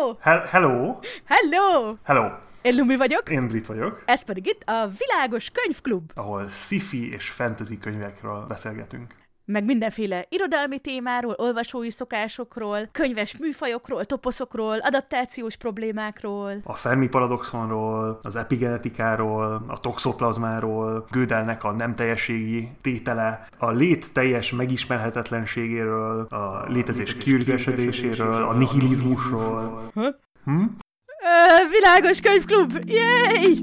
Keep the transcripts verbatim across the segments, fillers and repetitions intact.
Hello! He- hello! Hello! Hello! Én Lumi vagyok. Én Brit vagyok. Ez pedig itt a Világos Könyvklub. Ahol sci-fi és fantasy könyvekről beszélgetünk. Meg mindenféle irodalmi témáról, olvasói szokásokról, könyves műfajokról, toposzokról, adaptációs problémákról. A Fermi paradoxonról, az epigenetikáról, a toxoplazmáról, Gödelnek a nem teljességi tétele, a lét teljes megismerhetetlenségéről, a létezés kiürgesedéséről, a nihilizmusról. Huh? Hm? Ö, Világos Könyvklub! Yay!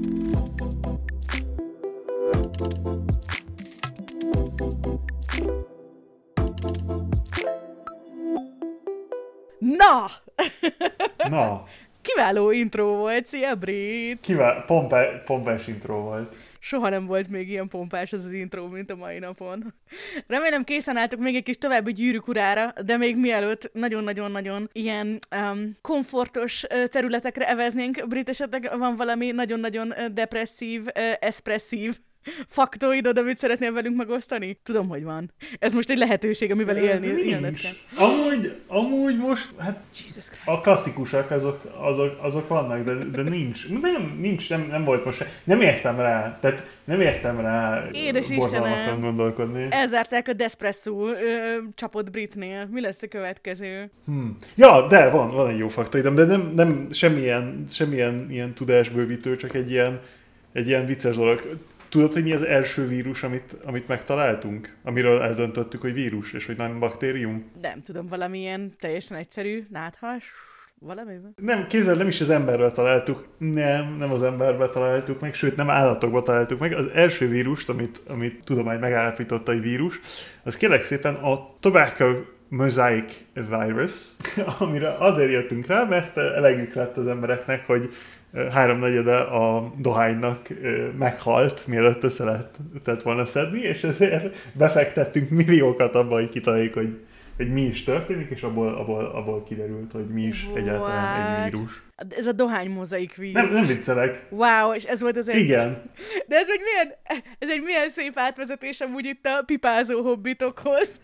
Na! Na! Kiváló intro volt, szia Brit! Kivál, pompe, pompás intro volt. Soha nem volt még ilyen pompás az az intro, mint a mai napon. Remélem készen álltok még egy kis további Gyűrűk urára, de még mielőtt nagyon-nagyon-nagyon ilyen um, komfortos uh, területekre eveznénk, Brit, esetleg van valami nagyon-nagyon uh, depresszív, uh, eszpresszív faktoidod, amit szeretnél velünk megosztani? Tudom, hogy van. Ez most egy lehetőség, amivel élni, élned kell. Amúgy, amúgy most, hát Jesus Christ. a klasszikusak azok, azok, azok vannak, de, de nincs. Nem, nincs, nem, nem volt most se. Nem értem rá, tehát nem értem rá Édes borzalmakon Istenem, gondolkodni. elzárták a Despresso ö, csapot Britnél. Mi lesz a következő? Hmm. Ja, de van, van egy jó faktoidom, de nem, nem semmilyen, semmilyen ilyen tudásbővítő, csak egy ilyen, egy ilyen vicces dolog. Tudod, hogy mi az első vírus, amit, amit megtaláltunk? Amiről eldöntöttük, hogy vírus, és hogy nem baktérium? Nem tudom, valamilyen teljesen egyszerű náthas, valami? Nem, képzeld, nem is az emberről találtuk. Nem, nem az emberbe találtuk meg, sőt, nem állatokba találtuk meg. Az első vírust, amit, amit tudomány megállapította, egy vírus, az kérlek szépen a Tobacco Mosaic Virus, amire azért jöttünk rá, mert elegük lett az embereknek, hogy háromnegyede a dohánynak meghalt, mielőtt össze lehetett volna szedni, és ezért befektettünk milliókat abba, hogy kitaláljuk, hogy, hogy mi is történik, és abból, abból, abból kiderült, hogy mi is What? egyáltalán egy vírus. Ez a dohány mozaik vírus. Nem, nem viccelek. Wow, és ez volt az egy... Igen. De ez egy milyen, ez egy milyen szép átvezetés amúgy itt a pipázó hobbitokhoz.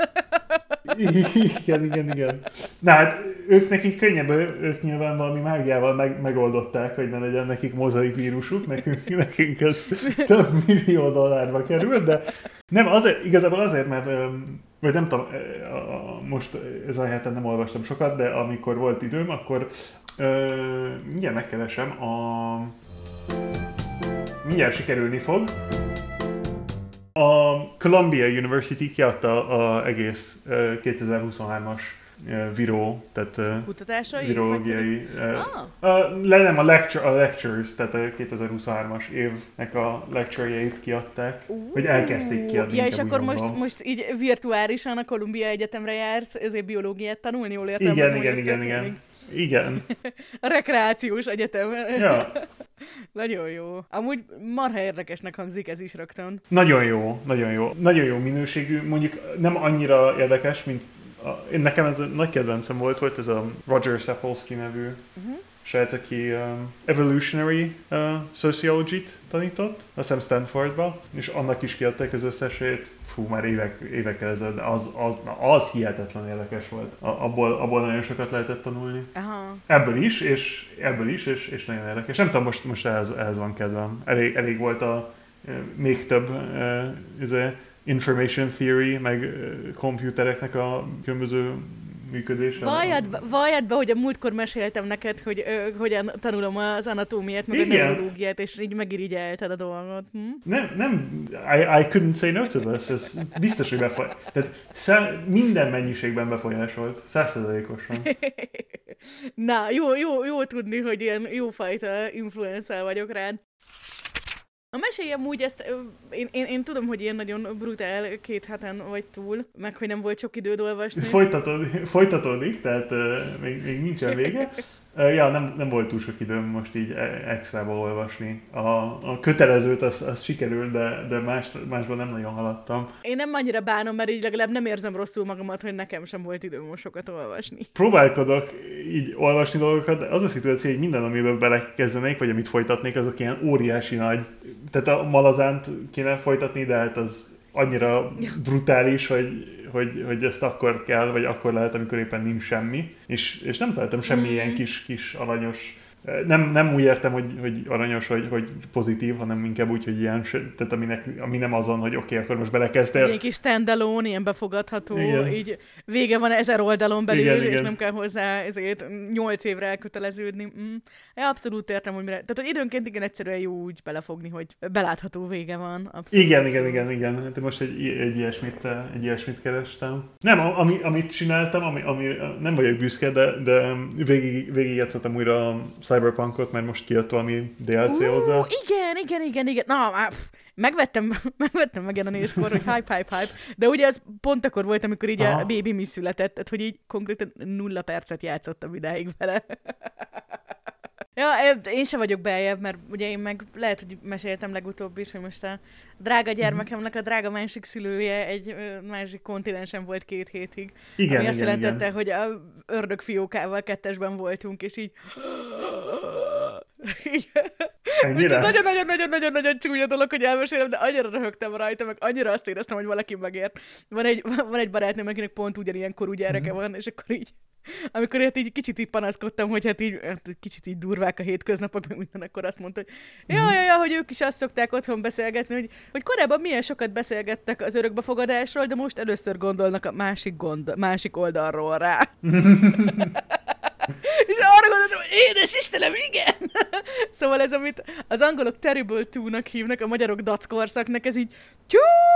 Igen, igen, igen. Na hát, ők nekik könnyebb, ők nyilván valami mágiával meg, megoldották, hogy ne legyen nekik mozaik vírusuk, nekünk, nekünk ez több millió dollárba kerül, de nem, azért, igazából azért, mert vagy nem tudom, most ezen a héten nem olvastam sokat, de amikor volt időm, akkor mindjárt megkeresem, a... mindjárt sikerülni fog. A Columbia University kiadta az egész kétezer-huszonhármas viró, tehát kutatásai, virológiai, ah. uh, le nem a, lecture, a lectures, tehát a kétezer-huszonhármas évnek a lecture-jeit kiadták, uh, vagy elkezdték kiadni. Ja, és akkor most, most így virtuálisan a Columbia Egyetemre jársz, ezért biológiát tanulni, jól értem? Igen, igen, igen, igen. Igen. A rekreációs egyetem. Ja. Nagyon jó. Amúgy marha érdekesnek hangzik ez is rögtön. Nagyon jó, nagyon jó. Nagyon jó minőségű, mondjuk nem annyira érdekes, mint a, én nekem ez a nagy kedvencem volt, volt ez a Roger Sapolsky nevű uh-huh. srác, aki um, evolutionary uh, sociology-t tanított, azt hiszem Stanfordba, és annak is kiadták az összesét, fú, már évek, évekkel ezelőtt, az, az, az hihetetlen érdekes volt. A, abból, abból nagyon sokat lehetett tanulni. Aha. Ebből is, és ebből is, és, és nagyon érdekes. Nem tudom, most, most ehhez, ehhez van kedvem. Elég, elég volt a e, még több e, ez information theory, meg e, komputereknek a különböző működése. Valljad, valljad be, hogy a múltkor meséltem neked, hogy ö, hogyan tanulom az anatómiát, meg igen. a neurológiát, és így megirigyelted a dolgot. Hm? Nem, nem, I, I couldn't say no to this, ez biztos, hogy befolyásolt. Tehát szá- minden mennyiségben befolyásolt, százszerzalékosan. Na, jó, jó, jó tudni, hogy ilyen jófajta influencer vagyok rád. A meséljem úgy ezt, én, én, én tudom, hogy ilyen nagyon brutál két heten vagy túl, meg hogy nem volt sok időd olvasni. Folytatódik, folytatódik tehát uh, még, még nincsen vége. Uh, ja, nem, nem volt túl sok időm most így extrába olvasni. A, a kötelezőt az, az sikerült, de, de más, másban nem nagyon haladtam. Én nem annyira bánom, mert így legalább nem érzem rosszul magamat, hogy nekem sem volt időm most sokat olvasni. Próbálkodok így olvasni dolgokat, de az a szituáció, hogy minden, amiben belekezdenék, vagy amit folytatnék, azok ilyen óriási nagy. Tehát a Malazánt kéne folytatni, de hát az annyira brutális, hogy, hogy, hogy ezt akkor kell, vagy akkor lehet, amikor éppen nincs semmi, és, és nem találtam semmi mm. ilyen kis, kis aranyos. Nem, nem úgy értem, hogy, hogy aranyos, hogy, hogy pozitív, hanem inkább úgy, hogy ilyen, tehát aminek, ami nem azon, hogy oké, okay, akkor most belekezdtél. Egy kis standalone, ilyen befogadható, igen. Így vége van ezer oldalon belül, igen, és igen. nem kell hozzá ezért nyolc évre elköteleződni. Mm. Ja, abszolút értem, hogy mire. Tehát, hogy időnként igen egyszerűen jó úgy belefogni, hogy belátható vége van. Abszolút. Igen, igen, igen, igen. Hát most egy, egy, ilyesmit, egy ilyesmit kerestem. Nem, ami, amit csináltam, ami, ami nem vagyok büszke, de, de végig, végig játszottam újra a Cyberpunkot, mert most kijött valami dé el cé uh, hozzá. Igen, igen, igen, igen. Na, már, pff, megvettem, megvettem megjelenéskor, hogy hype, hype, hype, de ugye ez pont akkor volt, amikor így Aha. a baby mi született, tehát hogy így konkrétan nulla percet játszottam idáig vele. Ja, én sem vagyok beljebb, mert ugye én meg lehet, hogy meséltem legutóbb is, hogy most a drága gyermekemnek a drága másik szülője egy másik kontinensen volt két hétig. Igen, ami igen, azt jelentette, igen. hogy a ördögfiókával kettesben voltunk, és így... Nagyon-nagyon-nagyon-nagyon-nagyon csúnya dolog, hogy elmesélem, de annyira röhögtem rajta, meg annyira azt éreztem, hogy valaki megért. Van egy, van egy barátnőm, akinek pont ugyanilyen korú gyereke van, és akkor így, amikor hát így kicsit így panaszkodtam, hogy hát így hát kicsit így durvák a hétköznapok, meg minden, akkor azt mondta, hogy ja, ja, ja, hogy ők is azt szokták otthon beszélgetni, hogy, hogy korábban milyen sokat beszélgettek az örökbefogadásról, de most először gondolnak a másik, gond, másik oldalról rá. És arra gondoltam, hogy édes Istenem, igen! Szóval ez, amit az angolok Terrible Two-nak hívnak, a magyarok dackorszaknak, ez így tyú!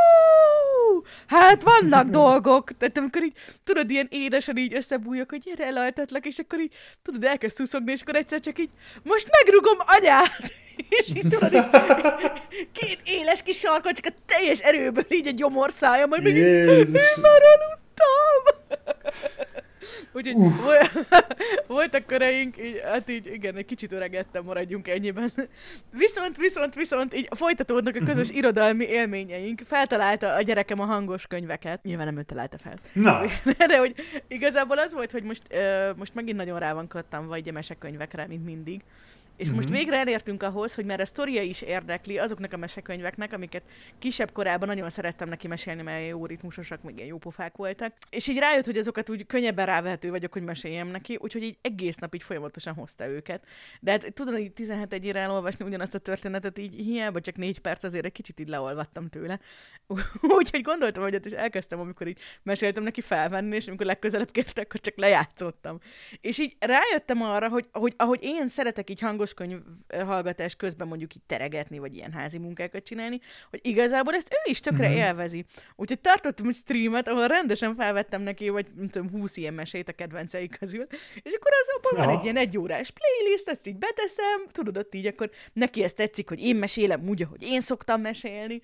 Hát vannak dolgok! Tehát amikor így, tudod, ilyen édesen így összebújok, hogy gyere, elaltatlak, és akkor így, tudod, elkezd szuszogni, és akkor egyszer csak így, most megrugom anyát! És így tudod, így, két éles kis sarkot, csak a teljes erőből így a gyomorszája, majd még így, én már aludtam! Úgyhogy uh. voltak köreink, így, hát így igen, egy kicsit öregettem, maradjunk ennyiben. Viszont, viszont, viszont így folytatódnak a közös uh-huh. irodalmi élményeink. Feltalálta a gyerekem a hangos könyveket. Nyilván nem ő találta fel. Na. De hogy igazából az volt, hogy most, uh, most megint nagyon rá van kattam, vagy mesekönyvekre, mint mindig. És mm-hmm. most végre elértünk ahhoz, hogy már a sztoria is érdekli azoknak a mesekönyveknek, amiket kisebb korában nagyon szerettem neki mesélni, mert jó ritmusosak, még ilyen jó pofák voltak. És így rájött, hogy azokat úgy könnyebben rávehető vagyok, hogy meséljem neki, úgyhogy így egész nap így folyamatosan hozta őket. De hát tudod, hogy tizenhét egyére elolvasni ugyanazt a történetet, így hiába csak négy perc, azért egy kicsit így leolvattam tőle. Úgyhogy gondoltam, hogy ott is elkezdtem, amikor így meséltem neki felvenni, és amikor legközelebb kértek, akkor csak lejátszottam. És így rájöttem arra, hogy, hogy ahogy én szeretek így hangos könyv hallgatás közben mondjuk így teregetni, vagy ilyen házi munkákat csinálni, hogy igazából ezt ő is tökre mm-hmm. élvezi. Úgyhogy tartottam egy streamet, ahol rendesen felvettem neki, vagy nem tudom, húsz ilyen mesét a kedvenceik közül, és akkor azonban van egy ilyen egyórás playlist, ezt így beteszem, tudod, ott így akkor neki ezt tetszik, hogy én mesélem úgy, ahogy én szoktam mesélni,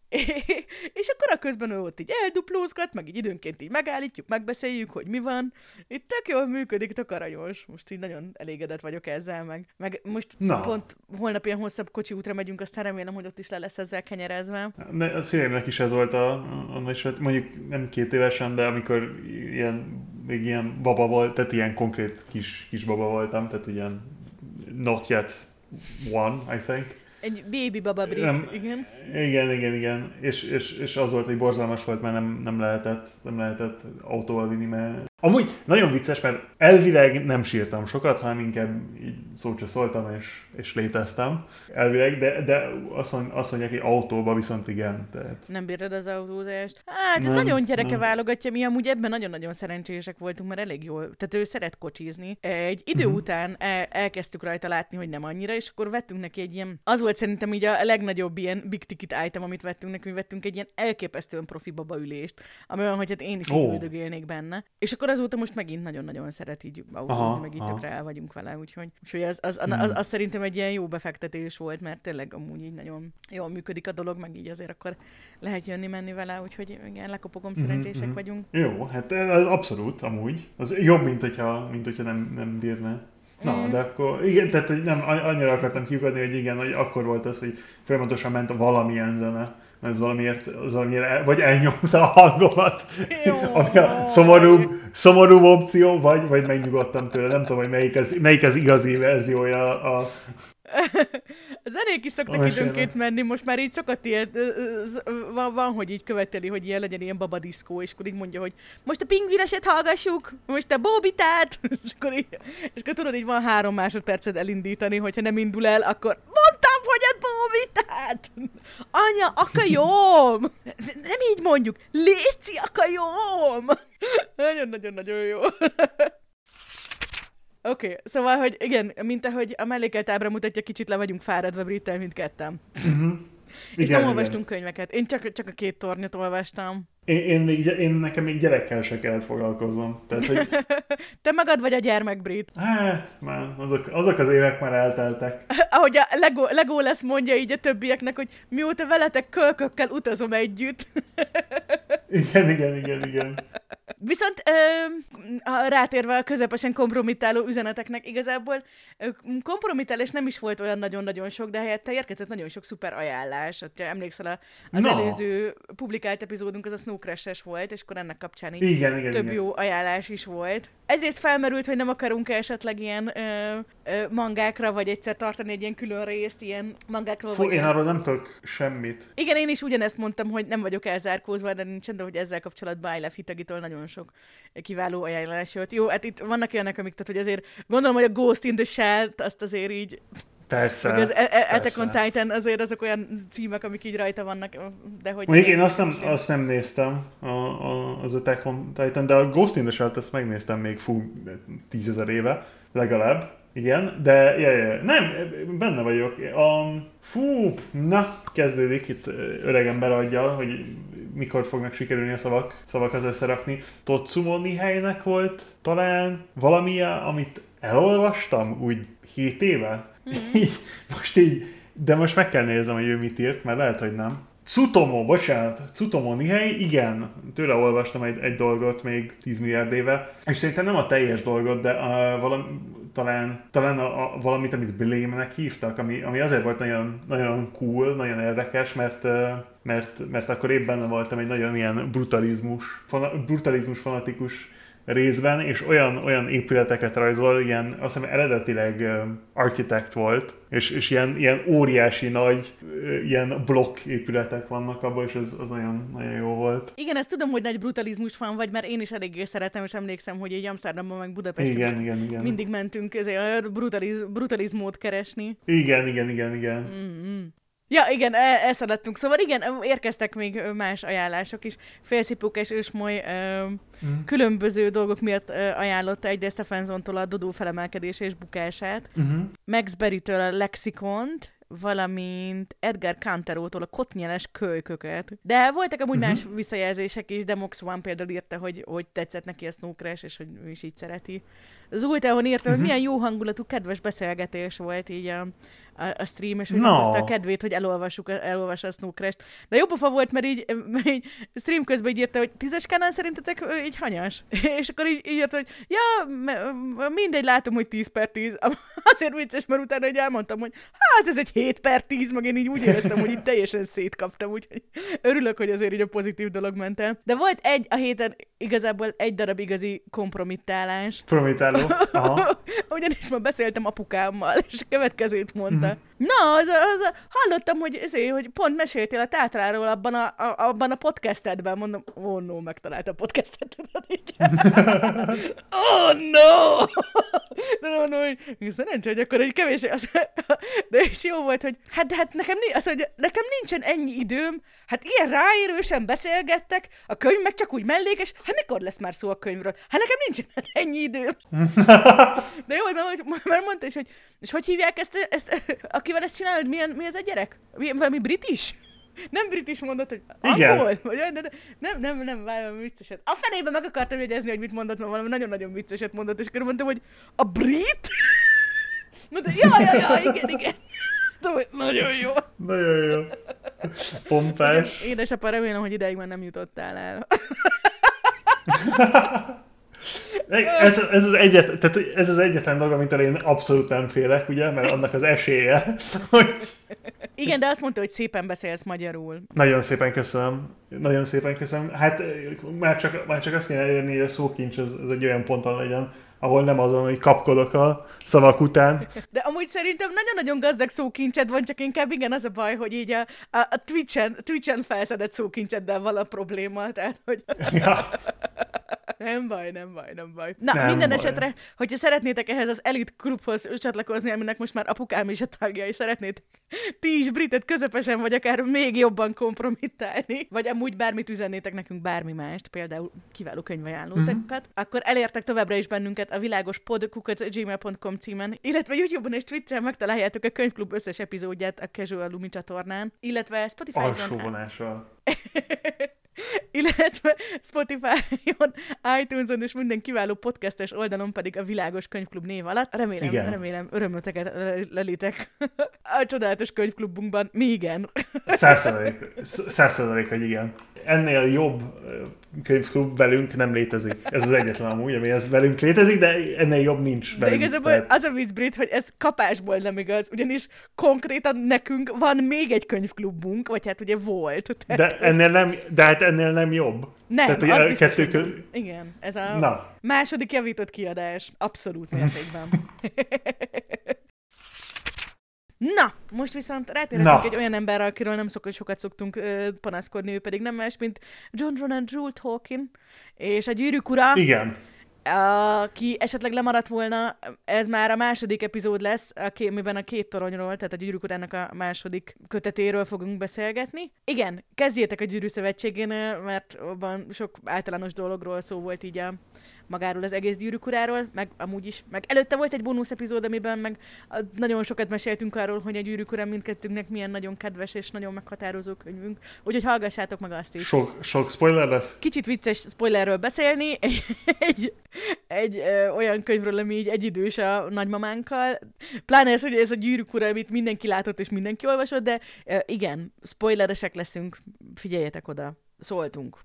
és akkor a közben ő ott így elduplózgat, meg így időnként így megállítjuk, megbeszéljük, hogy mi van. Itt tök jól működik, tök aranyos. Most így nagyon elégedett vagyok ezzel, meg, meg most Na. pont holnap ilyen hosszabb kocsi útra megyünk, aztán remélem, hogy ott is le lesz ezzel kenyerezve. A szüleimnek is ez volt a, a, a mondjuk nem két évesen, de amikor ilyen, még ilyen baba volt, tehát ilyen konkrét kis, kis baba voltam, tehát ilyen not yet one, I think. Egy baby baba brit, nem, igen. Igen, igen, igen. És, és, és az volt, hogy borzalmas volt, mert nem, nem lehetett, nem lehetett autóval vinni, mert... Amúgy nagyon vicces, mert elvileg nem sírtam sokat, hanem inkább így szót se szóltam, és, és léteztem. Elvileg, de, de azt, mond, azt mondják, hogy autóba viszont igen. Tehát... Nem bírtad az autózást? Hát ez nem, nagyon gyereke nem. válogatja, mi amúgy ebben nagyon-nagyon szerencsések voltunk, mert elég jól, tehát ő szeret kocsizni. Egy idő uh-huh. után el, elkezdtük rajta látni, hogy nem annyira, és akkor vettünk neki egy ilyen, az volt szerintem így a legnagyobb ilyen big ticket item, amit vettünk neki, hogy vettünk egy ilyen elképesztően profi babaülést, ami olyan, hogy hát én is oh. üldögélnék benne. És akkor azóta most megint nagyon-nagyon szeret így autózni, aha, meg így tökre el vagyunk vele, úgyhogy, úgyhogy az, az, az, az, az szerintem egy ilyen jó befektetés volt, mert tényleg amúgy így nagyon jól működik a dolog, meg így azért akkor lehet jönni-menni vele, úgyhogy igen, lekopogom, szerencsések mm-hmm. vagyunk. Jó, hát az abszolút amúgy. Az jobb, mint hogyha, mint hogyha nem, nem bírna. Na, mm. de akkor, igen, tehát nem, annyira akartam kiukadni, hogy igen, hogy akkor volt az, hogy folyamatosan ment valamilyen zene, mert ez valamiért, az valamiért vagy elnyomta a hangomat, ami a szomorúbb, szomorúbb opció, vagy, vagy megnyugodtam tőle, nem tudom, hogy melyik az, melyik az igazi verziója a... A zenék is szoktak Mesélve. időnként menni, most már így szokott ilyen, van, van, hogy így követeli, hogy ilyen legyen ilyen babadiszkó, és akkor így mondja, hogy most a pingvineset hallgassuk, most a bóbitát, és akkor, így, és akkor tudod, így van három másodpercet elindítani, hogyha nem indul el, akkor mondtam, hogy a bóbitát! Anya, a kajóm! Nem így mondjuk, léci a kajóm! Nagyon-nagyon-nagyon jó. Oké, okay, szóval, hogy igen, mint ahogy a mellékelt ábra mutatja, kicsit le vagyunk fáradva Brittel mindketten. Uh-huh. És Igen, nem olvastunk igen. könyveket. Én csak, csak a két tornyot olvastam. Én, én, még, én nekem még gyerekkel se kellett foglalkoznom. Tehát, hogy... Te magad vagy a gyermek, Brit. Hát, már azok, azok az évek már elteltek. Ahogy a Lego, Lego lesz mondja így a többieknek, hogy mióta veletek kölkökkel utazom együtt. Igen, igen, igen, igen. Viszont ö, rátérve a közepesen kompromittáló üzeneteknek, igazából ö, kompromittálás nem is volt olyan nagyon-nagyon sok, de helyette érkezett nagyon sok szuper ajánlás. Ha emlékszel, az no. előző publikált epizódunk az a Snow Crash-es volt, és akkor ennek kapcsán így igen, igen, több igen. jó ajánlás is volt. Egyrészt felmerült, hogy nem akarunk esetleg ilyen ö, ö, mangákra, vagy egyszer tartani egy ilyen külön részt, ilyen mangákról. Fú, vagy én ilyen... arról nem tudok semmit. Igen, én is ugyanezt mondtam, hogy nem vagyok elzárkózva, de nincsen, de hogy ezzel kapcsolatban I Love Hitagitól nagyon sok kiváló ajánlás jött. Jó, hát itt vannak ilyenek, amik, tehát hogy azért gondolom, hogy a Ghost in the Shell-t azt azért így, Persze, hogy az Attack on Titan azért azok olyan címek, amik így rajta vannak, de hogy... Mondjuk én azt nem, azt nem néztem, a, a, az Attack on Titan, de a Ghost in the Shell-t azt megnéztem még fú, tízezer éve, legalább. Igen, de ja, ja, nem, benne vagyok. A, fú, na, kezdődik itt öreg ember adja, hogy mikor fognak sikerülni a szavak, szavakat összerakni. Totsumo Niheinek volt talán valamilyen, amit elolvastam úgy hét éve. Mm-hmm. Most így, de most meg kell néznem, hogy ő mit írt, mert lehet, hogy nem. Tsutomu, bocsánat, Tsutomu Nihei, igen, tőle olvastam egy, egy dolgot még tíz milliárd éve, és szerintem nem a teljes dolgot, de a, valami, talán, talán a, a, valamit, amit Blame-nek hívtak, ami, ami azért volt nagyon, nagyon cool, nagyon érdekes, mert, mert, mert akkor épp benne voltam egy nagyon ilyen brutalizmus, fana, brutalizmus fanatikus részben, és olyan, olyan épületeket rajzol, ilyen, azt hiszem eredetileg uh, architekt volt, és, és ilyen, ilyen óriási nagy, uh, ilyen blokk épületek vannak abban, és az, az nagyon, nagyon jó volt. Igen, ezt tudom, hogy nagy brutalizmus fan vagy, mert én is eléggé szeretem, és emlékszem, hogy így Amsterdamban meg Budapesten igen, igen, igen. mindig mentünk ezért brutaliz, brutalizmót keresni. Igen, igen, igen, igen. Mm-hmm. Ja, igen, elszaladtunk. Szóval igen, érkeztek még más ajánlások is. Félszipókás ősmoly ö, mm. különböző dolgok miatt ö, ajánlotta egyrészt Stephensontól a Dodó felemelkedése és bukását, mm-hmm. Max Berry-től a Lexikont, valamint Edgar Canterótól a kotnyeles kölyköket. De voltak amúgy uh-huh. más visszajelzések is, de Mox One például írta, hogy, hogy tetszett neki a Snow Crash, és hogy ő is így szereti. Zulteon írta, uh-huh. hogy milyen jó hangulatú, kedves beszélgetés volt így a, a, a stream, és hogy no. meghozta a kedvét, hogy elolvassuk, elolvassa a Snow Crash-t. De jobb pofa volt, mert így, mert így stream közben így írta, hogy tízes skálán szerintetek így hanyas? És akkor így, így írta, hogy ja, mindegy, látom, hogy tíz per tíz. Azért vicces, mert utána így elmondtam, hogy hát ez egy hét per tíz, meg én így úgy éreztem, hogy így teljesen szétkaptam, úgyhogy örülök, hogy azért így a pozitív dolog ment el. De volt egy a héten igazából egy darab igazi kompromittálás. Kompromittáló? Aha. Ugyanis ma beszéltem apukámmal, és a következőt mondta. Mm-hmm. Na, az, az, hallottam, hogy, ezért, hogy pont meséltél a Tátráról abban a, a, abban a podcastedben. Mondom, oh no, megtalálta a podcastet. Oh no! De no, no, no, szerencsé, hogy akkor egy kevés, az, de is jó volt, hogy hát, de hát nekem, az, hogy nekem nincsen ennyi időm, hát ilyen ráérősen beszélgettek, a könyv meg csak úgy mellékes, hát mikor lesz már szó a könyvről? Hát nekem nincsen ennyi időm. De jó, mert, mert mondta is, hogy és hogy hívják ezt, ezt akivel ezt csinálod, milyen, mi ez a gyerek? Valami british? Nem british mondott, hogy angol? Vagy, de, de, nem, nem, nem, valami vicceset. A fenébe meg akartam jegyezni, hogy mit mondott, mert valami nagyon-nagyon vicceset mondott, és akkor mondtam, hogy a brit? Mondta, ja, ja, ja, igen, igen. Nagyon jó. Nagyon jó. Pompás. Édesapa, remélem, hogy ideig már nem jutottál el. Ez, ez, az egyet, tehát ez az egyetlen dolog, amitől én abszolút nem félek, ugye, mert annak az esélye, hogy... Igen, de azt mondta, hogy szépen beszélsz magyarul. Nagyon szépen köszönöm. Nagyon szépen köszönöm. Hát már csak, már csak azt kéne elérni, hogy a szókincs az, az egy olyan ponton legyen, ahol nem azon, hogy kapkodok a szavak után. De amúgy szerintem nagyon-nagyon gazdag szókincsed van, csak inkább igen, az a baj, hogy így a, a, a Twitch-en, Twitch-en felszedett szókincseddel van a probléma, tehát hogy... Ja. Nem baj, nem baj, nem baj. Na, nem minden baj. esetre, hogyha szeretnétek ehhez az Elite klubhoz csatlakozni, aminek most már apukám is a tagja, és szeretnétek ti is Britet közepesen, vagy akár még jobban kompromittálni, vagy amúgy bármit üzennétek nekünk, bármi mást, például kiváló könyvajánlótokat, mm-hmm. akkor elértek továbbra is bennünket a világospod kukac gmail pont com címen, illetve YouTube-on és Twitch-en megtaláljátok a Könyvklub összes epizódját a Casual Lumi csatornán, illetve Spotify-on... Alsóvonással. illetve Spotify-on, iTunes-on és minden kiváló podcastes oldalon pedig a Világos Könyvklub név alatt. Remélem, igen. remélem örömöteket lelitek a csodálatos könyvklubunkban. Mi igen. Száz százalék, száz százalék, hogy igen. Ennél jobb könyvklub velünk nem létezik. Ez az egyetlen amúgy, ami ez velünk létezik, de ennél jobb nincs velünk. De igazából tehát... az a vicc, Brit, hogy ez kapásból nem igaz, ugyanis konkrétan nekünk van még egy könyvklubunk, vagy hát ugye volt. Tehát, de, ennél nem, de hát ennél nem jobb. Nem, tehát, az a biztos, kettő köz... Igen, ez a Na. második javított kiadás. Abszolút mértékben. Na, most viszont rátérhetünk egy olyan emberre, akiről nem szok, sokat szoktunk uh, panaszkodni, ő pedig nem más, mint John Ronald Reuel Tolkien, és a Gyűrűk ura. Igen. Aki esetleg lemaradt volna, ez már a második epizód lesz, amiben a két toronyról, tehát a Gyűrűk urának a második kötetéről fogunk beszélgetni. Igen, kezdjétek a Gyűrű Szövetségénél, mert abban sok általános dologról szó volt így a magáról az egész Gyűrűk uráról, meg amúgy is. Meg előtte volt egy bónusz epizód, amiben meg nagyon sokat meséltünk arról, hogy a Gyűrűk ura mindkettőnknek milyen nagyon kedves és nagyon meghatározó könyvünk. Úgyhogy hallgassátok meg azt is. Sok, sok spoiler lesz? Kicsit vicces spoilerről beszélni, egy, egy, egy ö, olyan könyvről, ami így egyidős a nagymamánkkal. Pláne ez, hogy ez a Gyűrűk ura, amit mindenki látott és mindenki olvasott, de ö, igen, spoileresek leszünk, figyeljetek oda, szóltunk.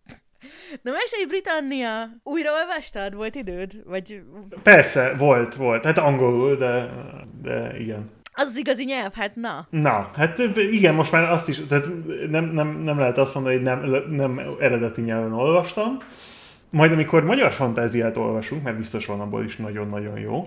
Na mesélj, Britannia! Újra olvastad? Volt időd? Vagy... Persze, volt, volt. Hát angolul, de, de igen. Az az igazi nyelv, hát na. Na, hát igen, most már azt is, tehát nem, nem, nem lehet azt mondani, hogy nem, nem eredeti nyelven olvastam. Majd amikor magyar fantáziát olvasunk, mert biztos van abból is nagyon-nagyon jó,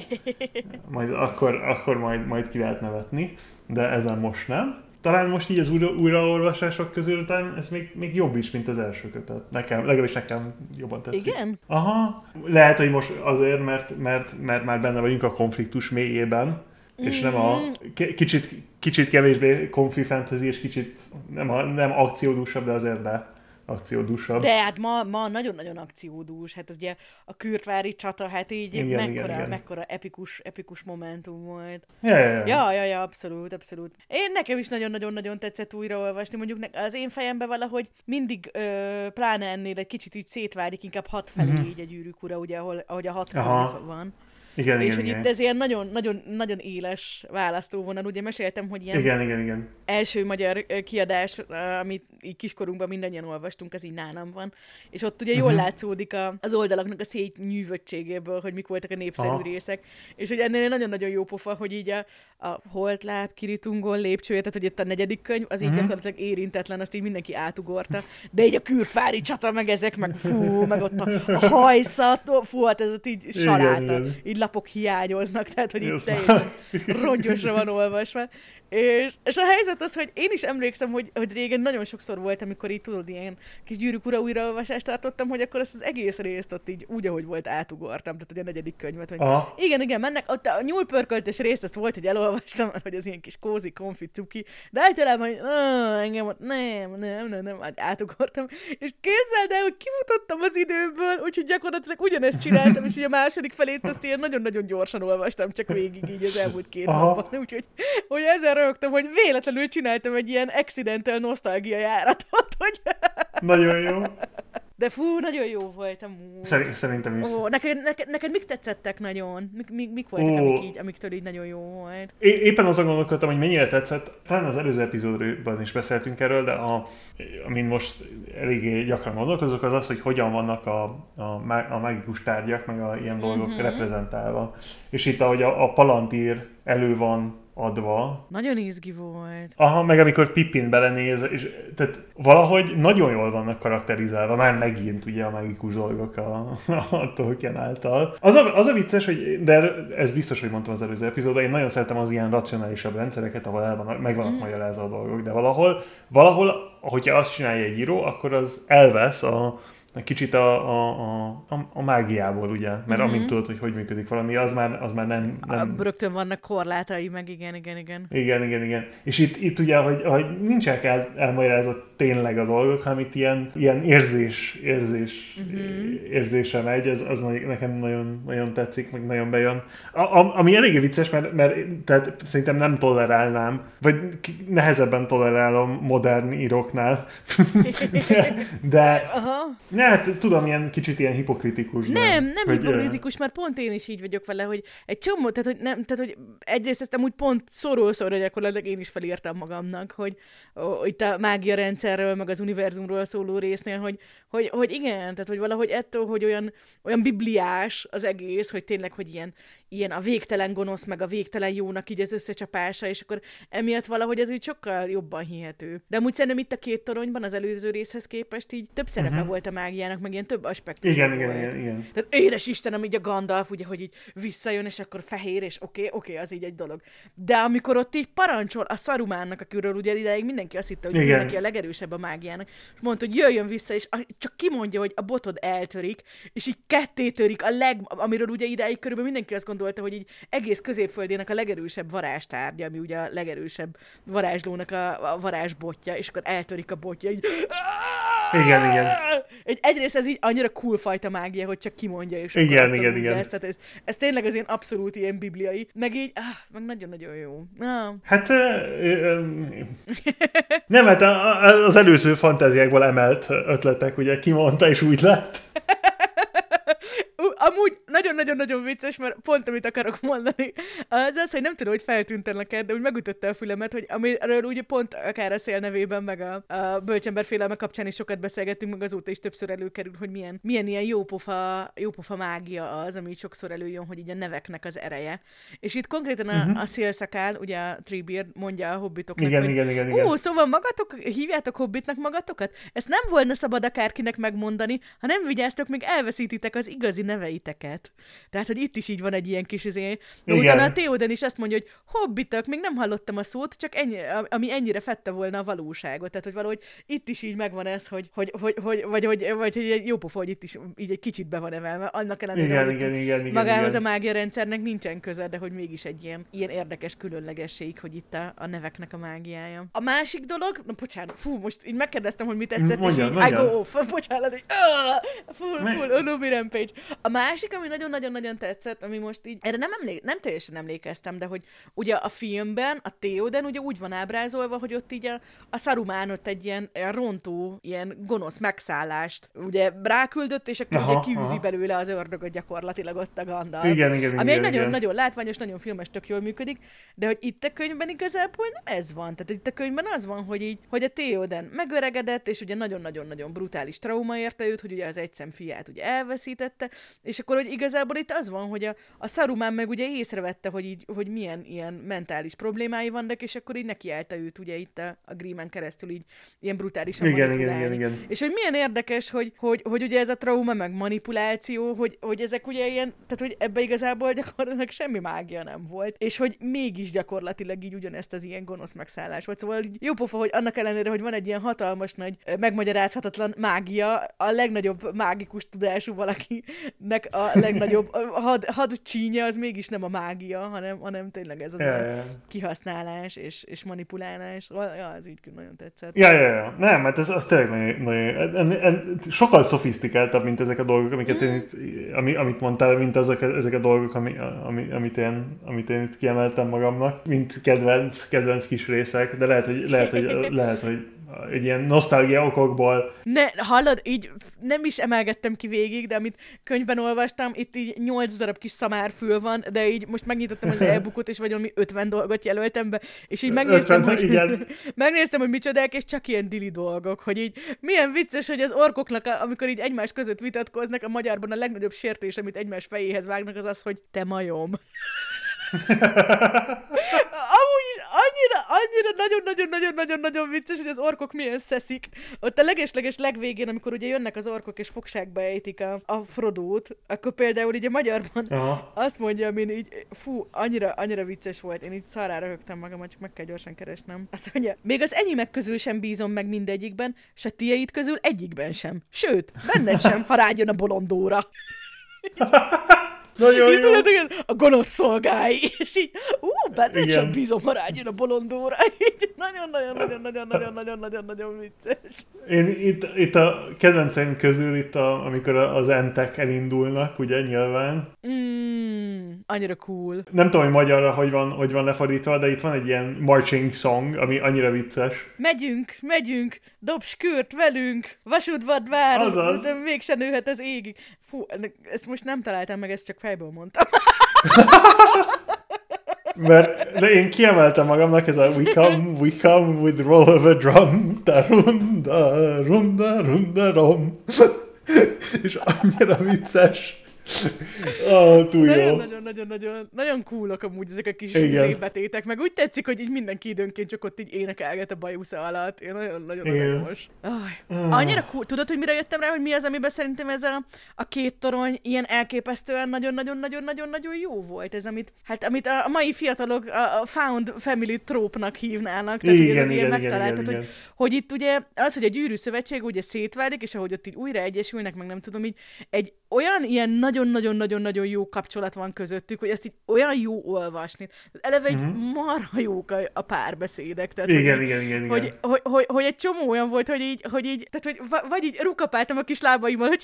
majd akkor, akkor majd, majd ki lehet nevetni, de ezen most nem. Talán most így az újra, újraolvasások közül talán ez még, még jobb is, mint az első kötet. Nekem, legalábbis nekem jobban tetszik. Igen? Aha. Lehet, hogy most azért, mert, mert, mert már benne vagyunk a konfliktus mélyében, és nem a kicsit, kicsit kevésbé konfi fantasy, és kicsit nem, a, nem akciódúsabb, de azért de akciódúsabb. De hát ma, ma nagyon-nagyon akciódús. Hát az ugye a kürtvári csata, hát így igen, mekkora, igen, igen. mekkora epikus, epikus momentum volt. Ja, ja, ja. ja, ja, ja, abszolút, abszolút. Én nekem is nagyon-nagyon-nagyon tetszett újraolvasni. Mondjuk az én fejemben valahogy mindig ö, pláne ennél egy kicsit így szétválik, inkább hat felé mm-hmm. így a Gyűrűk ura, ugye, ahol, ahogy a hat könyv van. Igen, és igen, hogy igen. itt ez ilyen nagyon, nagyon, nagyon éles választóvonal. Ugye meséltem, hogy ilyen igen, igen, igen. első magyar kiadás, amit így kiskorunkban mindannyian olvastunk, az így nálam van. És ott ugye jól uh-huh. látszódik a, az oldalaknak a szétnyűvöttségéből, hogy mik voltak a népszerű Aha. részek. És hogy ennél nagyon-nagyon jó pofa, hogy így a, a Holtláb, Kiritungol lépcsője, tehát hogy itt a negyedik könyv, az így uh-huh. gyakorlatilag érintetlen, azt így mindenki átugorta. De így a kürtvári csata, meg ezek, meg fú, meg ott a, a hajszat, fú, hát ez ott így saláta. Így lapok hiányoznak, tehát hogy itt teljesen rongyosra van olvasva. És, és a helyzet az, hogy én is emlékszem, hogy, hogy régen nagyon sokszor volt, amikor így tudod, ilyen kis Gyűrűk ura újraolvasást tartottam, hogy akkor azt az egész részt ott így úgy, ahogy volt, átugortam, tehát hogy a negyedik könyvet, hogy Aha. igen, igen, mennek, ott a nyúlpörköltes részt azt volt, hogy elolvastam, mert hogy az ilyen kis kózi, konfi, cuki, de általában, hogy engem ott nem, nem, nem, nem, átugortam, és képzeld el, hogy kimutottam az időből, úgyhogy gyakorlatilag ugyanezt csináltam, és ugye a második felét azt ilyen nagyon-nagyon gyorsan olvastam, csak végig így az elmúlt két napban, úgyhogy hogy ezzel rögtem, hogy véletlenül csináltam egy ilyen accidental nosztalgia járatot, hogy... Nagyon jó. De fú, nagyon jó volt amúgy. Szerint, szerintem is. Ó, neked, neked, neked mik tetszettek nagyon? Mik, mik, mik voltak, amik így, amiktől így nagyon jó volt? É, éppen azon gondolkodtam, hogy mennyire tetszett. Talán az előző epizódban is beszéltünk erről, de a, amin most eléggé gyakran gondolkozok, az az, hogy hogyan vannak a, a, a mágikus tárgyak, meg a ilyen dolgok uh-huh. reprezentálva. És itt, ahogy a, a Palantír elő van adva. Nagyon izgi volt. Aha, meg amikor Pippin belenéz, és tehát valahogy nagyon jól vannak karakterizálva, már megint ugye a mágikus dolgok a, a Tolkien által. Az a, az a vicces, hogy, de ez biztos, hogy mondtam az előző epizódban, én nagyon szeretem az ilyen racionálisabb rendszereket, ahol el van, meg vannak mm. magyarázva a dolgok, de valahol, valahol, hogyha azt csinálja egy író, akkor az elvesz a kicsit a, a, a, a mágiából, ugye? Mert mm-hmm. amint tudod, hogy hogy működik valami, az már, az már nem... nem... A, rögtön vannak korlátai, meg igen, igen, igen. Igen, igen, igen. És itt, itt ugye, hogy, hogy nincsenek el, elmagyarázott tényleg a dolgok, hanem itt ilyen, ilyen érzés, érzés, mm-hmm. érzése megy, ez, az nekem nagyon, nagyon tetszik, meg nagyon bejön. A, a, ami eléggé vicces, mert, mert tehát szerintem nem tolerálnám, vagy nehezebben tolerálom modern íróknál. de... de Ne, hát tudom, ilyen kicsit ilyen hipokritikus. Nem, nem hogy, hipokritikus, mert pont én is így vagyok vele, hogy egy csomó, tehát hogy, nem, tehát, hogy egyrészt ezt amúgy pont szorról-szorra gyakorlatilag én is felírtam magamnak, hogy ó, itt a mágia rendszerről, meg az univerzumról szóló résznél, hogy, hogy, hogy igen, tehát hogy valahogy ettől, hogy olyan, olyan bibliás az egész, hogy tényleg, hogy ilyen, ilyen a végtelen gonosz, meg a végtelen jónak így az összecsapása, és akkor emiatt valahogy ez úgy sokkal jobban hihető. De amúgy szerintem itt a két toronyban az előző részhez képest így több szerepe uh-huh. volt a mágiának, meg ilyen több aspektus. Igen, volt. igen, igen, igen. Tehát édes Istenem, így a Gandalf, ugye, hogy így visszajön, és akkor fehér, és oké, okay, oké, okay, az így egy dolog. De amikor ott így parancsol a Sarumánnak, akiről ugye ideig mindenki azt hitte, hogy ő neki a legerősebb a mágiának, és mondta, hogy jöjjön vissza, és csak kimondja, hogy a botod eltörik, és így ketté törik, a leg, amiről ugye ideig körülbelül mindenki azt gondolta, hogy így egész Középföldének a legerősebb varázstárgya, ami ugye a legerősebb varázslónak a, a varázsbotja, és akkor eltörik a botja, így... Igen, igen. Egy, egyrészt ez így annyira cool fajta mágia, hogy csak kimondja, és igen, igen, igen. Lesz. Tehát ez, ez tényleg az ilyen abszolút ilyen bibliai. Meg így, ah, meg nagyon-nagyon jó. Ah. Hát nem, hát az előző fantáziákból emelt ötletek, ugye kimondta, és úgy lett. Amúgy nagyon-nagyon-nagyon vicces, mert pont amit akarok mondani, az az, hogy nem tudom, hogy feltűnt neked, de úgy megütötte a fülemet, hogy amiről ugye pont akár a Szél nevében, meg a, a Bölcsember félelme kapcsán is sokat beszélgettünk, meg azóta is többször előkerül, hogy milyen, milyen ilyen jópofa, jópofa mágia az, ami sokszor előjön, hogy így a neveknek az ereje. És itt konkrétan a, uh-huh. a Szélszakál, ugye a Treebeard mondja a hobbitoknak, igen, hogy igen, igen, igen. ó, szóval magatok, hívjátok hobbitnak magatokat? Ezt nem volna szabad akárkinek megmondani, ha nem vigyáztok, még elveszítitek az igazi neveiteket. Tehát, hogy itt is így van egy ilyen kis izé. De utána a Théoden is azt mondja, hogy hobbitok, még nem hallottam a szót, csak ennyi, ami ennyire fette volna a valóságot. Tehát, hogy valahogy itt is így megvan ez, hogy, hogy, hogy, hogy vagy, hogy, vagy hogy egy jó pofa, hogy itt is így egy kicsit be van emelve. Annak ellenére, igen, hogy igen, igen, igen, magához igen. a mágia rendszernek nincsen köze, de hogy mégis egy ilyen, ilyen érdekes különlegesség, hogy itt a, a neveknek a mágiája. A másik dolog, na bocsánat, fú, most így megkérdeztem, hogy mit tetszett, mondja, és így mondja. I go off, bocsánat, így uh, full, full, Ulubi Rampage. A másik, ami nagyon-nagyon-nagyon tetszett, ami most így, erre nem, emlé- nem teljesen emlékeztem, de hogy ugye a filmben, a Théoden ugye úgy van ábrázolva, hogy ott így a, a Sarumán ott egy ilyen rontó, ilyen gonosz megszállást ugye ráküldött, és akkor aha, ugye kiűzi aha. belőle az ördögöt gyakorlatilag ott a Gandalf. Igen, igen, ami igen, egy igen. nagyon-nagyon látványos, nagyon filmes, tök jól működik, de hogy itt a könyvben igazából nem ez van. Tehát itt a könyvben az van, hogy így, hogy a Théoden megöregedett, és ugye nagyon-nagyon-nagyon brutális trauma érte őt, hogy ugye az egyszem fiát ugye elveszítette, és akkor hogy igazából itt az van, hogy a, a Saruman meg ugye észrevette, hogy így, hogy milyen ilyen mentális problémái vannak, és akkor így nekiállta őt ugye itt a, a Grímen keresztül így ilyen brutálisan igen, manipulálni. igen, igen, igen. És hogy milyen érdekes, hogy, hogy, hogy ugye ez a trauma meg manipuláció, hogy, hogy ezek ugye ilyen, tehát hogy ebbe igazából gyakorlatilag semmi mágia nem volt, és hogy mégis gyakorlatilag így ugyanezt az ilyen gonosz megszállás volt. Szóval jó pofa, hogy annak ellenére, hogy van egy ilyen hatalmas nagy, megmagyarázhatatlan mágia, a legnagyobb mágikus tudású valakinek a legnagyobb had, had csínye az mégis nem a mágia, hanem, hanem tényleg ez az ja, a ja. kihasználás és, és manipulálás. Ja, ez így nagyon tetszett. Ja, ja, ja. Nem, mert ez az tényleg nagyon, nagyon en, en, sokkal szofisztikáltabb, mint ezek a dolgok, amiket mm. én itt, ami, amit mondtál, mint azok, ezek a dolgok, ami, ami, amit, én, amit én itt kiemeltem magamnak, mint kedvenc, kedvenc kis részek, de lehet, hogy, lehet, hogy, lehet, hogy egy ilyen nosztalgia okokból. Ne, hallod, így nem is emelgettem ki végig, de amit könyvben olvastam, itt így nyolc darab kis szamárfül van, de így most megnyitottam az e-bookot, és vagy valami ötven dolgot jelöltem be, és így megnéztem, ötven, hogy, igen. megnéztem, hogy micsodák, és csak ilyen dili dolgok, hogy így milyen vicces, hogy az orkoknak, amikor így egymás között vitatkoznak, a magyarban a legnagyobb sértés, amit egymás fejéhez vágnak, az az, hogy te majom. annyira nagyon-nagyon-nagyon-nagyon-nagyon vicces, hogy az orkok milyen szeszik. Ott a leges-leges legvégén, amikor ugye jönnek az orkok és fogságba ejtik a, a Frodót, akkor például így a magyarban Aha. azt mondja, amin így, fú, annyira, annyira vicces volt. Én így szarára rögtem magamat, csak meg kell gyorsan keresnem. Azt mondja, még az enyémek közül sem bízom meg mindegyikben, s a tiéd közül egyikben sem. Sőt, benned sem, ha rágyön a bolondóra. Nagyon jó. A gonosz szolgái. És így, ú, benned sem bízom, ha rágyön a bolondóra. Így nagyon-nagyon-nagyon-nagyon-nagyon-nagyon-nagyon-nagyon vicces. Én itt, itt a kedvenceim közül, itt a, amikor az entek elindulnak, ugye nyilván. Mm, annyira cool. Nem tudom, hogy magyarra hogy van, hogy van lefordítva, de itt van egy ilyen marching song, ami annyira vicces. Megyünk, megyünk, dobs kürt velünk, vasútvad vár, de mégsem nőhet az égig. Fú, ezt most nem találtam meg, ezt csak fejből mondtam. Mert de én kiemeltem magamnak, ez a we come, we come with roll of a drum, da runda, runda, runda, rom. És annyira vicces. Oh, túl jó. Nagyon-nagyon-nagyon nagyon coolok amúgy ezek a kis zébetétek, meg úgy tetszik, hogy így mindenki időnként csak ott így énekelget a bajusza alatt. Én nagyon-nagyon aranyos. Ah. Annyira cool. Tudod, hogy mire jöttem rá, hogy mi az, amiben szerintem ez a, a két torony ilyen elképesztően nagyon-nagyon-nagyon-nagyon-nagyon jó volt. Ez, amit, hát, amit a mai fiatalok a found family trópnak hívnának. Tehát, igen, hogy ez igen, igen, igen, igen. Hogy, hogy itt ugye az, hogy a Gyűrű Szövetség ugye szétválik, és ahogy ott így újra egyesülnek, meg nem tudom így, egy olyan ilyen nagyon-nagyon-nagyon-nagyon jó kapcsolat van közöttük, hogy ezt így olyan jó olvasni. Eleve egy uh-huh. marha jók a, a párbeszédek. Tehát, igen, hogy, igen, igen, hogy, igen. Hogy, hogy, hogy, hogy egy csomó olyan volt, hogy így, hogy így tehát, hogy vagy így rukapáltam a kis lábaimmal, hogy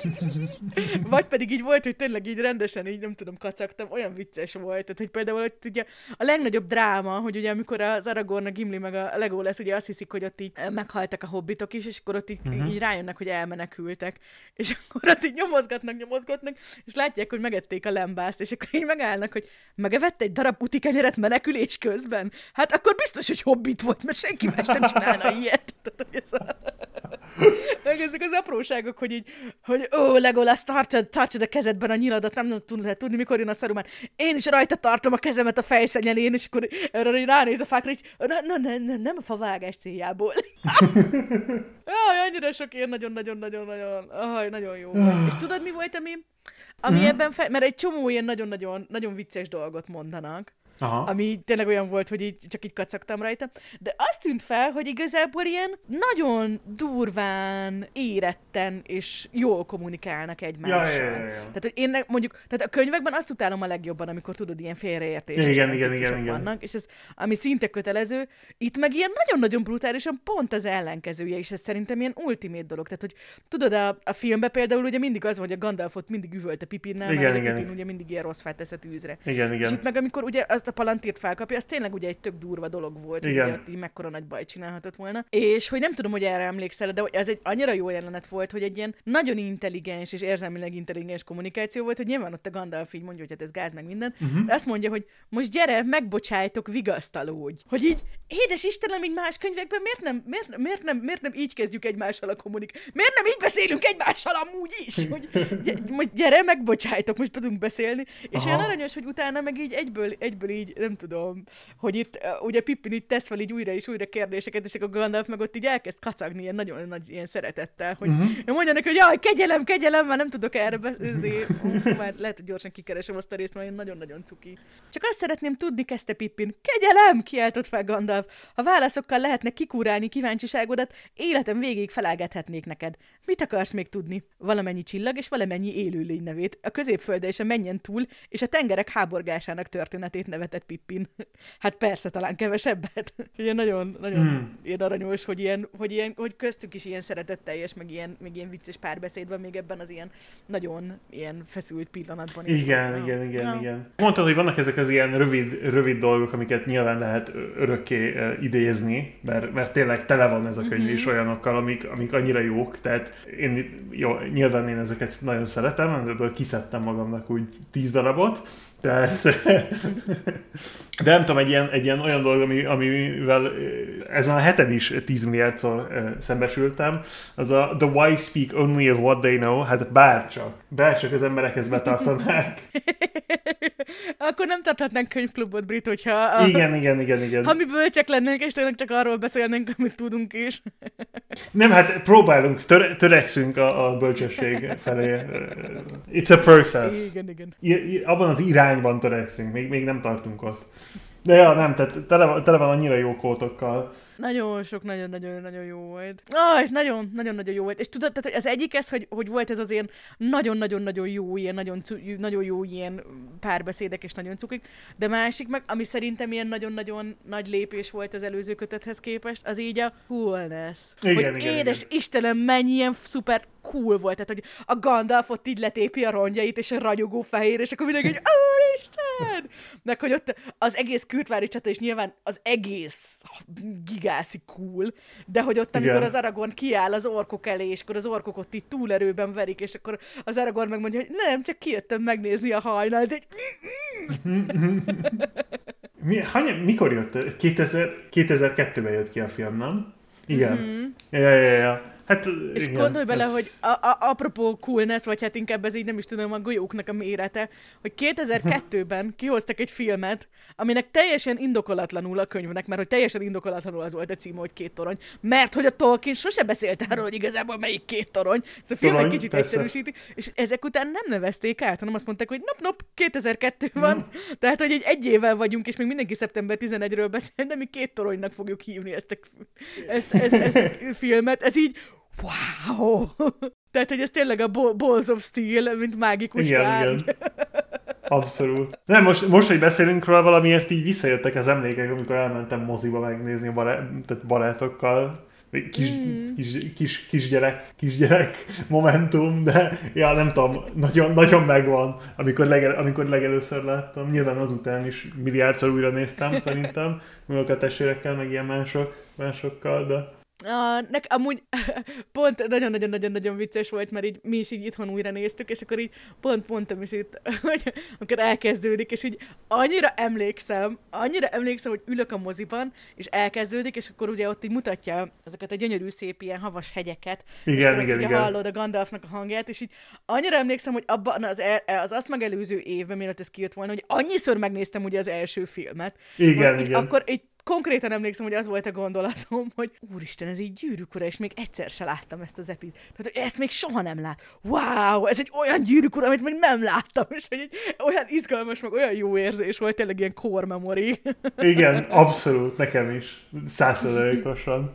vagy pedig így volt, hogy tényleg így rendesen így nem tudom, kacagtam, olyan vicces volt. Tehát, hogy például hogy ugye a legnagyobb dráma, hogy ugye amikor az Aragorn, a Gimli meg a Legolas ugye azt hiszik, hogy ott így meghaltak a hobbitok is, és akkor ott így, uh-huh. így rájönnek, hogy elmenekültek. És akkor ott így nyomozgatnak, nyomozgatnak, és látják, hogy megették a lembászt, és akkor így megállnak, hogy megevett egy darab utikenyeret menekülés közben? Hát akkor biztos, hogy hobbit volt, mert senki más nem csinálna ilyet. Tehát, hogy ez a... ezek az apróságok, hogy így, hogy ó, Legolas, tartsad, tartsad a kezedben a nyiladat, nem tudod tudni, mikor jön a Saruman. Én is rajta tartom a kezemet a fejszennyelén, és akkor erre ránéz a fákra, hogy na, na, na, na, nem a favágás céljából. Jaj, annyira sok ilyen nagyon-nagyon-nagyon-nagyon, aj, nagyon jó. És tudod, mi volt, ami, ami ebben fel... Mert egy csomó ilyen nagyon-nagyon nagyon vicces dolgot mondanak. Aha. Ami tényleg olyan volt, hogy így csak így kacagtam rajta. De azt tűnt fel, hogy igazából ilyen nagyon durván, éretten és jól kommunikálnak egymással. Ja, ja, ja, ja. Tehát, hogy én mondjuk, tehát a könyvekben azt utálom a legjobban, amikor tudod, ilyen félreértések igen, igen, igen, igen. vannak, és ez, ami szinte kötelező, itt meg ilyen nagyon-nagyon brutálisan pont az ellenkezője, és ez szerintem ilyen ultimate dolog. Tehát, hogy tudod, a, a filmben például ugye mindig az, hogy a Gandalfot mindig üvölte Pipinnel, igen, mert igen. a Pipin ugye mindig ilyen rossz fát tesz a tűzre. Igen, igen. És itt meg amikor ugye azt a palantírt felkapja, az tényleg ugye egy tök durva dolog volt, hogy ott így mekkora nagy baj csinálhatott volna. És hogy nem tudom, hogy erre emlékszel, de ez egy annyira jó jelenet volt, hogy egy ilyen nagyon intelligens és érzelmileg intelligens kommunikáció volt, hogy nyilván ott a Gandalf így mondja, hogy hát ez gáz meg minden, uh-huh. de azt mondja, hogy most gyere, megbocsájtok, vigasztalódj. Hogy így, édes Istenem, így más könyvekben miért nem, miért, miért nem, miért nem így kezdjük egymással a kommunikációt? Miért nem így beszélünk egymással amúgy is? Hogy most gyere, megbocsájtok, most tudunk beszélni. És olyan aranyos, hogy utána meg így egyből, egyből így, nem tudom, hogy itt uh, ugye Pippin így tesz fel így újra és újra kérdéseket, és akkor Gandalf meg ott így elkezd kacagni ilyen nagyon nagy ilyen szeretettel, hogy uh-huh. mondja neki, hogy jaj, kegyelem, kegyelem, már nem tudok erre beszélni. Már lehet, hogy gyorsan kikeresem azt a részt, mert én nagyon-nagyon cuki. Csak azt szeretném tudni, kezdte Pippin. Kegyelem, kiáltott fel Gandalf. Ha válaszokkal lehetne kikúrálni kíváncsiságodat, életem végig felállgathatnék neked. Mit akarsz még tudni? Valamennyi csillag és valamennyi élőlény nevét, a középfölde és a mennyen túl, és a tengerek háborgásának történetét nevetett Pippin. Hát persze, talán kevesebbet. Ugye nagyon, nagyon hmm. ilyen aranyos, hogy, ilyen, hogy, ilyen, hogy köztük is ilyen szeretetteljes, meg ilyen, meg ilyen vicces párbeszéd van még ebben az ilyen nagyon ilyen feszült pillanatban. Igen, is. igen, igen, ja. igen. Mondtad, hogy vannak ezek az ilyen rövid, rövid dolgok, amiket nyilván lehet örökké idézni, mert, mert tényleg tele van ez a könyv mm-hmm. is olyanokkal, amik, amik annyira jók, tehát én jó, nyilván én ezeket nagyon szeretem, ebből kiszedtem magamnak úgy tíz darabot, tehát De nem tudom, egy ilyen, egy ilyen olyan dolog, ami, amivel ezen a heten is tíz milliárdszor szembesültem, az a The wise speak only of what they know, hát bárcsak. Bárcsak az emberek ezt betartanák. Akkor nem tarthatnánk könyvklubot, Brit, hogyha... A... Igen, igen, igen, igen. Ha mi bölcsek lennénk, és tényleg csak arról beszélnénk, amit tudunk is. Nem, hát próbálunk, töre, törekszünk a, a bölcsesség felé. It's a process. Igen, igen. I, abban az irányban törekszünk, még, még nem tartunk ott. De ja, nem, tehát tele, tele van annyira jó kótokkal. Nagyon sok, nagyon-nagyon-nagyon jó volt. Aj, nagyon, nagyon-nagyon jó volt. És tudod, tehát az egyik ez, hogy, hogy volt ez az ilyen nagyon-nagyon-nagyon jó, ilyen nagyon, nagyon jó ilyen párbeszédek, és nagyon cukik, de másik meg, ami szerintem ilyen nagyon-nagyon nagy lépés volt az előző kötethez képest, az így a coolness. Igen, hogy igen, édes igen. Istenem, mennyi ilyen szuper cool volt, tehát hogy a Gandalf ott így letépi a rongyait, és a ragyogó fehér, és akkor mindenki, hogy Úristen! Meg hogy ott az egész kürtvári csata, és nyilván az egész gigászi cool, de hogy ott, amikor igen. az Aragorn kiáll az orkok elé, és akkor az orkok ott így túlerőben verik, és akkor az Aragorn megmondja, hogy nem, csak kijöttem megnézni a hajnalt, egy... Mi, hany, mikor jött? kétezer, kétezer-kettőben jött ki a film, nem? Igen. Mm-hmm. Ja, ja, ja. Hát, és igen, gondolj bele, ez... hogy a, a, apropó coolness, vagy hát inkább ez így nem is tudom, a golyóknak a mérete, hogy kétezer-kettőben kihoztak egy filmet, aminek teljesen indokolatlanul a könyvnek, mert hogy teljesen indokolatlanul az volt a címe, hogy Két torony, mert hogy a Tolkien sose beszélt arról, hogy igazából melyik két torony, ez a film egy kicsit persze. egyszerűsíti, és ezek után nem nevezték át, hanem azt mondták, hogy nop, nop, kétezer-kettő van, mm. tehát hogy egy, egy évvel vagyunk, és még mindenki szeptember tizenegyedikéről beszél, de mi Két toronynak fogjuk hívni ezt a, ezt, ezt, ezt a filmet, ez így wow! Tehát, hogy ez tényleg a Balls of Steel, mint mágikus igen, tárgy. Igen. Abszolút. Nem, most, most, hogy beszélünk róla, valamiért így visszajöttek az emlékek, amikor elmentem moziba megnézni a bará- tehát barátokkal. Kis, mm. kis, kis, kisgyerek, kisgyerek momentum, de ja, nem tudom, nagyon, nagyon megvan, amikor, legel, amikor legelőször láttam. Nyilván azután is milliárdszor újra néztem, szerintem, mondok a testvérekkel, meg ilyen mások, másokkal, de... Uh, nek, amúgy pont nagyon-nagyon-nagyon-nagyon vicces volt, mert így mi is így itthon újra néztük, és akkor így pont mondtam is itt, hogy amikor elkezdődik, és így annyira emlékszem, annyira emlékszem, hogy ülök a moziban, és elkezdődik, és akkor ugye ott így mutatja ezeket a gyönyörű szép ilyen havas hegyeket, igen, és akkor igen, ugye igen. hallod a Gandalfnak a hangját, és így annyira emlékszem, hogy abban az, el, az azt megelőző évben, mielőtt ez kijött volna, hogy annyiszor megnéztem ugye az első filmet, igen, hogy igen. akkor így konkrétan emlékszem, hogy az volt a gondolatom, hogy úristen, ez így Gyűrűk ura, és még egyszer se láttam ezt az epizódot. Tehát, hogy ezt még soha nem lát. Wow, ez egy olyan Gyűrűk ura, amit még nem láttam, és hogy egy olyan izgalmas, meg olyan jó érzés volt, tényleg ilyen core memory. Igen, abszolút, nekem is. Százszerzalékosan.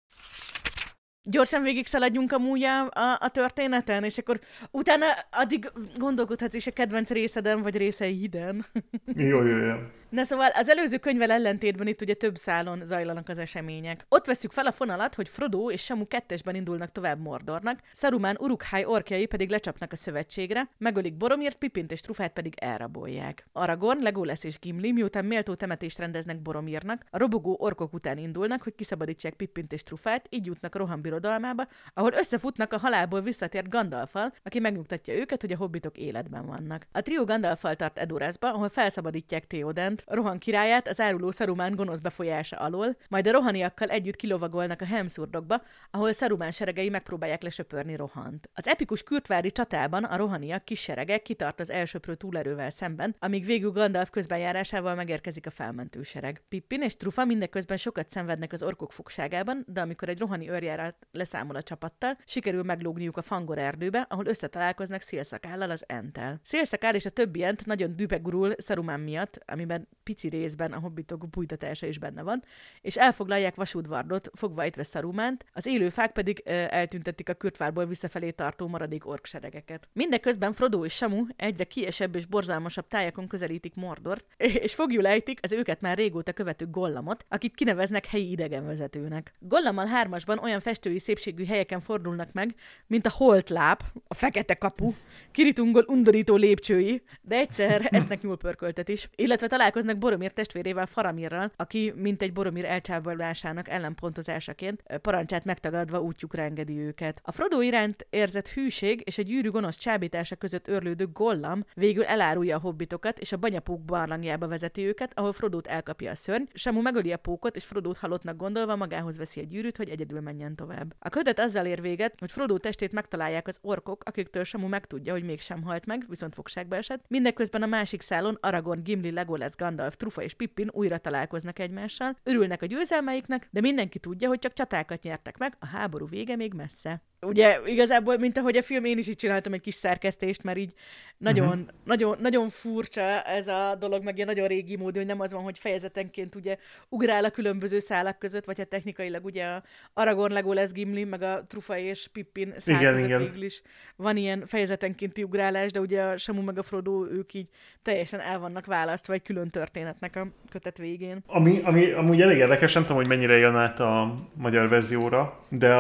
Gyorsan végig szaladjunk amúgy a, a, a történeten, és akkor utána addig gondolkodhatsz is a kedvenc részeden, vagy részeiden. Jó, jó, jó. Na szóval az előző könyvvel ellentétben itt ugye több szálon zajlanak az események. Ott vesszük fel a fonalat, hogy Frodo és Samu kettesben indulnak tovább Mordornak, Saruman Uruk-hai orkjai pedig lecsapnak a szövetségre, megölik Boromirt, Pippint és Trufát pedig elrabolják. Aragorn, Legolas és Gimli miután méltó temetést rendeznek Boromirnak, a robogó orkok után indulnak, hogy kiszabadítsák Pippint és Trufát, így jutnak Rohan birodalmába, ahol összefutnak a halálból visszatért Gandalffal, aki megnyugtatja őket, hogy a hobbitok életben vannak. A trió Gandalffal tart Edorasba, ahol felszabadítják Théodent, Rohan királyát az áruló Saruman gonosz befolyása alól, majd a rohaniakkal együtt kilovagolnak a Helmszurdokba, ahol Saruman seregei megpróbálják lesöpörni Rohant. Az epikus kürtvári csatában a rohaniak kis serege kitart az elsöprő túlerővel szemben, amíg végül Gandalf közbenjárásával megérkezik a felmentő sereg. Pippin és Trufa mindeközben sokat szenvednek az orkok fogságában, de amikor egy rohani őrjárat leszámol a csapattal, sikerül meglógniuk a Fangor erdőbe, ahol összetalálkoznak Szélszakállal, az Enttel. Szélszakál és a többi Ent nagyon dühegurul Saruman miatt, amiben pici részben a hobbitok bújtatása is benne van, és elfoglalják Vasudvardot, fogva ejtve Sarumant, az élő fák pedig ö, eltüntetik a Kürtvárból visszafelé tartó maradék orkseregeket. Mindeközben Frodo és Samu egyre kiesebb és borzalmasabb tájakon közelítik Mordort, és foglyul ejtik az őket már régóta követő Gollamot, akit kineveznek helyi idegenvezetőnek. Gollammal hármasban olyan festői szépségű helyeken fordulnak meg, mint a Holtláp, a fekete kapu, Kiritungol undorító lépcsői, de egyszer esznek nyúlpörköltet is, illetve találkoznak találkoznak Boromir testvérével, Faramirral, aki mintegy Boromir elcsábításának ellenpontozásaként parancsát megtagadva útjukra engedi őket. A Frodo iránt érzett hűség és egy gyűrű gonosz csábítása között örlődő Gollum végül elárulja a hobbitokat, és a banyapók barlangjába vezeti őket, ahol Frodót elkapja a szörny, Samu megöli a pókot, és Frodót halottnak gondolva magához veszi a gyűrűt, hogy egyedül menjen tovább. A kötet azzal ér véget, hogy Frodó testét megtalálják az orkok, akiktől Samu megtudja, hogy mégsem halt meg, viszont fogságba esett. Mindeközben a másik szálon Aragorn, Gimli, Legolas, Gandalf, Trufa és Pippin újra találkoznak egymással, örülnek a győzelmeiknek, de mindenki tudja, hogy csak csatákat nyertek meg, a háború vége még messze. Ugye igazából, mint ahogy a film, én is így csináltam egy kis szerkesztést, mert így nagyon, uh-huh. nagyon, nagyon furcsa ez a dolog, meg ilyen nagyon régi módú, hogy nem az van, hogy fejezetenként ugye ugrál a különböző szálak között, vagy hát technikailag ugye a Aragorn, Legolas, Gimli, meg a Trufa és Pippin szál igen, között igen. Végül is van ilyen fejezetenkénti ugrálás, de ugye a Samu meg a Frodo, ők így teljesen el vannak választva egy külön történetnek a kötet végén. Ami, ami amúgy elég érdekes, nem tudom, hogy mennyire jön át a magyar verzióra, de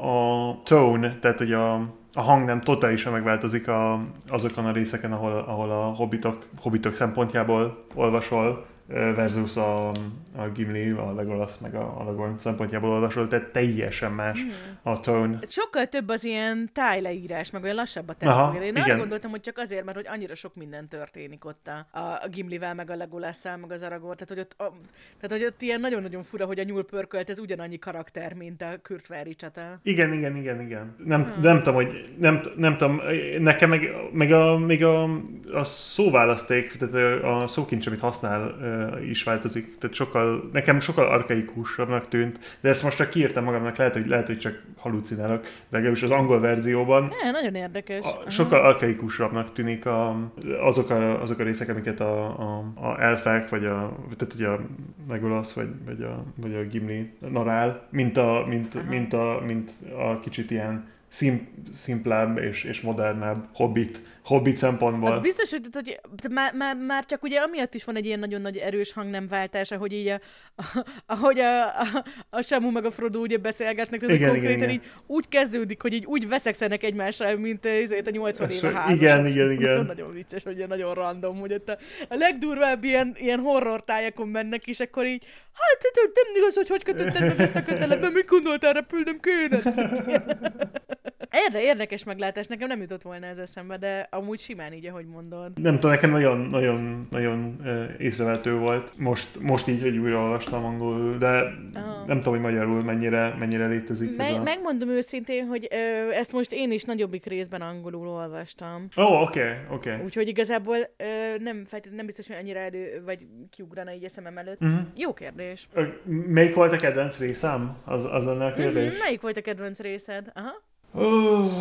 a, a tone, tehát hogy a, a hang nem totálisan megváltozik a, azokon a részeken, ahol, ahol a hobbitok, hobbitok szempontjából olvasol, versus a, a Gimli, a Legolas, meg a Aragorn szempontjából olvasol, tehát teljesen más mm. a tone. Sokkal több az ilyen tájleírás, meg olyan lassabb a tempó. Én igen. arra gondoltam, hogy csak azért, mert hogy annyira sok minden történik ott a, a, a Gimlivel, meg a Legolasszal, meg az Aragorn, tehát hogy, ott, a, tehát hogy ott ilyen nagyon-nagyon fura, hogy a nyúlpörkölt, ez ugyanannyi karakter, mint a Kürtvári csata. Igen, igen, igen, igen. Nem, hmm. nem tudom, hogy nem, nem tudom, nekem meg, meg a, még a, a szóválaszték, tehát a szókincs, amit használ, is változik. Tehát sokkal, nekem sokkal arkaikusabbnak tűnt, de ezt most csak kiírtam magamnak, lehet, hogy, lehet, hogy csak halucinálok, de legalábbis az angol verzióban ja, nagyon érdekes. A, sokkal arkaikusabbnak tűnik a, azok, a, azok a részek, amiket a, a, a elfek, vagy a, tehát ugye a Legolas, vagy, vagy, a, vagy a Gimli narál, mint a, mint, mint a, mint a kicsit ilyen szim, szimplább és, és modernebb hobbit, hobbit szempontból. Az biztos, hogy, hogy már, már, már csak ugye amiatt is van egy ilyen nagyon nagy erős hangnemváltás, ahogy így a, a, ahogy a, a, a Samu meg a Frodo ugye beszélgetnek, tehát igen, konkrétan igen, igen. így úgy kezdődik, hogy így úgy veszekszenek egymásra, mint a nyolcvan éve házasok. Igen, igen, igen. Nagyon vicces, hogy ilyen nagyon random, hogy ott a, a legdurvább ilyen, ilyen horror tájakon mennek, és akkor így, hát nem igaz, hogy hogy kötötted meg ezt a köteletben, mit gondoltál, repülnem kéne? Erre érdekes meglátás, nekem nem jutott volna ez eszembe, de amúgy simán így, ahogy mondod. Nem tudom, nekem nagyon, nagyon, nagyon észrevehető volt. Most, most így, hogy újra olvastam angolul, de ah. nem tudom, hogy magyarul mennyire, mennyire létezik. Me- a... Megmondom őszintén, hogy ö, ezt most én is nagyobbik részben angolul olvastam. Ó, oh, oké, okay, oké. Okay. Úgyhogy igazából ö, nem, nem biztos, hogy annyira elő, vagy kiugrana így eszemem előtt. Uh-huh. Jó kérdés. Melyik volt a kedvenc részem? Az, az lenne a kérdés. Uh-huh. Melyik volt a kedvenc részed? Aha. Oh.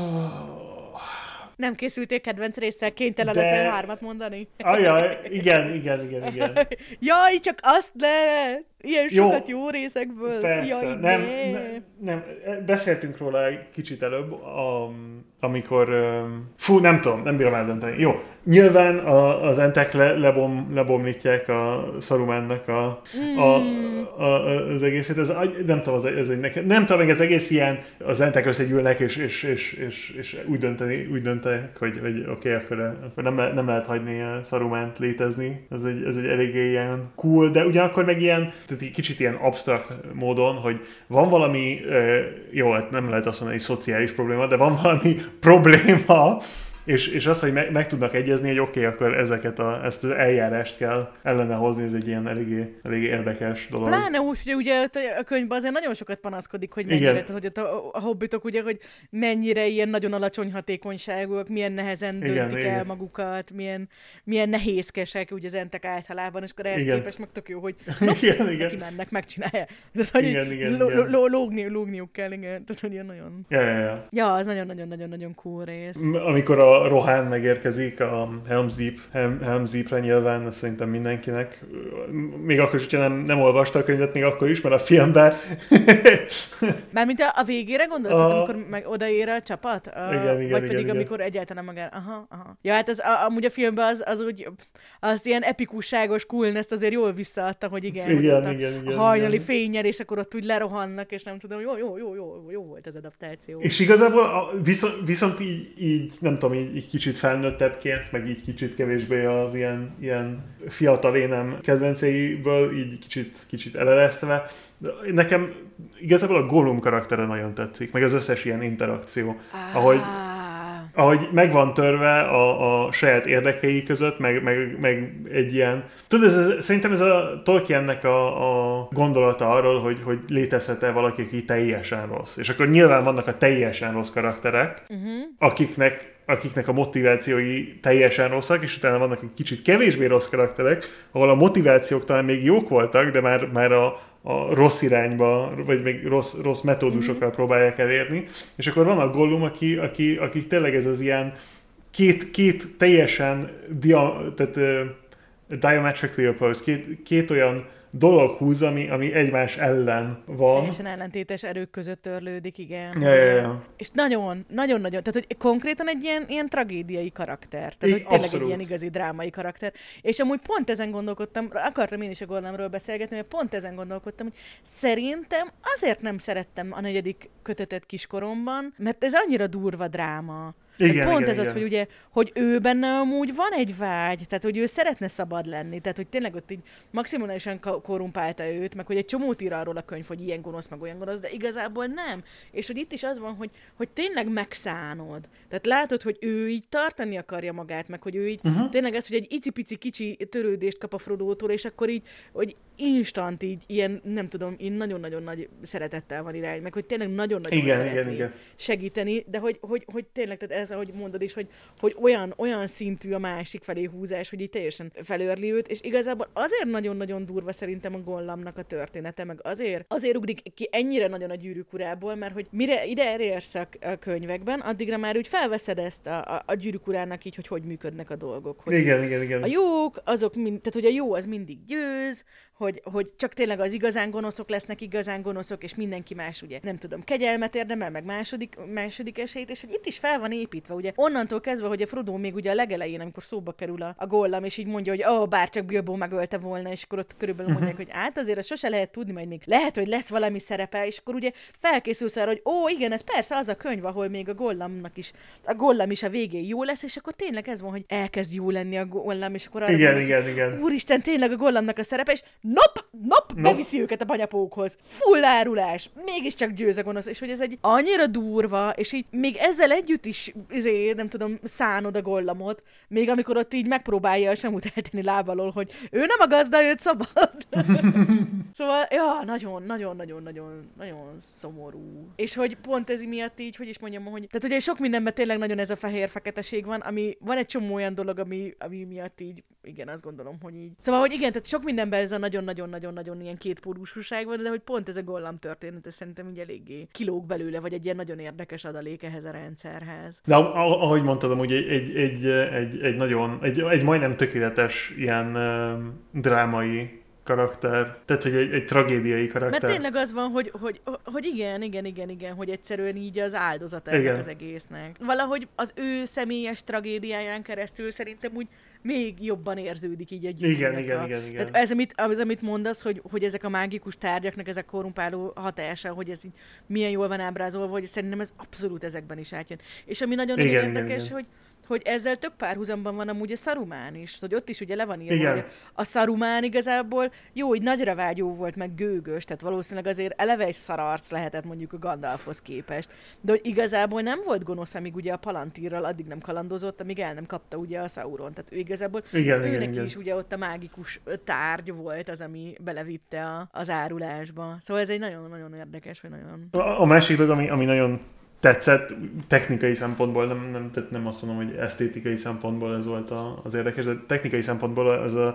Nem készültél kedvenc résszel, kénytelen de... leszel hármat mondani? Ajaj, igen, igen, igen, igen. Jaj, csak azt le! Ilyen jó, sokat jó részekből. Persze, Jaj, nem, nem, nem, beszéltünk róla egy kicsit előbb, a, amikor, fú, nem tudom, nem bírom eldönteni. Jó, nyilván a, az entek le, lebom, lebomlítják a Sarumannak a, mm. a, a, az egészet. Ez, nem tudom, az, ez egy, nem tudom, meg az egész ilyen, az entek összegyűlnek, és, és, és, és, és úgy, dönteni, úgy döntenek, hogy, hogy oké, okay, akkor, akkor nem, le, nem lehet hagyni a Sarumant létezni. Ez egy, ez egy eléggé ilyen cool, de ugyanakkor meg ilyen, tehát kicsit ilyen absztrakt módon, hogy van valami, jó, nem lehet azt mondani, hogy szociális probléma, de van valami probléma, és, és az, hogy meg, meg tudnak egyezni, hogy oké, okay, akkor ezeket a, ezt az eljárást kell ellene hozni, ez egy ilyen eléggé, eléggé érdekes dolog. Pláne úgy, hogy ugye a könyvben azért nagyon sokat panaszkodik, hogy mennyire, tehát, hogy a, a hobbitok ugye, hogy mennyire ilyen nagyon alacsony hatékonyságúak, milyen nehezen igen, döntik igen. el magukat, milyen, milyen nehézkesek ugye az entek általában, és akkor ehhez igen. képest meg tök jó, hogy no, igen, igen. kimennek, megcsinálja. Tehát, hogy igen, igen, lo, igen. Lo, lógni, lógniuk kell, igen. Tehát, hogy ilyen nagyon... Ja, ja, ja. ja, az nagyon-nagyon-nagyon cool rész. Amikor a Rohan megérkezik a Helm's Deep, Helm's Deepre nyilván, ez szerintem mindenkinek. Még akkor is, hogyha nem, nem olvasta a könyvet, még akkor is, mert a filmben... Mármint a, a végére gondolsz, a... amikor meg odaér a csapat? A... Igen, igen, Vagy pedig igen, amikor igen. egyáltalán magára... Aha, aha. Ja, hát az, a, amúgy a filmben az, az úgy, az ilyen epikusságos coolness azért jól visszaadta, hogy igen, igen, hogy ott igen, a, igen, a hajnali igen. fényer, és akkor ott úgy lerohannak, és nem tudom, jó, jó, jó, jó, jó volt az adaptáció. És igazából a, viszont, viszont így, így, nem tudom, így, így kicsit felnőttebbként, meg így kicsit kevésbé az ilyen, ilyen fiatal énem kedvenceiből így kicsit, kicsit eleresztve. Nekem igazából a Gollum karaktere nagyon tetszik, meg az összes ilyen interakció. Ah. Ahogy, ahogy meg van törve a, a saját érdekei között, meg, meg, meg egy ilyen... Tudod, ez, szerintem ez a Tolkiennek a, a gondolata arról, hogy, hogy létezhet-e valaki, aki teljesen rossz. És akkor nyilván vannak a teljesen rossz karakterek, uh-huh. akiknek, akiknek a motivációi teljesen rosszak, és utána vannak egy kicsit kevésbé rossz karakterek, ahol a motivációk talán még jók voltak, de már, már a a rossz irányba, vagy még rossz, rossz metódusokkal mm-hmm. próbálják elérni. És akkor van a Gollum, aki, aki, aki tényleg ez az ilyen két, két teljesen dia, tehát, uh, diametrically opposed, két, két olyan dolog húz, ami, ami egymás ellen van. Teljesen ellentétes erők között törlődik, igen. Ja, ja, ja. És nagyon, nagyon, nagyon, tehát hogy konkrétan egy ilyen, ilyen tragédiai karakter. Tehát hogy tényleg abszolút. Egy ilyen igazi drámai karakter. És amúgy pont ezen gondolkodtam, akartam én is a Gollumról beszélgetni, mert pont ezen gondolkodtam, hogy szerintem azért nem szerettem a negyedik kötetet kiskoromban, mert ez annyira durva dráma. Igen, pont igen, ez igen. az, hogy ugye, hogy ő benne amúgy van egy vágy, tehát hogy ő szeretne szabad lenni, tehát hogy tényleg ott így maximálisan korrumpálta őt, meg hogy egy csomót ír arról a könyv, hogy ilyen gonosz, meg olyan gonosz, de igazából nem. És hogy itt is az van, hogy, hogy tényleg megszánod. Tehát látod, hogy ő így tartani akarja magát, meg hogy ő így uh-huh. tényleg ez, hogy egy icipici kicsi törődést kap a Frodótól, és akkor így, hogy instant így ilyen, nem tudom, én nagyon-nagyon nagy szeretettel van irány, meg hogy tényleg nagyon-nagyon igen, szeretné igen, igen. segíteni, de hogy, hogy, hogy tényleg, tehát ez ahogy mondod is, hogy, hogy olyan, olyan szintű a másik felé húzás, hogy így teljesen felőrli őt, és igazából azért nagyon-nagyon durva szerintem a Gollumnak a története, meg azért, azért ugrik ki ennyire nagyon a Gyűrűk urából, mert hogy mire ide elérsz a, a könyvekben, addigra már úgy felveszed ezt a, a, a Gyűrűk urának így, hogy hogy működnek a dolgok. Hogy igen, igen, igen. A jók, azok mind, tehát hogy a jó az mindig győz, hogy, hogy csak tényleg az igazán gonoszok lesznek igazán gonoszok, és mindenki más, ugye, nem tudom, kegyelmet érdemel, meg második, második esélyt, és hogy itt is fel van építve, ugye, onnantól kezdve, hogy a Frodo még ugye a legelején, amikor szóba kerül a, a Gollum, és így mondja, hogy ó, oh, bárcsak Bilbo megölte volna, és akkor ott körülbelül mondják, hogy hát azért azt sose lehet tudni, majd még lehet, hogy lesz valami szerepe, és akkor ugye felkészülsz arra, hogy ó, igen, ez persze az a könyv, ahol még a Gollumnak is, a Gollum is a végén jó lesz, és akkor tényleg ez van, hogy elkezd jó lenni a Gollum, és akkor arra igen, mondod, igen, igen. Úristen, tényleg a Gollumnak a szerepe, és nop, nop, nop. beviszi őket a banyapókhoz. Full árulás. Mégiscsak győz a gonosz. És hogy ez egy annyira durva, és így még ezzel együtt is, izé, nem tudom, szánod a Gollumot, még amikor ott így megpróbálja a Samut eltenni lábalól, hogy ő nem a gazda, őt szabad. Szóval, ja, nagyon, nagyon, nagyon, nagyon, nagyon szomorú. És hogy pont ez miatt így, hogy is mondjam, hogy, tehát ugye sok mindenben tényleg nagyon ez a fehér-feketeség van, ami van egy csomó olyan dolog, ami, ami miatt így, igen, azt gondolom, hogy így. Szóval, hogy igen, tehát sok mindenben ez a nagyon-nagyon-nagyon-nagyon ilyen kétpólusúság van, de hogy pont ez a Gollum történet, ez szerintem így eléggé kilóg belőle, vagy egy ilyen nagyon érdekes adalék ehhez a rendszerhez. De ahogy mondtad, hogy egy, egy, egy, egy, egy nagyon, egy, egy majdnem tökéletes ilyen uh, drámai karakter, tehát hogy egy, egy tragédiai karakter. Mert tényleg az van, hogy, hogy, hogy igen, igen, igen, igen, hogy egyszerűen így az áldozat ennek az egésznek. Valahogy az ő személyes tragédiáján keresztül szerintem úgy még jobban érződik így egy igen, igen, igen, igen. Tehát ez, amit, az, amit mondasz, hogy, hogy ezek a mágikus tárgyak, ezek korrumpáló hatása, hogy ez így milyen jól van ábrázolva, hogy szerintem ez abszolút ezekben is átjön. És ami nagyon igen, érdekes, igen, igen. hogy hogy ezzel tök párhuzamban van amúgy a Szarumán is, hogy ott is ugye le van írva, hogy a Szarumán igazából jó, hogy nagyra vágyó volt, meg gőgös, tehát valószínűleg azért eleve egy szararc lehetett mondjuk a Gandalfhoz képest, de hogy igazából nem volt gonosz, amíg ugye a Palantírral addig nem kalandozott, amíg el nem kapta ugye a Sauron, tehát ő igazából igen, őnek igen, is igen. ugye ott a mágikus tárgy volt az, ami belevitte a, az árulásba. Szóval ez egy nagyon-nagyon érdekes, vagy nagyon... A, a másik dolog, ami, ami nagyon tetszett technikai szempontból, nem, nem, tehát nem azt mondom, hogy esztétikai szempontból ez volt a, az érdekes, de technikai szempontból az a,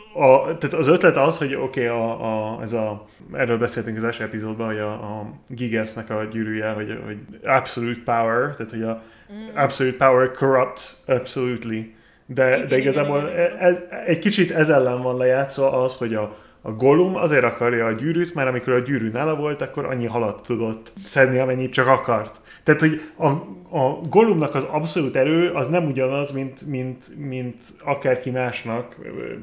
a tehát az ötlet az, hogy oké, okay, a, a, ez a, erről beszéltünk az első epizódban, hogy a, a Gigersnek a gyűrűje, hogy, hogy absolute power, tehát hogy a mm. absolute power corrupts absolutely, de, igen, de igazából igen, igen, igen. E, egy kicsit ez ellen van lejátszva az, hogy a A Gollum azért akarja a gyűrűt, mert amikor a gyűrű nála volt, akkor annyi halat tudott szedni, amennyit csak akart. Tehát, hogy a, a Gollumnak az abszolút erő az nem ugyanaz, mint, mint, mint akárki másnak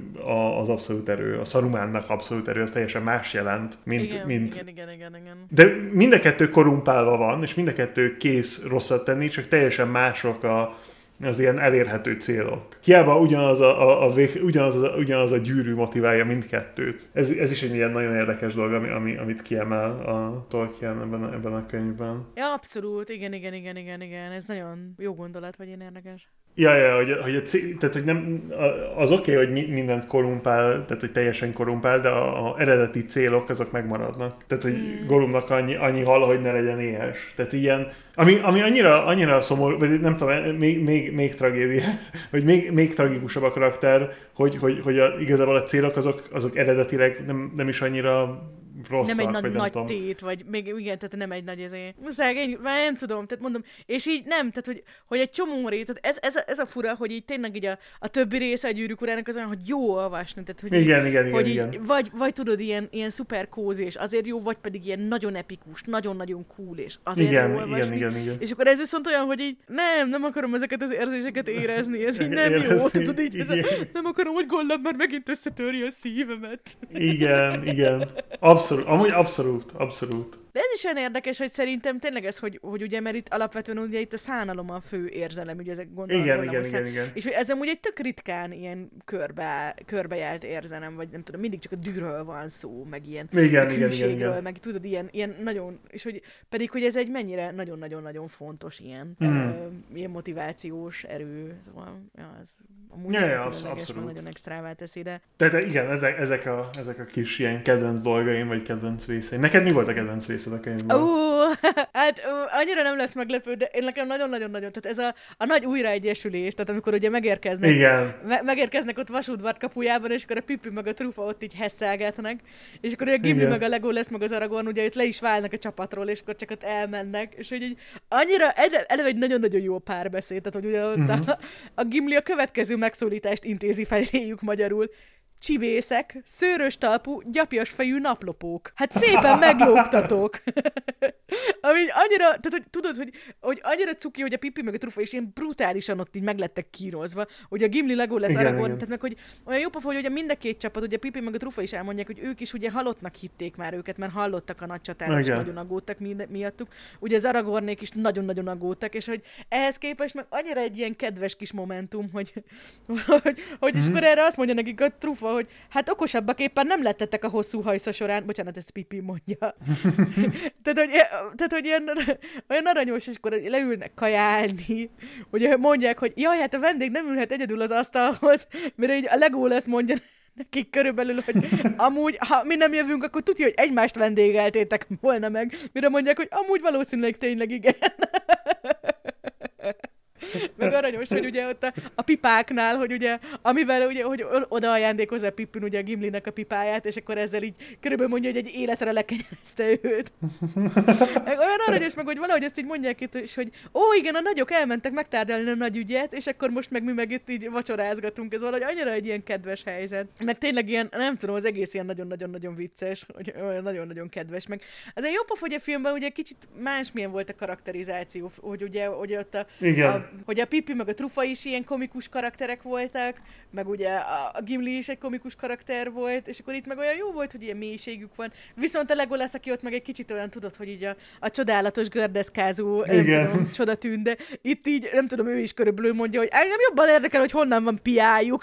az abszolút erő. A Sarumánnak abszolút erő, az teljesen más jelent, mint... Igen, mint... igen, igen, igen, igen. De mind a kettő korrumpálva van, és mind a kettő kész rosszat tenni, csak teljesen mások a az ilyen elérhető célok. Hiába ugyanaz a, a, a, vég, ugyanaz, a, ugyanaz a gyűrű motiválja mindkettőt. Ez, ez is egy ilyen nagyon érdekes dolog, ami, ami, amit kiemel a Tolkien ebben a, ebben a könyvben. Ja, abszolút, igen, igen, igen, igen, igen. Ez nagyon jó gondolat, vagy ilyen érdekes. Ja, ja, hogy, hogy, a cél, tehát, hogy nem, az oké, okay, hogy mindent korrumpál, tehát hogy teljesen korrumpál, de a, a eredeti célok azok megmaradnak. Tehát, hogy hmm. Gollumnak annyi, annyi hal, hogy ne legyen éhes. Tehát ilyen, ami, ami annyira, annyira szomorú, vagy nem tudom, még, még, még tragédia, vagy még, még tragikusabb a karakter, hogy, hogy, hogy a, igazából a célok azok, azok eredetileg nem, nem is annyira rosszak, nem egy nagy, vagy nem nagy tudom. tét, vagy még igen, tehát nem egy nagy ezé. Szegény, már nem tudom, tehát mondom, és így nem, tehát hogy, hogy egy csomó rét, tehát ez, ez, a, ez a fura, hogy így tényleg így a, a többi része a Gyűrűk Urának az olyan, hogy jó olvasni, tehát hogy, igen, így, igen, hogy igen, így, igen. Vagy, vagy tudod, ilyen, ilyen szuper kózi, és azért jó, vagy pedig ilyen nagyon epikus, nagyon-nagyon cool, és azért igen, jó olvasni. Igen, igen, igen. És akkor ez viszont olyan, hogy így nem, nem akarom ezeket az érzéseket érezni, ez így nem érezni, jó, tudod, így ez a, nem akarom, hogy Gollum már megint összetörje a szívemet. Igen, igen. Abszolút, amúgy abszolút, abszolút. De ez is olyan érdekes, hogy szerintem tényleg ez, hogy, hogy ugye, mert itt alapvetően ugye itt a szánalom a fő érzelem, ugye ezek gondolom. Igen, igen, igen, igen. És hogy ez amúgy egy tök ritkán ilyen körbe, körbejárt érzelem, vagy nem tudom, mindig csak a dűről van szó, meg ilyen igen, a igen, külségről, igen, igen. meg tudod, ilyen, ilyen nagyon, és hogy pedig, hogy ez egy mennyire nagyon-nagyon-nagyon fontos ilyen, mm. uh, ilyen motivációs erő, szóval, ja, ez amúgy ja, ja, abszolút. Nagyon extrává teszi, de... Tehát igen, ezek, ezek, a, ezek a kis ilyen kedvenc dolgaim, vagy kedvenc részeim. Neked mi volt a kedvenc részed a könyvben? Ó, hát ó, annyira nem lesz meglepő, de én nekem nagyon-nagyon-nagyon, tehát ez a, a nagy újraegyesülés, tehát amikor ugye megérkeznek, igen. Me- megérkeznek ott Vasúdvart kapujában, és akkor a Pippi meg a Trufa ott így hesszelgetnek, és akkor a Gimli meg a Legolas meg az Aragorn, ugye itt le is válnak a csapatról, és akkor csak ott elmennek, és hogy így annyira eleve egy nagyon-nagyon jó párbeszéd, tehát hogy ugye ott uh-huh. a, a Gimli a következő megszólítást intézi feléjük magyarul. Csibészek, szőrös talpú, gyapjas fejű naplopók. Hát szépen meglógtatók. Ami annyira, tehát hogy tudod, hogy, hogy annyira cuki, hogy a Pippi meg a Trufa is ilyen brutálisan ott így meglettek kínozva, hogy a Gimli, Legolas, Aragorn, tehát meg hogy olyan jó pofa, hogy ugye mind a két csapat, ugye a Pippi meg a Trufa is elmondják, hogy ők is ugye halottnak hitték már őket, mert hallottak a nagy csatáról, és nagyon aggódtak miattuk. Ugye az Aragornék is nagyon-nagyon aggódtak, és hogy ehhez képest meg annyira egy ilyen kedves kis momentum, hogy, hogy, hogy mm-hmm. és akkor erre azt mondja nekik a Trufa, hogy hát okosabbak éppen nem lettetek a hosszú hajsza során. Bocsánat, ezt Pippi mondja. tehát, hogy, tehát, hogy ilyen, olyan aranyos, és akkor leülnek kajálni. Ugye mondják, hogy jaj, hát a vendég nem ülhet egyedül az asztalhoz, mire így a Legolas mondja nekik körülbelül, hogy amúgy, ha mi nem jövünk, akkor tudja, hogy egymást vendégeltétek volna meg. Mire mondják, hogy amúgy valószínűleg tényleg igen. Meg aranyos, hogy ugye ott a, a pipáknál, hogy ugye, amivel ugye, hogy oda ajándékozza a Pippin ugye a Gimlinek a pipáját, és akkor ezzel így körülbelül mondja, hogy egy életre lekenyerezte őt. Meg olyan aranyos, meg hogy valahogy ezt így mondják itt, és hogy ó, igen, a nagyok elmentek megtárgyalni a nagy ügyet, és akkor most meg mi meg itt így vacsorázgatunk. Ez valahogy annyira egy ilyen kedves helyzet. Meg tényleg ilyen, nem tudom, az egész ilyen nagyon-nagyon-nagyon vicces, hogy olyan nagyon-nagyon kedves. Meg azért jó pof, hogy a filmben ugye kicsit másmilyen volt a karakterizáció, hogy ugye, ugye ott a, a hogy a Pippi meg a Trufa is ilyen komikus karakterek voltak, meg ugye a, a Gimli is egy komikus karakter volt, és akkor itt meg olyan jó volt, hogy ilyen mélységük van. Viszont a Legolas, aki ott meg egy kicsit olyan tudod, hogy így a, a csodálatos gördeszkázó, nem tudom, csodatűn, de itt így, nem tudom, ő is körülbelül mondja, hogy engem jobban érdekel, hogy honnan van piájuk.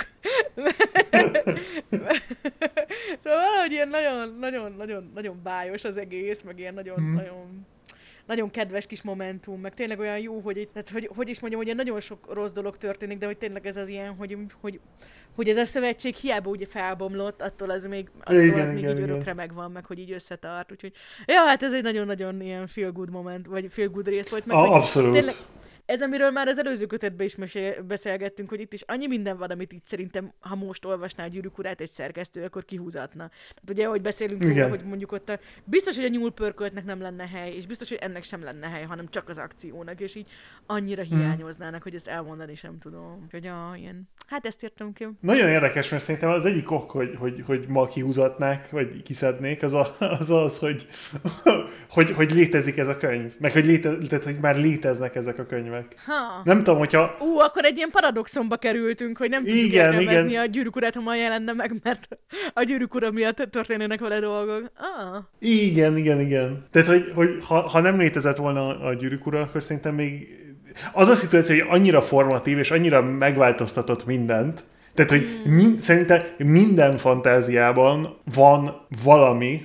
Szóval valahogy ilyen nagyon-nagyon-nagyon bájos az egész, meg ilyen nagyon, mm. nagyon nagyon kedves kis momentum, meg tényleg olyan jó, hogy, tehát, hogy, hogy is mondjam, hogy nagyon sok rossz dolog történik, de hogy tényleg ez az ilyen, hogy, hogy, hogy ez a szövetség hiába ugye felbomlott, attól az még, attól igen, az még igen, így igen. örökre megvan, meg hogy így összetart, úgyhogy ja, hát ez egy nagyon-nagyon ilyen feel good moment, vagy feel good rész volt. Meg, a, abszolút. Tényleg, ez, amiről már az előző kötetben is mesél, beszélgettünk, hogy itt is annyi minden van, amit itt szerintem, ha most olvasná a Gyűrűk Urát egy szerkesztő, akkor kihúzatna. Tehát ugye, ahogy beszélünk róla, hogy mondjuk ott a, biztos, hogy a nyúlpörköltnek nem lenne hely, és biztos, hogy ennek sem lenne hely, hanem csak az akciónak, és így annyira hiányoznának, hogy ezt elmondani sem tudom. Hogy a, ilyen, hát ezt értem ki. Nagyon érdekes, mert szerintem az egyik ok, hogy, hogy, hogy ma kihúzatnák, vagy kiszednék, az a, az, az hogy, hogy, hogy létezik ez a könyv. Meg hogy, léte, tehát, hogy már léteznek ezek a könyvek. Ha. Nem tudom, hogyha... Ú, akkor egy ilyen paradoxonba kerültünk, hogy nem tudjuk igen, értelmezni igen. a Gyűrűk Urát, ha ma jelenne meg, mert a Gyűrűk Ura miatt történnének vele dolgok. Ah. Igen, igen, igen. Tehát, hogy, hogy ha, ha nem létezett volna a Gyűrűk Ura, akkor szerintem még... az a szituáció, hogy annyira formatív, és annyira megváltoztatott mindent, tehát, hogy mind, szerintem minden fantáziában van valami,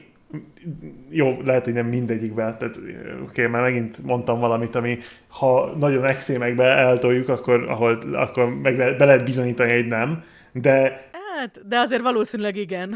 jó, lehet, hogy nem mindegyikben, tehát oké, okay, már megint mondtam valamit, ami ha nagyon exémekbe eltoljuk, akkor, ahol, akkor meg le, be lehet bizonyítani, hogy nem, de... Hát, de azért valószínűleg igen.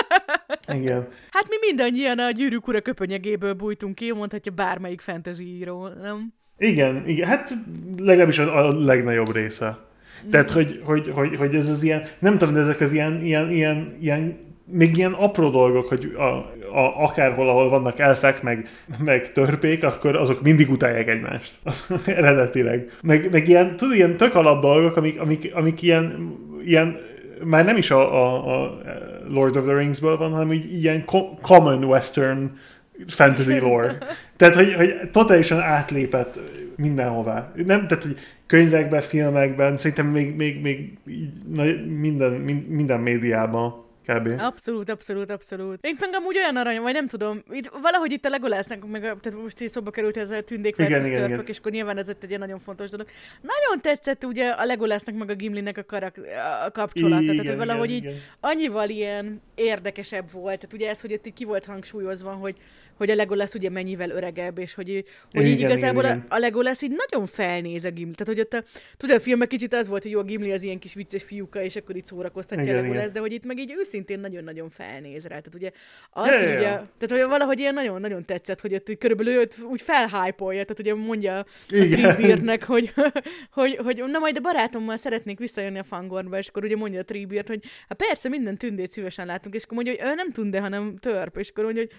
Igen. Hát mi mindannyian a Gyűrűk ura köpönyegéből bújtunk ki, mondhatja bármelyik fantasy író, nem? Igen, igen, hát legalábbis a, a legnagyobb része. Tehát, hogy, hogy, hogy, hogy ez az ilyen, nem tudom, de ezek az ilyen, ilyen, ilyen, ilyen még ilyen apró dolgok, hogy a, a, akárhol, ahol vannak elfek, meg, meg törpék, akkor azok mindig utálják egymást. Eredetileg. Meg, meg ilyen, tudod, ilyen tök alap dolgok, amik, amik, amik ilyen, ilyen, már nem is a, a, a Lord of the Ringsből van, hanem így ilyen common western fantasy lore. Tehát, hogy, hogy totálisan átlépett mindenhová. Nem, tehát, hogy könyvekben, filmekben, szerintem még, még, még minden, minden médiában kb. Abszolút, abszolút, abszolút. Én meg amúgy olyan arany, vagy nem tudom, itt, valahogy itt a Legolásznak, meg a, tehát most így szóba került ez a tündék versus törpök, és akkor nyilván ez egy ilyen nagyon fontos dolog. Nagyon tetszett ugye a Legolásznak, meg a Gimlinek a, karak, a kapcsolata, igen, tehát hogy valahogy igen, így igen. annyival ilyen érdekesebb volt, tehát ugye ez, hogy ott ki volt hangsúlyozva, hogy hogy a Legolász ugye mennyivel öregebb, és hogy, hogy így igazából igen, igen. A, a Legolász így nagyon felnéz a Gimli. Tehát, hogy ott a, tudod, a filmben kicsit az volt, hogy jó, a Gimli az ilyen kis vicces fiúka, és akkor itt szórakoztatja igen, a Legolász, de hogy itt meg így őszintén nagyon-nagyon felnéz rá. Tehát ugye az, ja, ugye, ja. Tehát hogy valahogy ilyen nagyon-nagyon tetszett, hogy ott körülbelül őt úgy felhypolja, tehát ugye mondja a Treebeardnek, hogy, hogy, hogy na majd a barátommal szeretnék visszajönni a Fangornba, és akkor ugye mondja a Treebeard, hogy hát persze minden tündét szívesen látunk, és akkor mondja, hogy ő nem tünde, hanem törp, és akkor mondja, hogy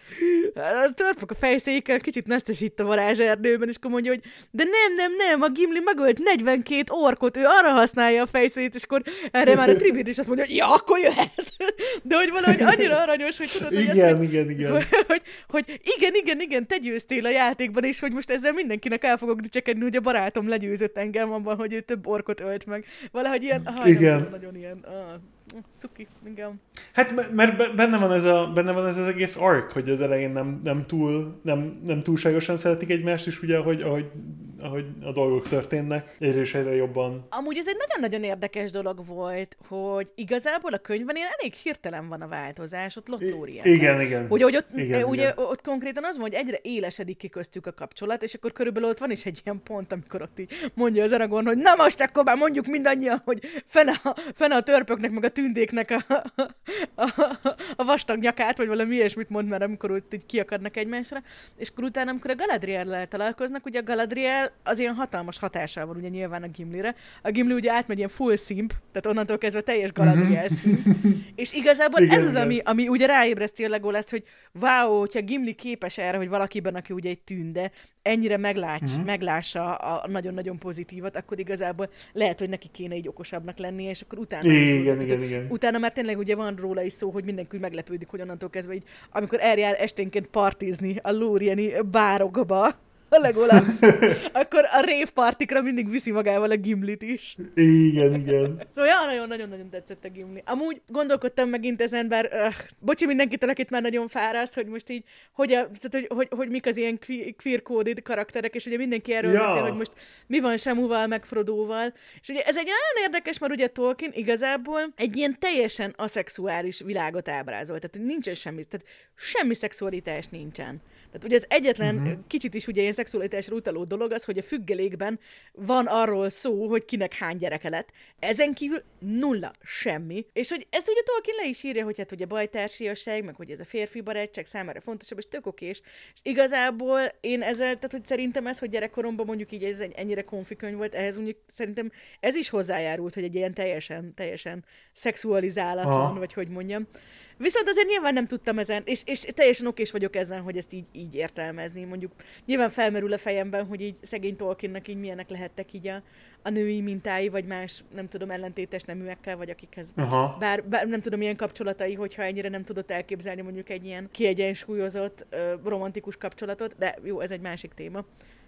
törpök a fejszékkel, kicsit necces a varázserdőben, és akkor mondja, hogy de nem, nem, nem, a Gimli megölt negyvenkét orkot, ő arra használja a fejszét, és akkor erre már a Treebeard is azt mondja, hogy ja, akkor jöhet. De hogy valahogy annyira aranyos, hogy tudod, hogy, igen, az, hogy, igen, igen. Hogy, hogy, hogy igen, igen, igen, te győztél a játékban, és hogy most ezzel mindenkinek el fogok dicsekedni, hogy a barátom legyőzött engem abban, hogy ő több orkot ölt meg. Valahogy ilyen, ah, igen. Nagyon ilyen, ah. Cuki, igen. Hát mert benne van ez, a, benne van ez az egész arc, hogy az elején nem, nem, túl, nem, nem túlságosan szeretik egymást, és ugye ahogy, ahogy, ahogy a dolgok történnek, egyre és egyre jobban. Amúgy ez egy nagyon-nagyon érdekes dolog volt, hogy igazából a könyvben ilyen elég hirtelen van a változás, ott Lothlórien. Igen, igen. Hogy, hogy ott, igen, ugye, igen. ott konkrétan az van, hogy egyre élesedik ki köztük a kapcsolat, és akkor körülbelül ott van is egy ilyen pont, amikor ott így mondja az Aragorn, hogy na most akkor már mondjuk mindannyian, hogy fene a, fene a törpöknek, meg a tündéknek a, a, a, a vastag nyakát, vagy valami ilyesmit mond már, amikor ott így kiakadnak egymásra, és akkor utána, amikor a Galadriellel találkoznak, ugye a Galadriel az ilyen hatalmas hatással van ugye nyilván a Gimlire. A Gimli ugye átmegy ilyen full szimp, tehát onnantól kezdve teljes Galadriel szimp. És igazából igen, ez az, ami, ami ugye ráébreszti a Legolászt, hogy wow, hogyha Gimli képes erre, hogy valakiben, aki ugye egy tünde, ennyire megláts, uh-huh. meglássa a nagyon-nagyon pozitívat, akkor igazából lehet, hogy neki kéne így okosabbnak lennie, és akkor utána... Igen, igen, igen. Utána már tényleg ugye van róla is szó, hogy mindenki meglepődik, hogy onnantól kezdve így, amikor eljár esténként partizni a lórieni bárokba, a Legolász, akkor a révpartikra mindig viszi magával a Gimlit is. Igen, igen. Szóval ja, nagyon-nagyon tetszett a Gimli. Amúgy gondolkodtam megint ezen, bár uh, bocsi mindenkit, akit már nagyon fáraszt, hogy most így, hogy, a, tehát, hogy, hogy, hogy mik az ilyen queer-coded karakterek, és ugye mindenki erről ja. beszél, hogy most mi van Samuval, meg Frodóval. És ugye ez egy olyan érdekes, mert ugye Tolkien igazából egy ilyen teljesen aszexuális világot ábrázol. Tehát nincsen semmi, tehát semmi szexualitás nincsen. Tehát ugye az egyetlen uh-huh. kicsit is ugye ilyen szexualitásra utaló dolog az, hogy a függelékben van arról szó, hogy kinek hány gyereke lett. Ezen kívül nulla, semmi. És hogy ezt ugye Tolkien le is írja, hogy hát ugye bajtársiasság, meg hogy ez a férfi barátság számára fontosabb, és tök okés. És igazából én ezzel, tehát hogy szerintem ez, hogy gyerekkoromban mondjuk így ez egy ennyire konfi könyv volt, ehhez mondjuk szerintem ez is hozzájárult, hogy egy ilyen teljesen, teljesen szexualizálatlan, ah. vagy hogy mondjam. Viszont azért nyilván nem tudtam ezen, és, és teljesen okés vagyok ezen, hogy ezt így, így értelmezni. Mondjuk nyilván felmerül a fejemben, hogy így szegény Tolkiennek így milyenek lehettek így a, a női mintái, vagy más, nem tudom, ellentétes neműekkel, vagy akikhez bár, bár nem tudom, milyen kapcsolatai, hogyha ennyire nem tudott elképzelni mondjuk egy ilyen kiegyensúlyozott, romantikus kapcsolatot, de jó, ez egy másik téma.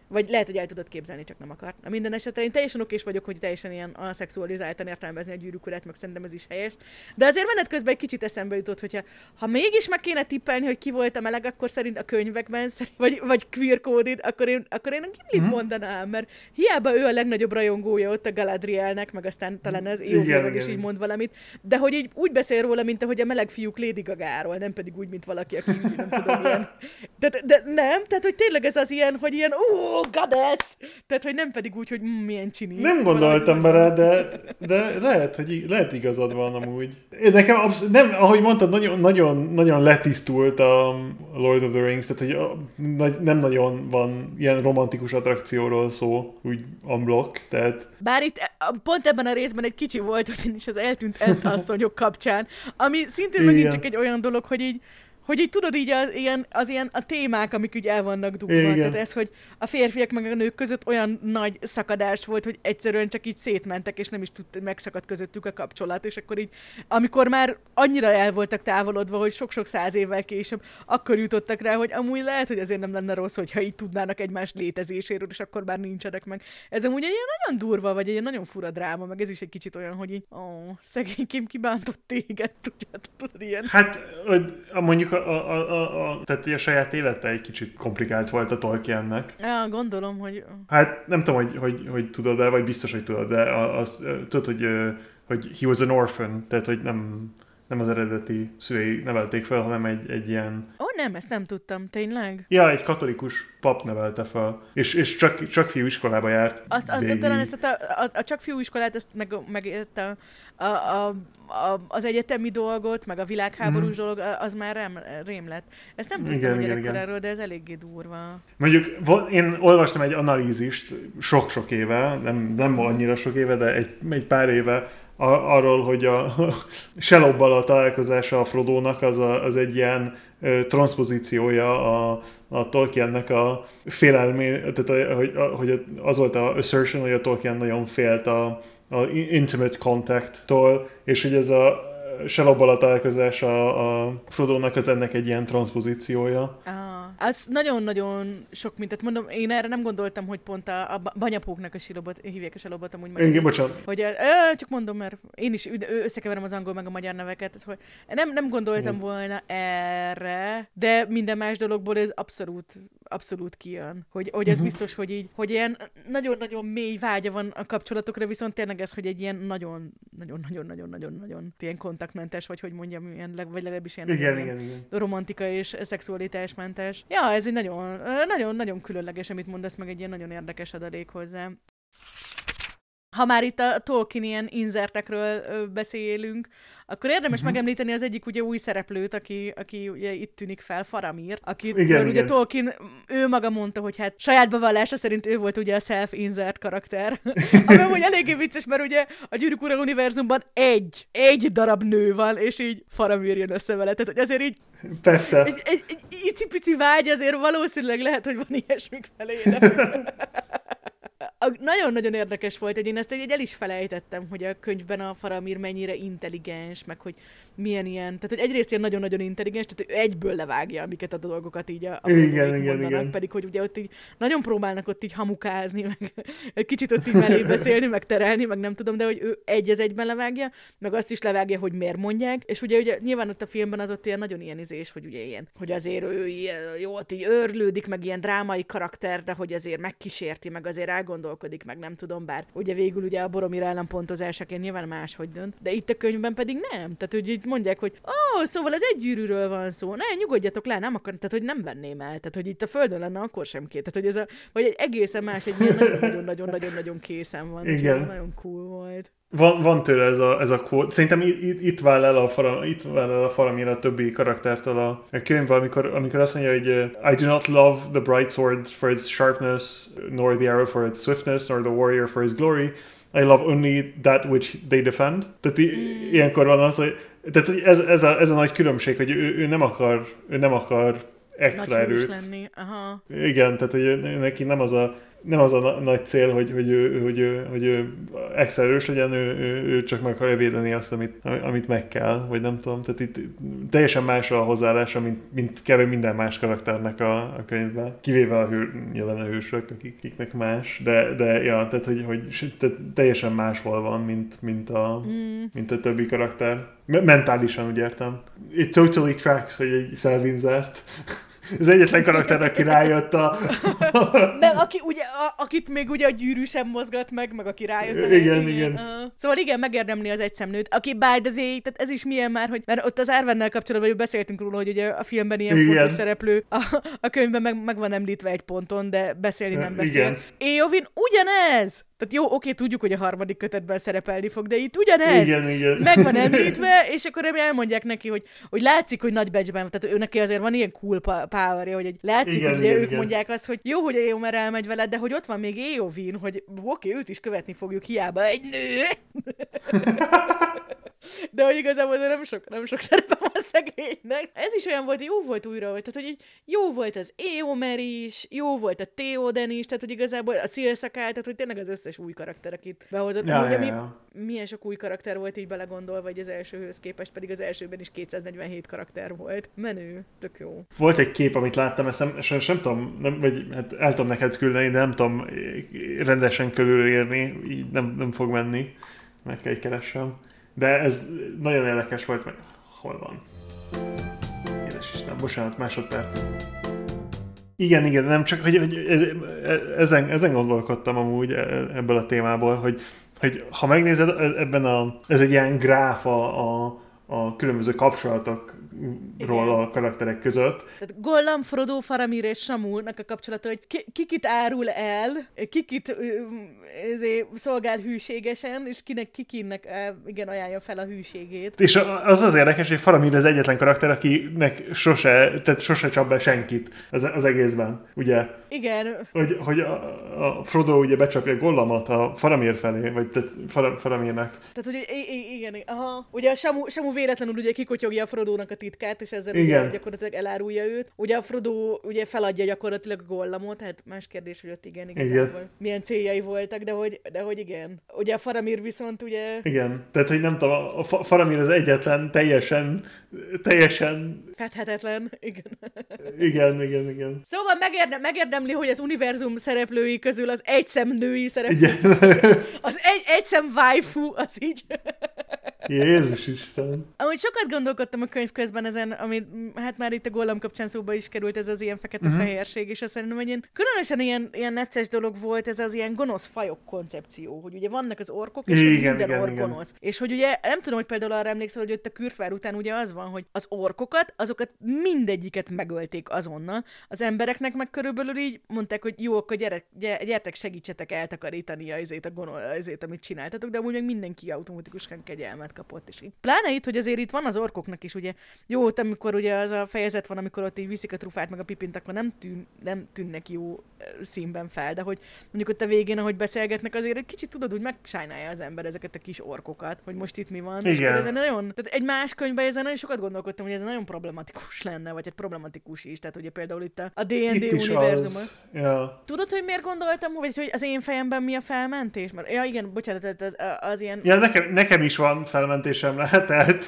Vagy lehet, hogy el tudod képzelni, csak nem akar. A minden esetre én teljesen okés vagyok, hogy teljesen ilyen aszexualizáltan értelmezni a Gyűrűk Urát, meg szerintem ez is helyes. De azért menet közben egy kicsit eszembe jutott, hogyha ha mégis meg kéne tippelni, hogy ki volt a meleg, akkor szerint a könyvekben, szerint, vagy, vagy queer coded, akkor én, akkor én a Gimlit mm-hmm. mondanám, mert hiába ő a legnagyobb rajongója ott a Galadrielnek, meg aztán talán az Éoféről is így mond valamit, de hogy így úgy beszél róla, mint ahogy a meleg fiúk Lady Gagáról, nem pedig úgy, mint valaki, aki nem tudom, ilyen. De, de nem, tehát hogy tényleg ez az ilyen, hogy ilyen, ó, goddess! Tehát, hogy nem pedig úgy, hogy mm, milyen csini. Nem gondoltam bele, de, de lehet, hogy lehet igazad van amúgy. Nekem absz- nem, ahogy mondtad, nagyon, nagyon, nagyon letisztult a Lord of the Rings, tehát hogy a, nem nagyon van ilyen romantikus attrakcióról szó, úgy unblock, tehát... Bár itt pont ebben a részben egy kicsi volt, ugyanis az eltűnt entasszonyok kapcsán, ami szintén igen. megint csak egy olyan dolog, hogy így hogy így tudod így az ilyen, az ilyen a témák, amik úgy el vannak dugva. Igen. Tehát ez, hogy a férfiak meg a nők között olyan nagy szakadás volt, hogy egyszerűen csak így szétmentek, és nem is tud, megszakadt közöttük a kapcsolat, és akkor így, amikor már annyira el voltak távolodva, hogy sok-sok száz évvel később, akkor jutottak rá, hogy amúgy lehet, hogy azért nem lenne rossz, hogyha így tudnának egymás létezéséről, és akkor már nincsenek meg. Ez amúgy egy ilyen nagyon durva, vagy egy ilyen nagyon fura dráma, meg ez is egy kicsit olyan, hogy így, ó, szegénykém kibántott téged, tudjátok, tudod, ilyen. Hát, hogy mondjuk A, a, a, a, tehát a saját élete egy kicsit komplikált volt a Tolkiennek. Ja, gondolom, hogy... Hát nem tudom, hogy, hogy, hogy tudod-e, vagy biztos, hogy tudod, de az, tudod, hogy, hogy he was an orphan, tehát hogy nem, nem az eredeti szülei nevelték fel, hanem egy, egy ilyen... Ó, oh, nem, ezt nem tudtam, tényleg? Ja, egy katolikus pap nevelte fel, és, és csak, csak fiú iskolába járt. Azt, azt talán ezt a, a, a csak fiú iskolát, ezt meg, meg a, a, a, a, az egyetemi dolgot, meg a világháborús mm. dolog, az már rém, rém lett. Ezt nem tudtam igen, a gyerekkoráról, de ez eléggé durva. Mondjuk én olvastam egy analízist sok-sok éve, nem, nem annyira sok éve, de egy, egy pár éve, A, arról, hogy a Shelobbal a találkozása a Frodónak az, a, az egy ilyen ö, transzpozíciója a, a Tolkiennek a félelmé, tehát a, hogy, a, hogy az volt az assertion, hogy a Tolkien nagyon félt a, a intimate contact-tól, és hogy ez a Shelobbal a találkozása a Frodónak az ennek egy ilyen transzpozíciója. Ah, az nagyon-nagyon sok mindent mondom, én erre nem gondoltam, hogy pont a, a banyapóknak a Shelobbot, hívják a Shelobbot amúgy meg. Igen, bocsánat. Hogy, ö, csak mondom, mert én is összekeverem az angol meg a magyar neveket, hogy nem, nem gondoltam Igen. volna erre, de minden más dologból ez abszolút abszolút kijön. Hogy, hogy ez uh-huh. biztos, hogy így, hogy ilyen nagyon-nagyon mély vágya van a kapcsolatokra, viszont tényleg ez, hogy egy ilyen nagyon-nagyon-nagyon-nagyon-nagyon-nagyon ilyen kontaktmentes, vagy hogy mondjam, ilyen, vagy legalábbis ilyen igen, igen, igen. romantika és szexualitásmentes. Ja, ez egy nagyon, nagyon-nagyon különleges, amit mondasz, meg egy ilyen nagyon érdekes adalék hozzá. Ha már itt a Tolkien ilyen inzertekről beszélünk, akkor érdemes uh-huh. megemlíteni az egyik ugye új szereplőt, aki, aki ugye itt tűnik fel, Faramir, aki ugye igen. Tolkien, ő maga mondta, hogy hát saját bevallása szerint ő volt ugye a self-insert karakter. Ami amúgy eléggé vicces, mert ugye a Gyűrűk Ura univerzumban egy, egy darab nő van, és így Faramir jön össze vele. Tehát, hogy azért így Persze. Egy, egy, egy icipici vágy azért valószínűleg lehet, hogy van ilyesmik felé. Nagyon-nagyon érdekes volt, hogy én ezt egy el is felejtettem, hogy a könyvben a Faramir mennyire intelligens, meg hogy milyen ilyen, tehát hogy egyrészt ilyen nagyon-nagyon intelligens, tehát ő egyből levágja, amiket a dolgokat így a, a igen, igen, mondanak, igen. pedig hogy ugye ott így nagyon próbálnak ott így hamukázni, meg egy kicsit ott így mellé beszélni, meg terelni, meg nem tudom, de hogy ő egy az egyben levágja, meg azt is levágja, hogy miért mondják, és ugye, ugye nyilván ott a filmben az ott ilyen nagyon ilyen izés, hogy ugye ilyen, hogy azért ő ilyen, jó, ott így őrlődik, meg ilyen drámai karakter, de hogy azért megkísérti, meg azért elgondolkodik, meg nem tudom, bár ugye végül ugye a Boromir ellenpontozásaként nyilván máshogy dönt, de itt a könyvben pedig nem. Tehát, hogy így mondják, hogy ó, oh, szóval az egy gyűrűről van szó, ne, nyugodjatok le, nem akar, tehát, hogy nem venném el, tehát, hogy itt a földön lenne, akkor sem két. Tehát, hogy ez a, vagy egy egészen más, egy ilyen nagyon-nagyon-nagyon készen van. Igen. Nagyon cool volt. Van, van tőle ez a, ez a quote. Szerintem itt, itt vál el a, fara, itt vál el a Faramir a többi karaktertől a, a könyvben, amikor, amikor azt mondja, hogy uh, I do not love the bright sword for its sharpness, nor the arrow for its swiftness, nor the warrior for his glory. I love only that which they defend. Tehát i- mm. ilyenkor van az, hogy tehát ez, ez, a, ez a nagy különbség, hogy ő, ő nem akar, ő nem akar extra erőt. lenni. Aha. Igen, tehát hogy neki nem az a nem az a na- nagy cél, hogy, hogy, ő, hogy, ő, hogy ő extra erős legyen, ő, ő, ő csak meg akarja védeni azt, amit, amit meg kell, vagy nem tudom. Tehát itt teljesen más a hozzáállása, mint, mint kell minden más karakternek a, a könyvben. Kivéve a hő, nyilván a hősök, akik, akiknek más, de, de ja, tehát, hogy, hogy tehát teljesen máshol van, mint, mint, a, mm. mint a többi karakter. Mentálisan, úgy értem. It totally tracks, hogy egy Selvinzert. Az egyetlen karakter, aki rájött a... meg aki ugye, a, akit még ugye a gyűrű sem mozgat meg, meg aki rájött a... Igen, igen. Uh, szóval igen, megérdemli az egyszemnőt, aki by the way, tehát ez is milyen már, hogy mert ott az Arwennel kapcsolatban beszéltünk róla, hogy ugye a filmben ilyen igen. fontos szereplő, a, a könyvben meg, meg van említve egy ponton, de beszélni nem beszél. Éowyn ugyanez! Tehát jó, oké, tudjuk, hogy a harmadik kötetben szerepelni fog, de itt ugyanez igen, igen. meg van említve, és akkor elmondják neki, hogy, hogy látszik, hogy nagy becsben, tehát ő neki azért van ilyen cool powerja, hogy egy, látszik, igen, hogy igen, ők igen. mondják azt, hogy jó, hogy Éomer elmegy veled, de hogy ott van még Éowyn, hogy oké, őt is követni fogjuk, hiába egy nő. De hogy igazából nem sok, nem sok szerepe van szegénynek. Ez is olyan volt, jó volt újra, vagy, tehát hogy jó volt az Éomer is, jó volt a Théoden is, tehát hogy igazából a Silszakál, tehát hogy tényleg az összes új karakter, akit behozott. Ja, ja, ja. Mi, milyen sok új karakter volt így belegondolva, vagy az elsőhöz képest, pedig az elsőben is kétszáznegyvenhét karakter volt. Menő, tök jó. Volt egy kép, amit láttam, ezt nem, sem, sem tudom, nem, vagy hát el tudom neked küldeni, de nem tudom rendesen körülírni, így nem, nem fog menni, meg kell keressem. De ez nagyon érdekes volt, mert hol van? Édes Isten, bocsánat, másodperc. Igen, igen, nem csak, hogy, hogy ezen, ezen gondolkodtam amúgy ebből a témából, hogy, hogy ha megnézed ebben a, ez egy ilyen gráf a, a, a különböző kapcsolatokról igen. a karakterek között. Tehát Gollum, Frodo, Faramir és Samúrnak a kapcsolata, hogy ki, kikit árul el, kikit ezért szolgál hűségesen, és kinek kikinnek igen, ajánlja fel a hűségét. És az az érdekes, hogy Faramir az egyetlen karakter, akinek sose, tehát sose csap be senkit az, az egészben, ugye? Igen. Hogy, hogy a, a Frodo ugye becsapja Gollumot a Faramir felé, vagy tehát Far, Faramirnek. Tehát, hogy igen, aha. Ugye a Samu, Samu véletlenül ugye kikotyogja a Frodónak a titkát, és ezzel ugye gyakorlatilag elárulja őt. Ugye a Frodo ugye feladja gyakorlatilag a Gollumot, hát más kérdés, hogy ott igen, igazából igen. milyen céljai voltak, de hogy, de hogy igen. Ugye a Faramir viszont ugye... Igen, tehát hogy nem tudom, a Faramir az egyetlen teljesen, teljesen... Fethetetlen, igen. Igen, igen, igen. Szóval megérdem, megérdemli, hogy az univerzum szereplői közül az egyszem női szereplő. Igen. Az egy, egyszem waifu, az így... Jézus Isten. Amúgy sokat gondolkodtam a könyv közben ezen, amit hát már itt a Gollum kapcsán szóba is került, ez az ilyen fekete-fehérség, uh-huh. és azt szerintem, hogy ilyen, különösen ilyen, ilyen necces dolog volt ez az ilyen gonosz fajok koncepció, hogy ugye vannak az orkok, és igen, minden igen, ork igen. gonosz. És hogy ugye, nem tudom, hogy például arra emlékszel, hogy ott a Kürtvár után ugye az van, hogy az orkokat, azokat mindegyiket megölték azonnal, az embereknek meg körülbelül így mondták, hogy jó, akkor gyere, gyertek, segítsetek eltakarítani azért a gonosz, azért, amit csináltatok, de amúgy meg mindenki automatikusan kegyelmet kapott. És így. Pláne itt, hogy azért itt van az orkoknak is, ugye, jó, ott amikor ugye az a fejezet van, amikor ott így viszik a trufát meg a pipint, akkor nem, tűn, nem tűnnek jó színben fel, de hogy mondjuk ott a végén, ahogy beszélgetnek, azért egy kicsit tudod, úgy megsajnálja az ember ezeket a kis orkokat, hogy most itt mi van. Igen. És akkor ezen nagyon, tehát egy más könyvben ezen nagyon sokat gondolkodtam, hogy ez nagyon problematikus lenne, vagy egy problematikus is, tehát ugye például itt a, a dé és dé univerzumot. Ja. Tudod, hogy miért gondoltam, vagy hogy az én fejemben mi a felmentés? Mert, ja igen, bocsánat, az ilyen... Ja, nekem, nekem is van felmentésem lehet,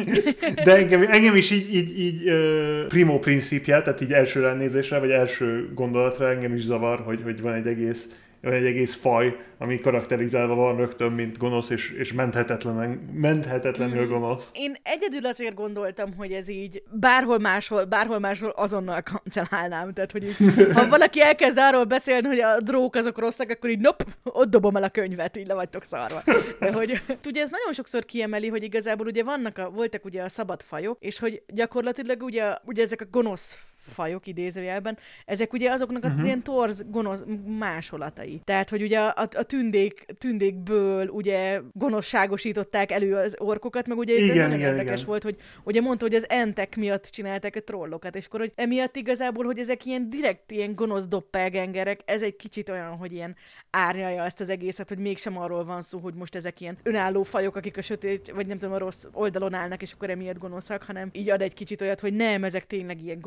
de engem, engem is így, így, így uh, primo principja, tehát így első ránézésre, vagy első gondolatra engem is zavar, hogy, hogy van egy egész van egy egész faj, ami karakterizálva van rögtön, mint gonosz, és, és menthetetlen, menthetetlenül gonosz. Én egyedül azért gondoltam, hogy ez így bárhol máshol, bárhol máshol azonnal kancelálnám. Tehát, hogy így, ha valaki elkezd arról beszélni, hogy a drók azok rosszak, akkor így nop, ott dobom el a könyvet, így le vagytok szarva. De hogy, ugye ez nagyon sokszor kiemeli, hogy igazából ugye vannak a, voltak ugye a szabad fajok, és hogy gyakorlatilag ugye, ugye ezek a gonosz fajok idézőjelben, ezek ugye azoknak uh-huh. az ilyen torz, gonosz másolatai. Tehát, hogy ugye a, a tündék, tündékből ugye gonoszságosították elő az orkokat, meg ugye igen, ez nagyon igen, érdekes igen. volt, hogy ugye mondta, hogy az entek miatt csinálták a trollokat, és akkor, hogy emiatt igazából, hogy ezek ilyen direkt ilyen gonosz doppelgengerek, ez egy kicsit olyan, hogy ilyen árnyalja ezt az egészet, hogy mégsem arról van szó, hogy most ezek ilyen önálló fajok, akik a sötét, vagy nem tudom, a rossz oldalon állnak, és akkor emiatt gonoszak, hanem így ad egy kicsit olyat, hogy nem, ezek tényleg ilyen gonoszság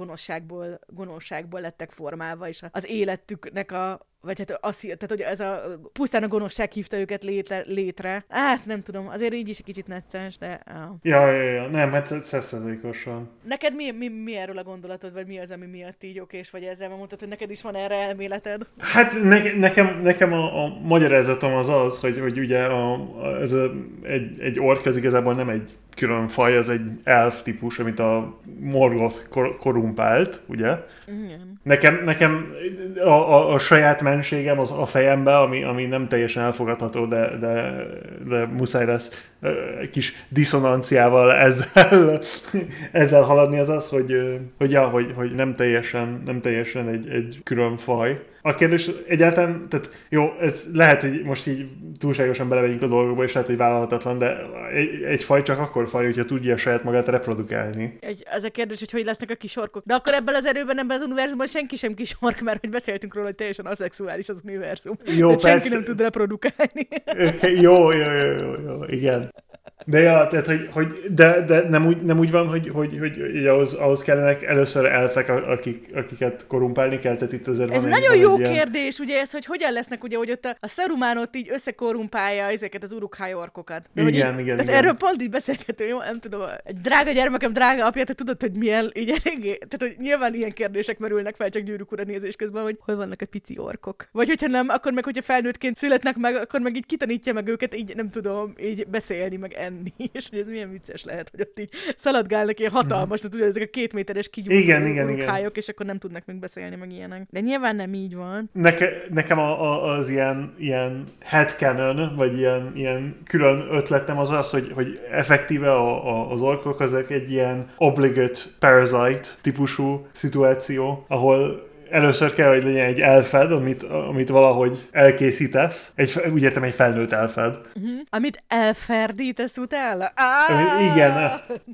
gonoszságból, gonoszságból lettek formálva, és az életüknek a vagy hát azt, tehát, hogy ez a pusztán a gonoszság hívta őket létre, létre. Hát nem tudom, azért így is egy kicsit necces, de... Ah. Ja, ja, ja, nem, hát százszerzalékosan. Neked mi, mi, mi erről a gondolatod, vagy mi az, ami miatt így okés vagy ezzel? Mert mondtad, hogy neked is van erre elméleted. Hát ne, nekem, nekem a, a magyarázatom az az, hogy, hogy ugye a, a, ez a, egy, egy ork, ez igazából nem egy külön faj, az egy elf típus, amit a Morgoth kor, korumpált, ugye? Igen. Nekem, nekem a, a, a saját menségem az a fejembe, ami, ami nem teljesen elfogadható, de, de, de muszáj lesz egy kis diszonanciával ezzel, ezzel haladni, az az, hogy, hogy, ja, hogy, hogy nem teljesen, nem teljesen egy, egy külön faj. A kérdés egyáltalán, tehát jó, ez lehet, hogy most így túlságosan belevegyünk a dolgokba, és lehet, hogy vállalhatatlan, de egy, egy faj csak akkor faj, hogyha tudja saját magát reprodukálni. Egy, az a kérdés, hogy hogy lesznek a kisorkok. De akkor ebben az erőben, ebben az univerzumban senki sem kisork, mert hogy beszéltünk róla, hogy teljesen aszexuális az univerzum. Jó, persze. Senki nem tud reprodukálni. jó, jó, jó, jó, jó, igen. De ja, tehát, hogy, hogy de, de nem, úgy, nem úgy van, hogy, hogy, hogy, hogy ahhoz, ahhoz kellenek először elfek, akik, akiket korumpálni kell, tehát itt azért ez van egy nagyon egy, jó ilyen... kérdés, ugye ez, hogy hogyan lesznek, ugye, hogy ott a, a Saruman ott így összekorumpálja ezeket az Uruk-hai orkokat. De, igen, így, igen, tehát igen. erről pont így beszélgető, jó? Nem tudom, egy drága gyermekem, drága apja, te tudod, hogy milyen, így eléggé, tehát hogy nyilván ilyen kérdések merülnek fel csak Gyűrűk ura nézés közben, hogy hol vannak a pici orkok. Vagy hogyha nem, akkor meg, hogyha felnőttként születnek meg, akkor meg így kitanítja meg őket, így nem tudom, így beszélni, meg enni, és hogy ez milyen vicces lehet, hogy ott így szaladgálnak ilyen hatalmas, mm. tudod, ezek a két méteres kigyújtó urukhályok, és akkor nem tudnak még beszélni, meg ilyenek. De nyilván nem így van. Neke, nekem a, a, az ilyen, ilyen headcanon, vagy ilyen, ilyen külön ötletem az az, hogy, hogy effektíve a, a, az orkok azok egy ilyen obligate parasite típusú szituáció, ahol először kell, hogy legyen egy elfed, amit, amit valahogy elkészítesz. Egy, úgy értem, egy felnőtt elfed. Uh-huh. Amit elferdítesz utána? Ah! Igen,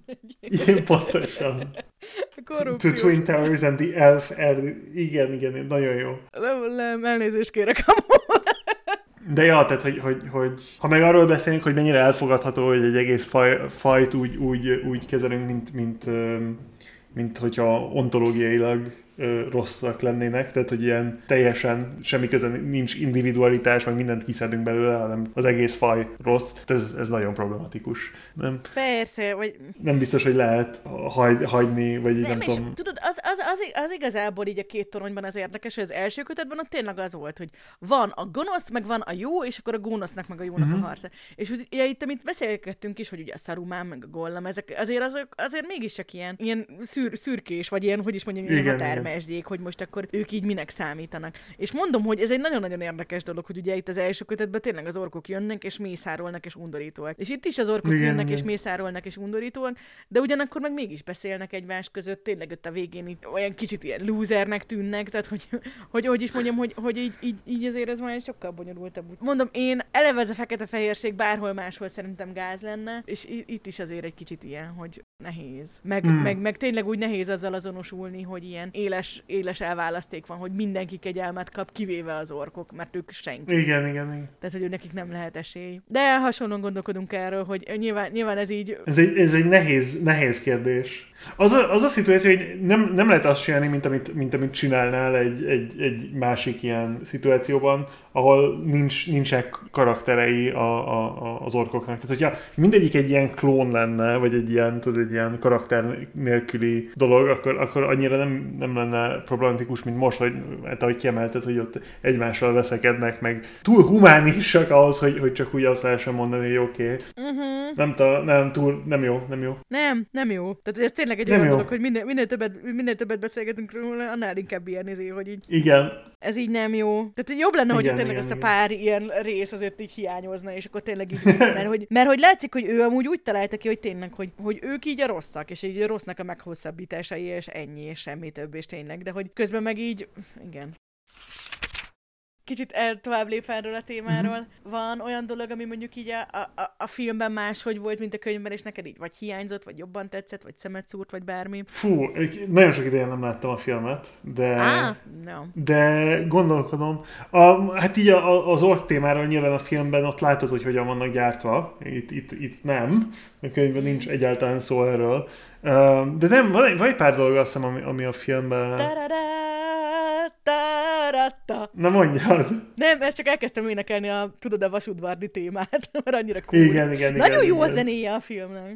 igen, pontosan. To Twin Towers and the Elf Erd... Igen, igen, nagyon jó. Nem, nem, elnézést kérek amúgy. De ja, tehát, hogy, hogy, hogy ha meg arról beszélünk, hogy mennyire elfogadható, hogy egy egész faj, fajt úgy, úgy, úgy kezelünk, mint, mint, mint hogyha ontológiailag rosszak lennének, tehát hogy ilyen teljesen semmi köze nincs individualitás, meg mindent kiszedünk belőle, hanem az egész faj rossz. Ez, ez nagyon problematikus. Nem? Persze, vagy... Nem biztos, hogy lehet hagy, hagyni, vagy nem, nem tudom. Tudod, az, az, az, az igazából így a két toronyban az érdekes, hogy az első kötetben ott tényleg az volt, hogy van a gonosz, meg van a jó, és akkor a gonosznak, meg a jónak uh-huh. a harca. És ugye itt, amit beszélgettünk is, hogy ugye a Saruman, meg a Gollum, ezek azért, azok, azért mégis csak ilyen, ilyen szür, szürkés, vagy ilyen, hogy is mondjam, ilyen határmesdjék, hogy most akkor ők így minek számítanak. És mondom, hogy ez egy nagyon-nagyon érdekes dolog, hogy ugye itt az első kötetben tényleg az orkok jönnek, és mészárolnak, és undorítóak. És itt is az orkok igen, jönnek, igen. és mészárolnak, és undorítóak, de ugyanakkor meg mégis beszélnek egymás között, tényleg ott a végén itt olyan kicsit ilyen losernek tűnnek, tehát hogy, hogy, hogy is mondjam, hogy, hogy így, így, így azért ez már sokkal bonyolultabb. Mondom, én eleve ez a fekete-fehérség bárhol máshol szerintem gáz lenne, és itt is azért egy kicsit ilyen, hogy nehéz. Meg, mm. meg, meg tényleg úgy nehéz azzal azonosulni, hogy ilyen éles, éles elválaszték van, hogy mindenki kegyelmet kap, kivéve az orkok, mert ők senki. Igen, igen, igen. Tehát, hogy nekik nem lehet esély. De hasonlóan gondolkodunk erről, hogy nyilván, nyilván ez így... Ez egy, ez egy nehéz, nehéz kérdés. Az a, az a szituáció, hogy nem, nem lehet azt csinálni, mint amit, mint amit csinálnál egy, egy, egy másik ilyen szituációban, ahol nincs, nincsenek karakterei a, a, az orkoknak. Tehát, hogyha mindegyik egy ilyen klón lenne, vagy egy ilyen, tudod, egy ilyen karakter nélküli dolog, akkor, akkor annyira nem, nem lenne problematikus, mint most, hogy hát, ahogy kiemelted, hogy ott egymással veszekednek, meg túl humánisak ahhoz, hogy, hogy csak úgy azt lehessen mondani, hogy oké. Okay. Uh-huh. Nem, ta, nem, túl, nem jó, nem jó. Nem, nem jó. Tehát ez tényleg egy nem olyan jó. dolog, hogy minél, minél, többet, minél többet beszélgetünk róla, annál inkább ilyen izé, hogy így... Igen. Ez így nem jó. Tehát jobb lenne, hogy tényleg ezt a pár igen. ilyen rész azért így hiányozna, és akkor tényleg így... mert, hogy, mert hogy látszik, hogy ő amúgy úgy találta ki, hogy tényleg, hogy, hogy ők így a rosszak, és így a rossznak a meghosszabbításai, és ennyi, és semmi több, és tényleg, de hogy közben meg így... Igen. kicsit el, tovább lépve erről a témáról, uh-huh. van olyan dolog, ami mondjuk így a, a, a filmben máshogy volt, mint a könyvben, és neked így vagy hiányzott, vagy jobban tetszett, vagy szemet szúrt, vagy bármi? Fú, nagyon sok ideje nem láttam a filmet, de, ah, no. de gondolkodom. A, hát így a, a, az ork témáról nyilván a filmben ott látod, hogy hogyan vannak gyártva, itt, itt, itt nem, a könyvben nincs egyáltalán szó erről. De nem, van egy, van egy pár dolog azt hiszem, ami, ami a filmben... Na mondjad! Nem, ezt csak elkezdtem énekelni a, tudod, a vasudvardi témát, mert annyira cool. Igen, igen, Nagyon igen, jó igen. a zenéje a filmnek.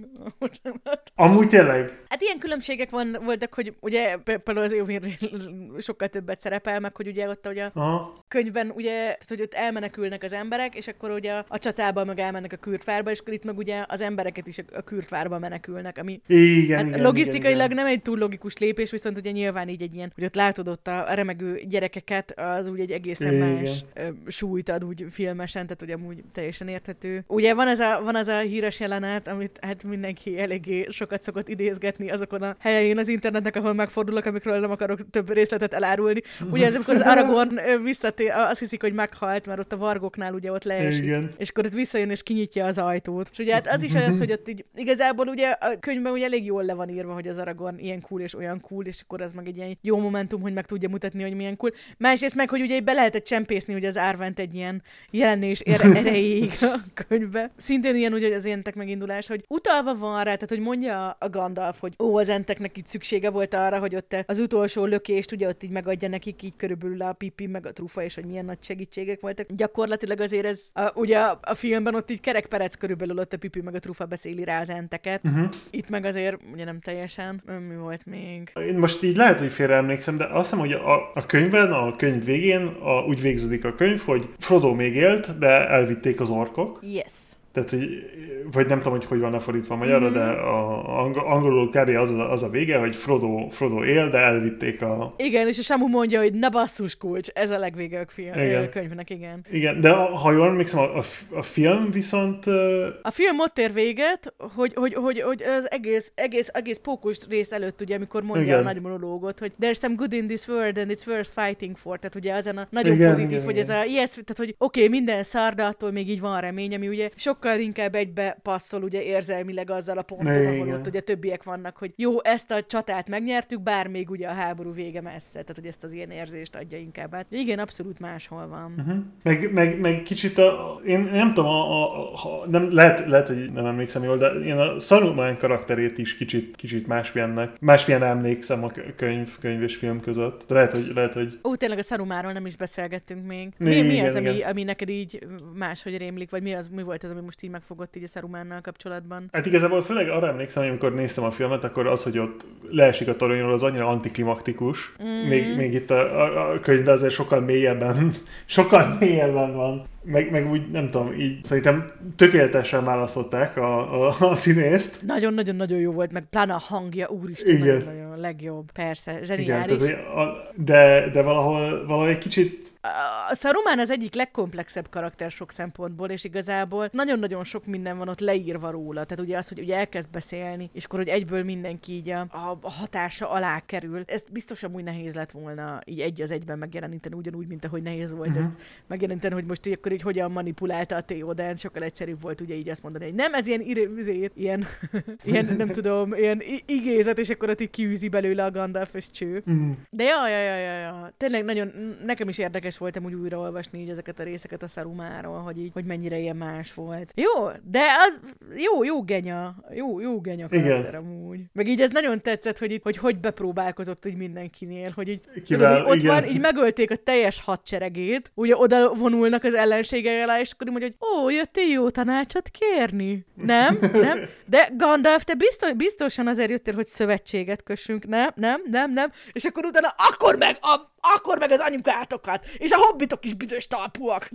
Amúgy tényleg? Hát ilyen különbségek van, voltak, hogy ugye például az Éomér sokkal többet szerepel, meg hogy ugye ott ugye a könyvben ugye, tehát, hogy ott elmenekülnek az emberek, és akkor ugye a csatában meg elmennek a Kürtvárba, és akkor itt meg ugye az embereket is a Kürtvárba menekülnek, ami igen, hát igen, logisztikailag igen, igen. nem egy túl logikus lépés, viszont ugye nyilván így egy ilyen, hogy ott látod ott a remegő gyerekeket, az úgy egy egészen igen. más súlyt ad úgy filmesen, tehát ugye amúgy teljesen érthető. Ugye van az a, van az a híres jelenet, amit hát mindenki eléggé sokat szokott idézgetni azokon a helyein az internetnek, ahol megfordulok, amikről nem akarok több részletet elárulni. Ugye ez, amikor az Aragorn visszatér, azt hiszik, hogy meghalt, mert ott a vargoknál ugye ott leesik. Igen. És akkor ott visszajön és kinyitja az ajtót. És ugye hát az is az, hogy ott így igazából ugye a könyvben ugye elég jól le van írva, hogy az Aragorn ilyen cool és olyan cool, és akkor az meg egy ilyen jó momentum, hogy meg tudja mutatni, hogy milyen cool. Másrészt meg, hogy ugye be lehetett csempészni, hogy az Árvánt egy ilyen jelenés erejéig a könyvbe. Szintén ilyen ugye az entek megindulás, hogy utalva van rá, tehát hogy mondja a Gandalf, hogy ó, az enteknek itt szüksége volt arra, hogy ott az utolsó lökést ugye ott így megadja nekik, így körülbelül a Pipi meg a Trufa, és hogy milyen nagy segítségek voltak. Gyakorlatilag azért ez, a, ugye a, a filmben ott így kerekperec körülbelül ott a Pipi meg a Trufa beszéli rá az enteket. Uh-huh. Itt meg azért ugye nem teljesen. Mi volt még? Én most így lehet, hogy félre emlékszem, de azt hiszem, hogy a, a könyvben, a könyv végén a, úgy végződik a könyv, hogy Frodo még élt, de elvitték az orkok. Yes. Tehát, hogy, vagy nem tudom, hogy hogy van lefordítva a magyarra, mm-hmm. de a, a, angolul kb. Az a, az a vége, hogy Frodo, Frodo él, de elvitték a... Igen, és a Samu mondja, hogy na basszus kulcs, ez a legvége a film, igen. könyvnek, igen. Igen, de a, ha jól emlékszem, a, a, a film viszont... Uh... A film ott ér véget, hogy, hogy, hogy, hogy az egész, egész, egész pókus rész előtt, ugye, amikor mondja igen. a nagy monológot, hogy there's some good in this world and it's worth fighting for, tehát ugye ezen a nagyon igen, pozitív, igen, hogy igen. ez a yes, tehát hogy oké, okay, minden szar, de attól még így van remény, ami ugye sokkal inkább egybe passzol ugye érzelmileg azzal a ponton, ahol ott ugye többiek vannak, hogy jó, ezt a csatát megnyertük, bár még ugye a háború vége messze, tehát hogy ezt az ilyen érzést adja inkább át. Igen, abszolút máshol van. Uh-huh. Meg, meg, meg kicsit a, én nem tudom, a, a, a, nem, lehet, lehet, hogy nem emlékszem jól, de én a Saruman karakterét is kicsit, kicsit másmilyennek, másmilyen emlékszem a könyv, könyv és film között. De lehet, hogy... Lehet, hogy... Ó, tényleg a Sarumanról nem is beszélgettünk még. Mi, igen, mi az, igen. Ami, ami neked így máshogy rémlik, vagy mi, az, mi volt az, ami most így megfogott így a Sarumannal kapcsolatban? Hát igazából főleg arra emlékszem, hogy amikor néztem a filmet, akkor az, hogy ott leesik a toronyról, az annyira antiklimaktikus. Mm. Még, még itt a, a, a könyvben azért sokkal mélyebben, sokkal mélyebben van. Meg, meg úgy, nem tudom, így szerintem tökéletesen választották a, a, a színészt. Nagyon-nagyon-nagyon jó volt, meg pláne a hangja, úristen, nagyon-nagyon legjobb, persze, zseniális. Igen, a, de, de valahol, valahol egy kicsit... A Saruman az egyik legkomplexebb karakter sok szempontból, és igazából nagyon-nagyon sok minden van ott leírva róla. Tehát ugye az, hogy ugye elkezd beszélni, és akkor, hogy egyből mindenki így a, a hatása alá kerül. Ezt biztosan úgy nehéz lett volna így egy az egyben megjeleníteni, ugyanúgy, mint ahogy nehéz volt uh-huh. ezt megjeleníteni, hogy most akkor így hogyan manipulálta a Théoden, sokkal egyszerűbb volt ugye így azt mondani, hogy nem, ez ilyen, ir- ilyen, ilyen nem tudom, ilyen igézet, és akkor ott így kiűzi belőle a Gandalf és cső. Mm. De ja, ja, ja, ja, ja, tényleg nagyon, nekem is érdekes voltam úgy újraolvasni így ezeket a részeket a Sarumanról, hogy így, hogy mennyire ilyen más volt. Jó, de az jó, jó genya, jó, jó genya karakter amúgy. Meg így ez nagyon tetszett, hogy itt, hogy, hogy bepróbálkozott úgy mindenkinél, hogy így, Kivál, tudod, így ott igen. van, így megölték a teljes hadseregét, ugye oda vonulnak az ellenségei alá, és akkor így mondja, hogy ó, jöttél jó tanácsot kérni? Nem, nem, de Gandalf, te biztos, biztosan azért jöttél, hogy szövetséget kössünk, nem, nem, nem, nem, és akkor utána akkor meg, a, akkor meg az anyukátokat, és a hobbitok is büdös talpúak.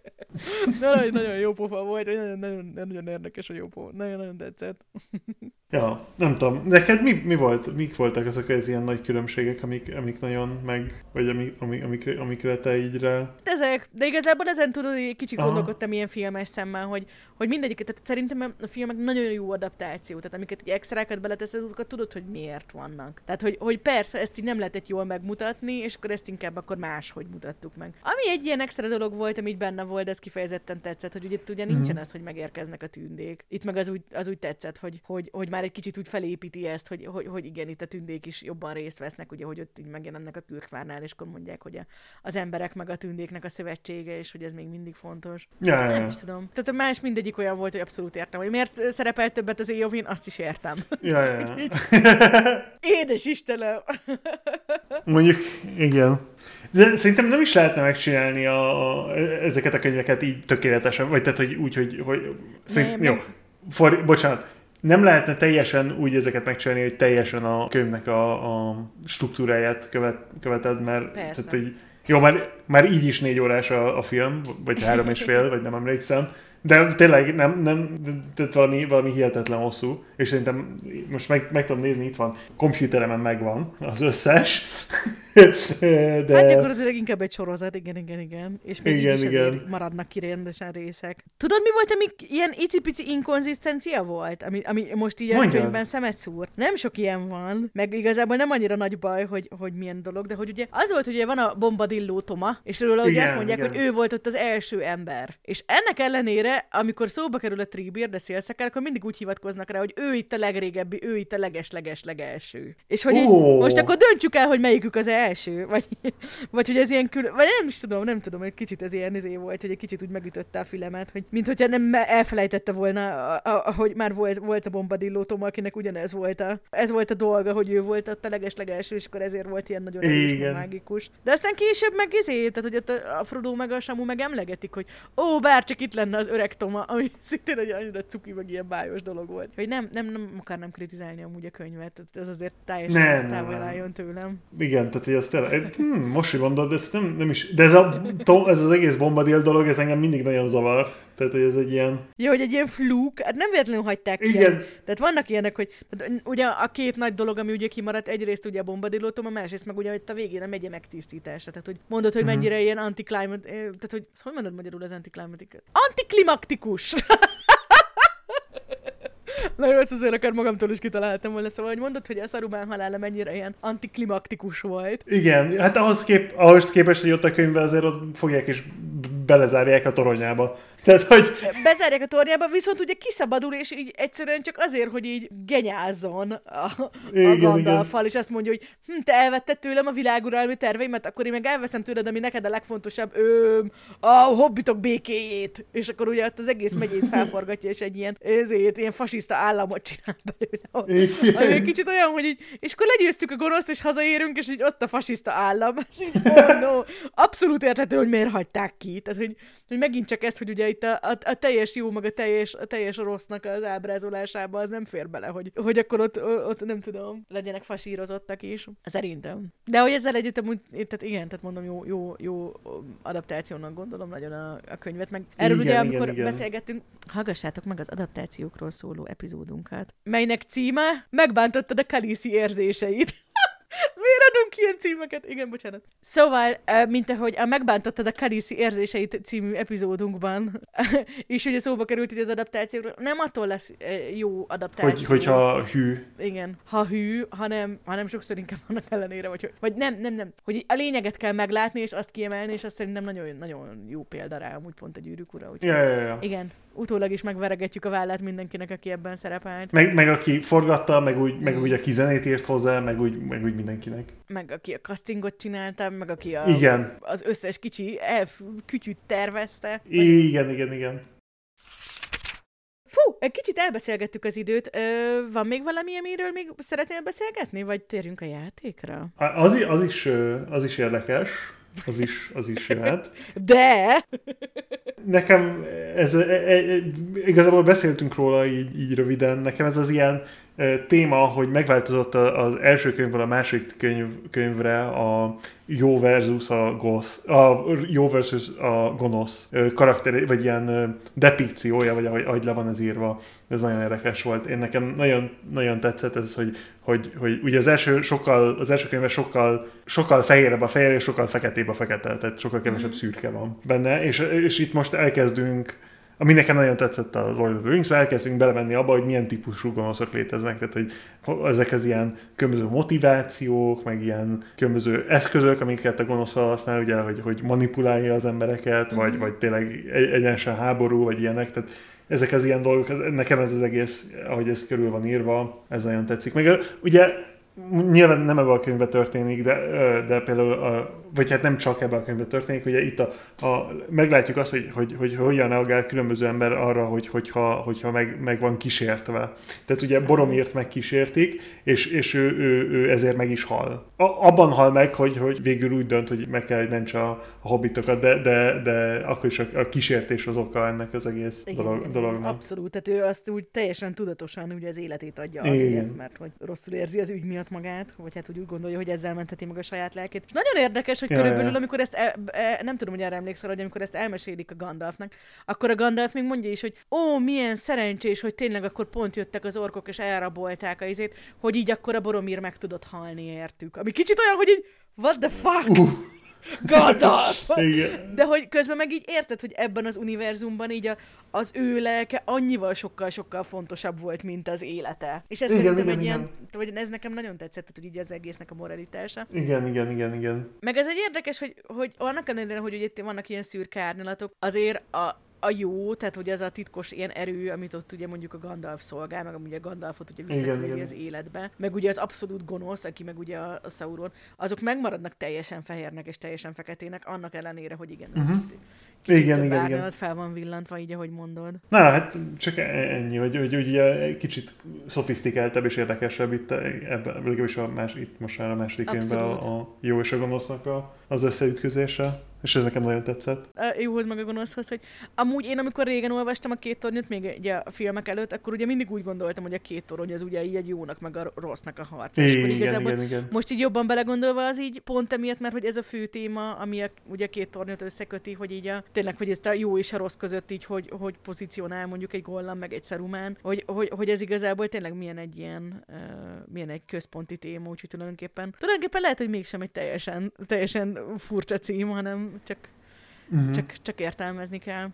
Nagyon, nagyon jó pofa volt, nagyon, nagyon, nagyon érdekes a jó pofa, nagyon-nagyon tetszett. Ja, nem tudom. Neked mi, mi volt, mik voltak azok az ilyen nagy különbségek, amik, amik nagyon meg, vagy amik, amik, amikre, amikre te így rá... Ezek, de igazából ezen tudod, hogy kicsit Aha. gondolkodtam ilyen filmes szemmel, hogy, hogy mindegyiket, tehát szerintem a filmek nagyon jó adaptáció, tehát amiket egy extrákat beleteszed, azokat tudod, hogy miért vannak. Tehát, hogy, hogy persze ezt így nem lehetett jól megmutatni, és akkor ezt inkább akkor máshogy mutattuk meg. Ami egy ilyen extra dolog volt, ami így benne volt, ez kifejezetten tetszett, hogy ugye, ugye nincsen ez, hogy megérkeznek a tündék. Itt meg az úgy, az úgy tetszett, hogy, hogy, hogy már egy kicsit úgy felépíti ezt, hogy, hogy, hogy igen, itt a tündék is jobban részt vesznek, ugye, hogy ott így megjelennek a Kürkvárnál, és akkor mondják, hogy a, az emberek meg a tündéknek a szövetsége, és hogy ez még mindig fontos. Ja, ja, ja. Nem is tudom. Tehát a más mindegyik olyan volt, hogy abszolút értem, hogy miért szerepelt többet az Éovin, azt is értem. Ja, ja, ja. Édes Istenem! Mondjuk, igen. De szerintem nem is lehetne megcsinálni a, a, ezeket a könyveket így tökéletesen, vagy tehát, hogy úgy, hogy... hogy szerint, nem, jó, nem. For, bocsánat. Nem lehetne teljesen úgy ezeket megcsinálni, hogy teljesen a könyvnek a, a struktúráját követ, követed, mert... Persze. Tehát, hogy, jó, már, már így is négy órás a, a film, vagy három és fél, vagy nem emlékszem. De tényleg nem, nem tehát valami, valami hihetetlen hosszú, és szerintem most meg, meg tudom nézni, itt van, kompjúteremen megvan az összes. De... Hát gyakorlatilag inkább egy sorozat, igen, igen, igen. És még igen, így is igen. maradnak ki rendesen részek. Tudod, mi volt, ami ilyen icipici inkonzisztencia volt, ami, ami most így a könyvben szemet szúr? Nem sok ilyen van, meg igazából nem annyira nagy baj, hogy, hogy milyen dolog, de hogy ugye az volt, hogy ugye van a Bombadillo Toma, és róla ugye azt mondják, igen. hogy ő volt ott az első ember. És ennek ellenére, amikor szóba kerül a Treebeard, a szélszakár, akkor mindig úgy hivatkoznak rá, hogy ő itt a legrégebbi, ő itt a leges-leges-legelső. És hogy oh. most akkor döntsük el, hogy melyikük az első, vagy, vagy hogy ez ilyen külön, vagy nem is tudom, nem tudom, egy kicsit ez ilyen izé volt, hogy egy kicsit úgy megütötte a fülemet, hogy mint hogyha nem elfelejtette volna, hogy már volt, volt a Bombadillo Toma, akinek ugyanez volt a, ez volt a dolga, hogy ő volt ott a leges-legelső, és akkor ezért volt ilyen nagyon erős, mágikus. De aztán később meg izé, tehát hogy a Frodo meg a Samu meg emlegetik, hogy ó, bár csak itt lenne az öreg Toma, ami szintén egy annyira cuki, meg ilyen bájos dolog volt. Hogy nem, nem, nem akarnám kritizálni amúgy a könyvet, ez azért teljesen távol álljon tőlem. Igen, tehát hogy ez tényleg, hm, most, hogy mondod, ez nem, nem is, de ez, a, ez az egész Bombadil dolog, ez engem mindig nagyon zavar. Tehát, hogy ez egy ilyen... Ja, hogy egy ilyen flúk, hát nem véletlenül hagyták ki. Igen. Tehát vannak ilyenek, hogy tehát ugye a két nagy dolog, ami ugye kimaradt, egyrészt ugye a Bombadillo Toma, másrészt meg ugye, hogy a végén a megye megtisztítása. Tehát, hogy mondod, hogy mennyire uh-huh. ilyen antiklimat... Tehát, hogy hogy mondod magyarul az antiklimatik? Antiklimaktikus! Na jó, ezt azért akár magamtól is kitaláltam volna, szóval, hogy mondod, hogy a Saruman halála mennyire ilyen antiklimaktikus volt. Igen, hát ahhoz, kép, ahhoz képest, hogy ott a könyvben azért ott fogják és belezárják a toronyába. Tehát, hogy... Bezárják a tornyába, viszont ugye kiszabadul, és így egyszerűen csak azért, hogy így genyázzon a, a Gandalffal, és azt mondja, hogy hm, te elvetted tőlem a világuralmi terveimet, akkor én meg elveszem tőled, ami neked a legfontosabb, ö, a hobbitok békéjét. És akkor ugye ott az egész megyét felforgatja, és egy ilyen, ezért, ilyen fasiszta államot csinál belőle. Ami egy kicsit olyan, hogy így, és akkor legyőztük a gonoszt, és hazaérünk, és így ott a fasiszta állam. És így, oh no, abszolút érthető, hogy miért hagyták ki. Tehát, hogy, hogy megint csak ez, hogy ugye itt a, a, a teljes jó, meg a teljes, a teljes rossznak az ábrázolásába az nem fér bele, hogy, hogy akkor ott, ott nem tudom, legyenek fasírozottak is. Szerintem. De hogy ezzel együtt, amúgy, tehát igen, tehát mondom, jó, jó, jó adaptációnak gondolom nagyon a, a könyvet, meg erről igen, ugye, amikor igen, igen. beszélgettünk, hallgassátok meg az adaptációkról szóló epizódunkat, melynek címe Megbántottad a Khaleesi érzéseit. Miért adunk ilyen címeket? Igen, bocsánat. Szóval, mint ahogy a Megbántottad a Khaleesi érzéseit című epizódunkban, és ugye szóba került így az adaptációkról, nem attól lesz jó adaptáció. Hogy, hogyha hű. Igen, ha hű, hanem, hanem sokszor inkább annak ellenére, vagy, vagy nem, nem, nem. Hogy a lényeget kell meglátni, és azt kiemelni, és azt szerintem nagyon, nagyon jó példa rá, amúgy pont a Gyűrűk ura. Ja, ja, ja. Igen. Utólag is megveregetjük a vállát mindenkinek, aki ebben szerepelt. Meg, meg aki forgatta, meg úgy, meg úgy aki zenét írt hozzá, meg úgy, meg úgy mindenkinek. Meg aki a castingot csinálta, meg aki a, igen. az összes kicsi elf, kütyűt tervezte. Igen, igen, igen. Fú, egy kicsit elbeszélgettük az időt. Ö, van még valami, amiről még szeretnél beszélgetni, vagy térjünk a játékra? Az, az, is, az is érdekes. Az is, az is jöhet. De! Nekem ez, e, e, igazából beszéltünk róla így, így röviden, nekem ez az ilyen téma, hogy megváltozott az első könyvből a másik könyv, könyvre a jó versus a gosz, a jó versus a gonosz karakter, vagy ilyen depikciója, vagy ahogy, ahogy le van ez írva. Ez nagyon érdekes volt. Én nekem nagyon, nagyon tetszett ez, hogy, hogy, hogy ugye az első, sokkal, az első könyvben sokkal, sokkal fehérebb a fehér, és sokkal feketébb a fekete, tehát sokkal kevesebb szürke van benne, és, és itt most elkezdünk, ami nekem nagyon tetszett a Lord of the Rings-ben, elkezdtünk belemenni abba, hogy milyen típusú gonoszok léteznek, tehát hogy ezek az ilyen különböző motivációk, meg ilyen különböző eszközök, amiket a gonosz használ, ugye, hogy, hogy manipulálja az embereket, mm-hmm. vagy, vagy tényleg egyenesen háború, vagy ilyenek, tehát ezek az ilyen dolgok, ez, nekem ez az egész, ahogy ez körül van írva, ez nagyon tetszik. Meg ugye nyilván nem ebben a könyvben történik, de, de például, a, vagy hát nem csak ebben a könyvben történik, ugye itt a, a, meglátjuk azt, hogy, hogy, hogy hogyan reagál különböző ember arra, hogy, hogyha, hogyha meg, meg van kísértve. Tehát ugye Boromírt megkísértik, és, és ő, ő, ő ezért meg is hal. A, abban hal meg, hogy, hogy végül úgy dönt, hogy meg kell, hogy mentse a, a hobbitokat, de, de, de akkor is a, a kísértés az oka ennek az egész igen, dolog, igen, dolognak. Abszolút, tehát ő azt úgy teljesen tudatosan ugye az életét adja azért, igen. mert hogy rosszul érzi az ügy miatt magát, vagy hát úgy, úgy gondolja, hogy ezzel mentheti meg a saját lelkét. És nagyon érdekes, hogy ja, körülbelül, ja. amikor ezt, el, e, nem tudom, hogy erre emlékszel, hogy amikor ezt elmesélik a Gandalfnak, akkor a Gandalf még mondja is, hogy ó, milyen szerencsés, hogy tényleg akkor pont jöttek az orkok, és elrabolták a izét, hogy így akkor a Boromír meg tudott halni értük. Ami kicsit olyan, hogy így, what the fuck? Uh. Gandalf! De hogy közben meg így érted, hogy ebben az univerzumban így a, az ő lelke annyival sokkal-sokkal fontosabb volt, mint az élete. És ez igen, szerintem igen, egy igen. ilyen, vagy ez nekem nagyon tetszett, hogy így az egésznek a moralitása. Igen, igen, igen, igen. Meg ez egy érdekes, hogy, hogy annak ellenére, hogy ugye itt vannak ilyen szürke árnyalatok, azért a a jó, tehát hogy az a titkos ilyen erő, amit ott ugye mondjuk a Gandalf szolgál, meg ugye a Gandalfot ugye visszaküldi az életbe, meg ugye az abszolút gonosz, aki meg ugye a, a Sauron, azok megmaradnak teljesen fehérnek és teljesen feketének, annak ellenére, hogy igen, uh-huh. kicsit igen, igen, igen. fel van villantva, így ahogy mondod. Na, hát csak ennyi, hogy, hogy, hogy ugye kicsit szofisztikáltabb és érdekesebb itt ebben, legalábbis a más, itt most már a második könyvben a, a jó és a gonosznak a, az összeütközése. És ez nekem nagyon tetszett. A jóhoz meg a gonoszhoz, hogy amúgy én, amikor régen olvastam a Két tornyot, még ugye a filmek előtt, akkor ugye mindig úgy gondoltam, hogy a két torony az ugye így egy jónak meg a rossznak a harc. É, és igen, igen, igen. Most így jobban belegondolva az így pont emiatt, mert hogy ez a fő téma, ami a, ugye a két tornyot összeköti, hogy így a, tényleg, hogy ez a jó és a rossz között így, hogy, hogy pozícionál mondjuk egy Gollum meg egy Saruman, hogy, hogy, hogy ez igazából tényleg milyen egy ilyen, uh, milyen egy központi téma, úgyhogy tulajdonképpen, tulajdonképpen lehet, hogy mégsem egy teljesen, teljesen furcsa cím, hanem csak, uh-huh. csak, csak értelmezni kell.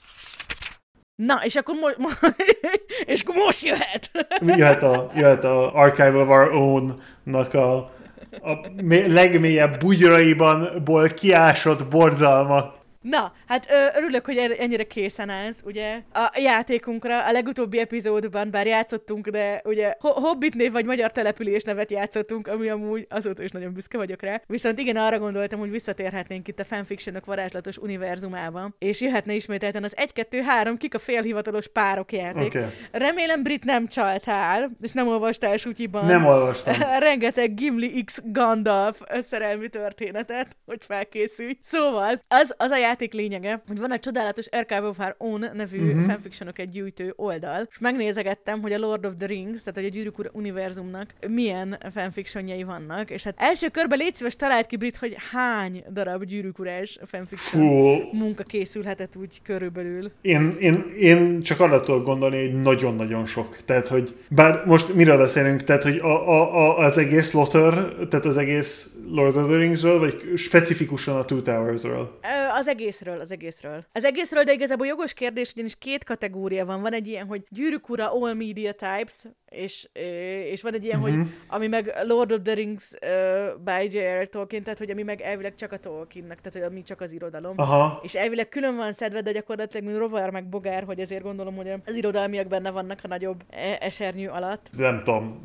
Na, és akkor, mo- mo- és akkor most jöhet! jöhet, a, jöhet a Archive of Our Own-nak a, a legmélyebb bugyraibanból kiásott borzalmak. Na, hát örülök, hogy ennyire készen állsz, ugye, a játékunkra. A legutóbbi epizódban, bár játszottunk, de ugye Hobbit név vagy magyar település nevet játszottunk, ami amúgy azóta is nagyon büszke vagyok rá. Viszont igen, arra gondoltam, hogy visszatérhetnénk itt a fanfictionok varázslatos univerzumában, és jöhetne ismételten az egy kettő három kik a félhivatalos párok játék. Okay. Remélem, Brit, nem csaltál, és nem olvastál Sutyiban. Nem olvastam. Rengeteg Gimli x Gandalf szerelmi történetet, hogy felkészülj. Szóval, az, az a játék lényege, hogy van egy csodálatos Archive of Our Own nevű uh-huh. fanfictionokat gyűjtő oldal, és megnézegettem, hogy a Lord of the Rings, tehát hogy a Gyűrűk Ura univerzumnak milyen fanfictionjai vannak, és hát első körben légy szíves, találd ki, Brit, hogy hány darab Gyűrűk Urás fanfiction Fú. munka készülhetett úgy körülbelül. Én, én, én csak arra tudok gondolni, hogy nagyon-nagyon sok. Tehát, hogy bár most miről beszélünk, tehát, hogy a, a, a, az egész Lothar, tehát az egész Lord of the Ringsről, vagy specifikusan a Two Towersről? Az egészről, az egészről. Az egészről, de igazából jogos kérdés, ugyanis két kategória van. Van egy ilyen, hogy Gyűrűk Ura All Media Types, és, és van egy ilyen, uh-huh. hogy ami meg Lord of the Rings uh, by J R R. Tolkien, tehát hogy ami meg elvileg csak a Tolkiennek, tehát hogy ami csak az irodalom. Aha. És elvileg külön van szedve, de gyakorlatilag mint rovar meg bogár, hogy ezért gondolom, hogy az irodalmiak benne vannak a nagyobb esernyő alatt. Nem tudom.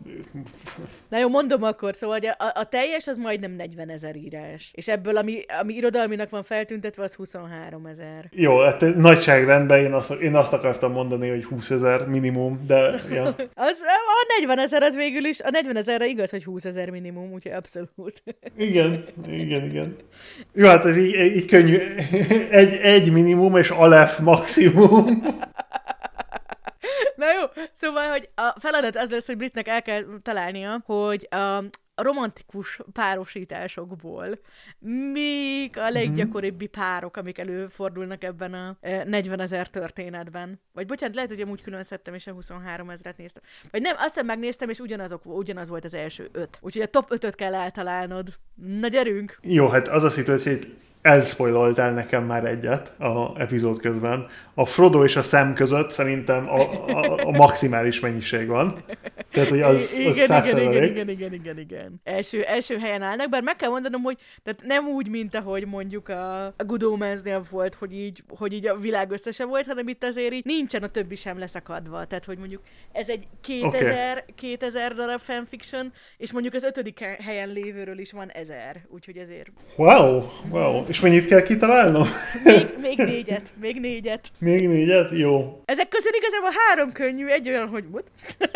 Na jó, mondom akkor, szóval hogy a, a teljes az majdnem negyvenezer írás. És ebből, ami, ami irodalminak van feltüntetve, az huszonhárom ezer. Jó, hát nagyságrendben én azt, én azt akartam mondani, hogy húszezer minimum, de ja. az, a negyvenezer az végül is, a negyvenezerre igaz, hogy húszezer minimum, úgyhogy abszolút. Igen, igen, igen. Jó, hát ez így, így könnyű. Egy, egy minimum és alef maximum. Na jó, szóval, hogy a feladat az lesz, hogy Britnek el kell találnia, hogy a romantikus párosításokból mik a leggyakoribb párok, amik előfordulnak ebben a negyvenezer történetben. Vagy bocsánat, lehet, hogy amúgy külön szedtem, és a huszonhárom ezret néztem. Vagy nem, azt hiszem megnéztem, és ugyanazok, ugyanaz volt az első öt. Úgyhogy a top ötöt kell eltalálnod. Na gyerünk! Jó, hát az a szituáció, hogy elspoiloltál nekem már egyet a epizód közben. A Frodo és a Sam között szerintem a, a, a maximális mennyiség van. Tehát, hogy az, az igen, száz igen, százalék. igen, igen, igen, igen, igen. Első, első helyen állnak, bár meg kell mondanom, hogy tehát nem úgy, mint ahogy mondjuk a, a Good Omens-nél volt, hogy így, hogy így a világ összese volt, hanem itt azért így nincsen a többi sem leszakadva. Tehát, hogy mondjuk ez egy kétezer, okay. kétezer darab fanfiction, és mondjuk az ötödik helyen lévőről is van ezer. Úgyhogy ezért... Wow, wow. És mennyit kell kitalálnom? Még, még négyet, még négyet. Még négyet? Jó. Ezek közül igazából három könnyű, egy olyan, hogy what?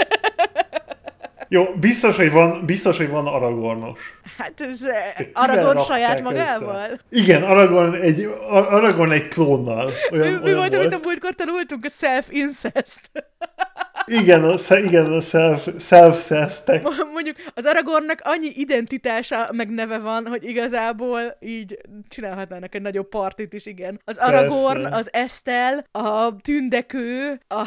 Jó, biztos, hogy van, biztos, hogy van Aragornos. Hát ez Aragorn saját magával? Össze? Igen, Aragorn egy, Aragorn egy klónnal. Olyan, mi mi volt, amit a múltkor tanultunk? A self-incest. Igen, a, igen, a self, self-cestek. Mondjuk az Aragornnak annyi identitása meg neve van, hogy igazából így csinálhatnának egy nagyobb partit is, igen. Az Aragorn, persze. Az Esztel, a Tündekő, a,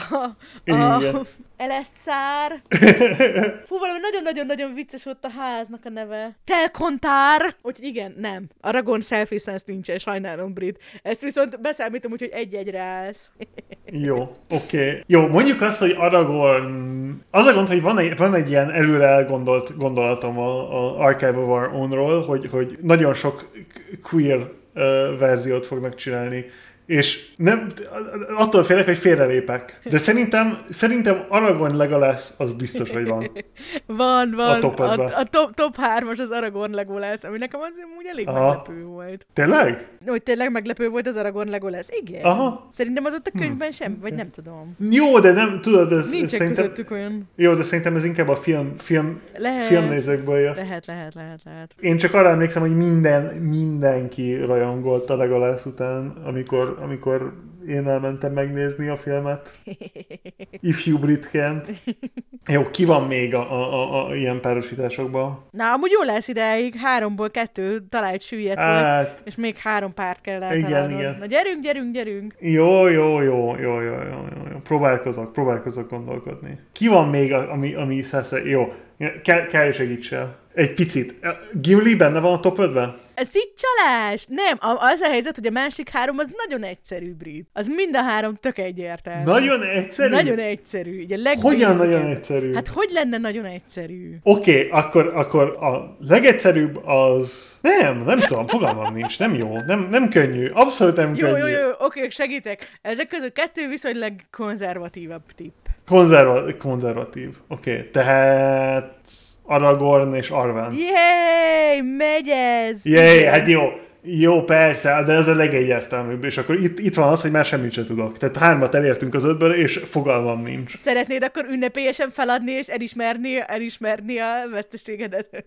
a Elesszár. Fú, valami nagyon-nagyon-nagyon vicces ott a háznak a neve. Telkontár. Úgyhogy igen, nem. Aragorn self-incest nincsen, sajnálom, Brit. Ezt viszont beszámítom, úgyhogy egy-egyre állsz. Jó, oké. Okay. Jó, mondjuk azt, hogy Aragorn... Az a gond, hogy van egy, van egy ilyen előre elgondolt gondolatom a, a Archive of Our Own-ról, hogy, hogy nagyon sok queer uh, verziót fognak csinálni. És nem, attól félek, hogy félrelépek. De szerintem, szerintem Aragorn Legolas az biztos, hogy van. Van, van. A top, a, a top, top hármas az Aragorn Legolas, ami nekem az úgy elég Aha. meglepő volt. Tényleg? Hogy tényleg meglepő volt az Aragorn Legolas? Igen. Aha. Szerintem az ott a könyvben hm. sem, vagy nem tudom. Jó, de nem, tudod, ez... Nincs szerintem, olyan. Jó, de szerintem ez inkább a film, film, filmnézőkből jön. Lehet, lehet, lehet, lehet. Én csak arra emlékszem, hogy minden, mindenki rajongolt a Legolas után, amikor amikor én elmentem megnézni a filmet. Ifjú britként. Jó, ki van még a, a, a, a ilyen párosításokban? Na, amúgy jó lesz ideig. Háromból kettő talált sülyet hát, volt, és még három párt kell eltalálnod. Igen, igen. Na gyerünk, gyerünk, gyerünk. Jó, jó, jó, jó, jó, jó, jó. Próbálkozok, próbálkozok gondolkodni. Ki van még, ami, ami száz... Jó, kell, kell segítsél. Egy picit. Gimli benne van a top ötben? Ez így csalás! Nem, az a helyzet, hogy a másik három az nagyon egyszerű, Brit. Az mind a három tök egyértelmű. Nagyon egyszerű? Nagyon egyszerű. Ugye Hogyan nagyon egyszerű? Hát hogy lenne nagyon egyszerű? Oké, okay, akkor, akkor a legegyszerűbb az... Nem, nem tudom, fogalmam nincs, nem jó, nem, nem könnyű, abszolút nem jó, könnyű. Jó, jó, jó, oké, segítek. Ezek közül kettő viszonylag konzervatívabb tipp. Konzerva- konzervatív, oké, okay. Tehát... Aragorn és Arwen. Jéj, megy ez! Jéj, hát jó, jó, persze, de ez a legegyértelműbb, és akkor itt, itt van az, hogy már semmit sem tudok. Tehát hármat elértünk az ötből, és fogalmam nincs. Szeretnéd akkor ünnepélyesen feladni, és elismerni, elismerni a veszteségedet?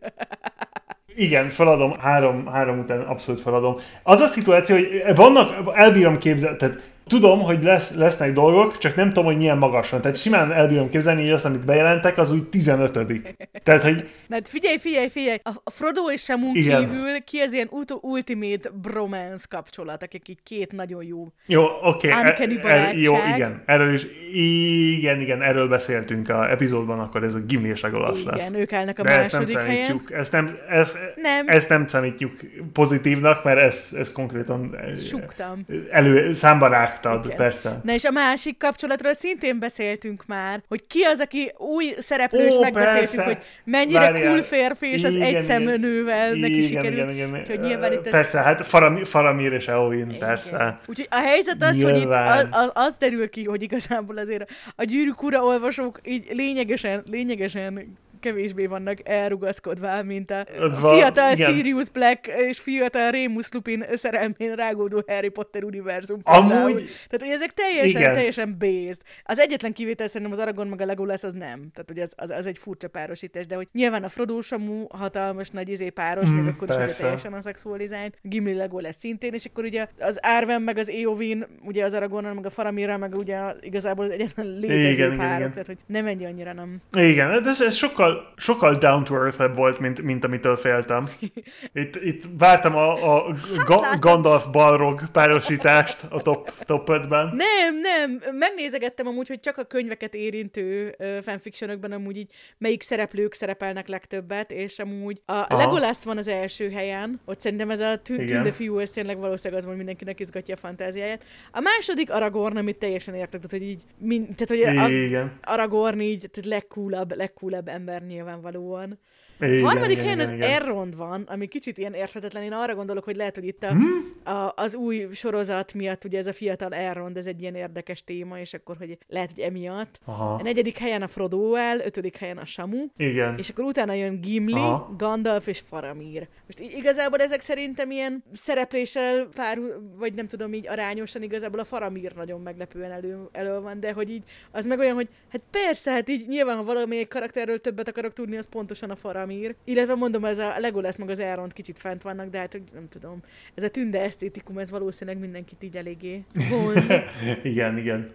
Igen, feladom, három, három után abszolút feladom. Az a szituáció, hogy vannak, elbírom képzelni, tehát tudom, hogy lesz, lesznek dolgok, csak nem tudom, hogy milyen magasan. Tehát simán elbírom képzelni, hogy azt, amit bejelentek, az úgy tizenötödik. Tehát, hogy... Na, figyelj, figyelj, figyelj! A Frodo és Samu kívül ki az ilyen ultimate bromance kapcsolat, akik így két nagyon jó Jó, oké. Okay. Uncanny barátság. Jó, igen. Erről is, igen, igen, erről beszéltünk a epizódban, akkor ez a Gimli és Legolas lesz. Igen, ők állnak a de második ezt nem helyen. Ezt nem, ezt, nem. ezt nem számítjuk pozitívnak, mert ezt, ezt konkrétan Suktam. elő, számba rágtad, igen. Persze. Na és a másik kapcsolatról szintén beszéltünk már, hogy ki az, aki új szereplő, Ó, és megbeszéltük, persze. Hogy mennyire Várjál. Cool férfi, és az egy szemű nővel neki igen, sikerül. Igen, igen, Úgyhogy nyilván itt ez... Persze, hát Faramir, Faramir és Eowyn, persze. Úgyhogy a helyzet az, nyilván. Hogy itt az, az, az derül ki, hogy igazából azért a Gyűrűk ura olvasók így lényegesen, lényegesen kevésbé vannak elrugaszkodva, mint a van, fiatal igen. Sirius Black és fiatal Remus Lupin szerelmén rágódó Harry Potter univerzum. Amúgy... Tehát, hogy ezek teljesen, igen. teljesen based. Az egyetlen kivétel szerintem az Aragorn meg a Legolas az nem. Tehát, hogy az, az, az egy furcsa párosítás, de hogy nyilván a Frodo Samu hatalmas nagy izé páros, mm, még akkor is ugye teljesen aszexualizált. Gimli Legolas szintén, és akkor ugye az Arwen meg az Éowyn, ugye az Aragornnal meg a Faramirral, meg ugye igazából az egyetlen létező igen, párok, igen, tehát hogy nem egy annyira nem. Igen, de ez, ez sokkal, sokkal down to earth-ebb volt, mint, mint amitől féltem. Itt, itt vártam a, a Ga- Gandalf Balrog párosítást a top, top ötben. Nem, nem, megnézegettem amúgy, hogy csak a könyveket érintő uh, fanfictionokban amúgy így melyik szereplők szerepelnek legtöbbet, és amúgy a Aha. Legolas van az első helyen, ott szerintem ez a tű- tünde fiú, ez tényleg valószínűleg az, hogy mindenkinek izgatja a fantáziáját. A második Aragorn, amit teljesen értek, tehát hogy így, mind, tehát hogy a, Aragorn így legcoolabb, legcoolabb ember nyilvánvalóan. Igen, a harmadik igen, helyen igen, az igen. Elrond van, ami kicsit ilyen érthetetlen. Én arra gondolok, hogy lehet, hogy itt a, hmm? a, az új sorozat miatt, ugye ez a fiatal Elrond, ez egy ilyen érdekes téma, és akkor, hogy lehet, hogy emiatt. Aha. A negyedik helyen a Frodo el, ötödik helyen a Samu, igen. és akkor utána jön Gimli, Aha. Gandalf és Faramir. Most igazából ezek szerintem ilyen szerepléssel pár, vagy nem tudom, így arányosan igazából a Faramir nagyon meglepően elő, elő van, de hogy így az meg olyan, hogy hát persze, hát így nyilván, ha valamelyik karakterről többet akarok tudni, az pontosan a Faramir. Illetve mondom, ez a Legolas meg az Elrond kicsit fent vannak, de hát hogy nem tudom. Ez a tünde esztétikum, ez valószínűleg mindenkit így eléggé vonz. igen, igen.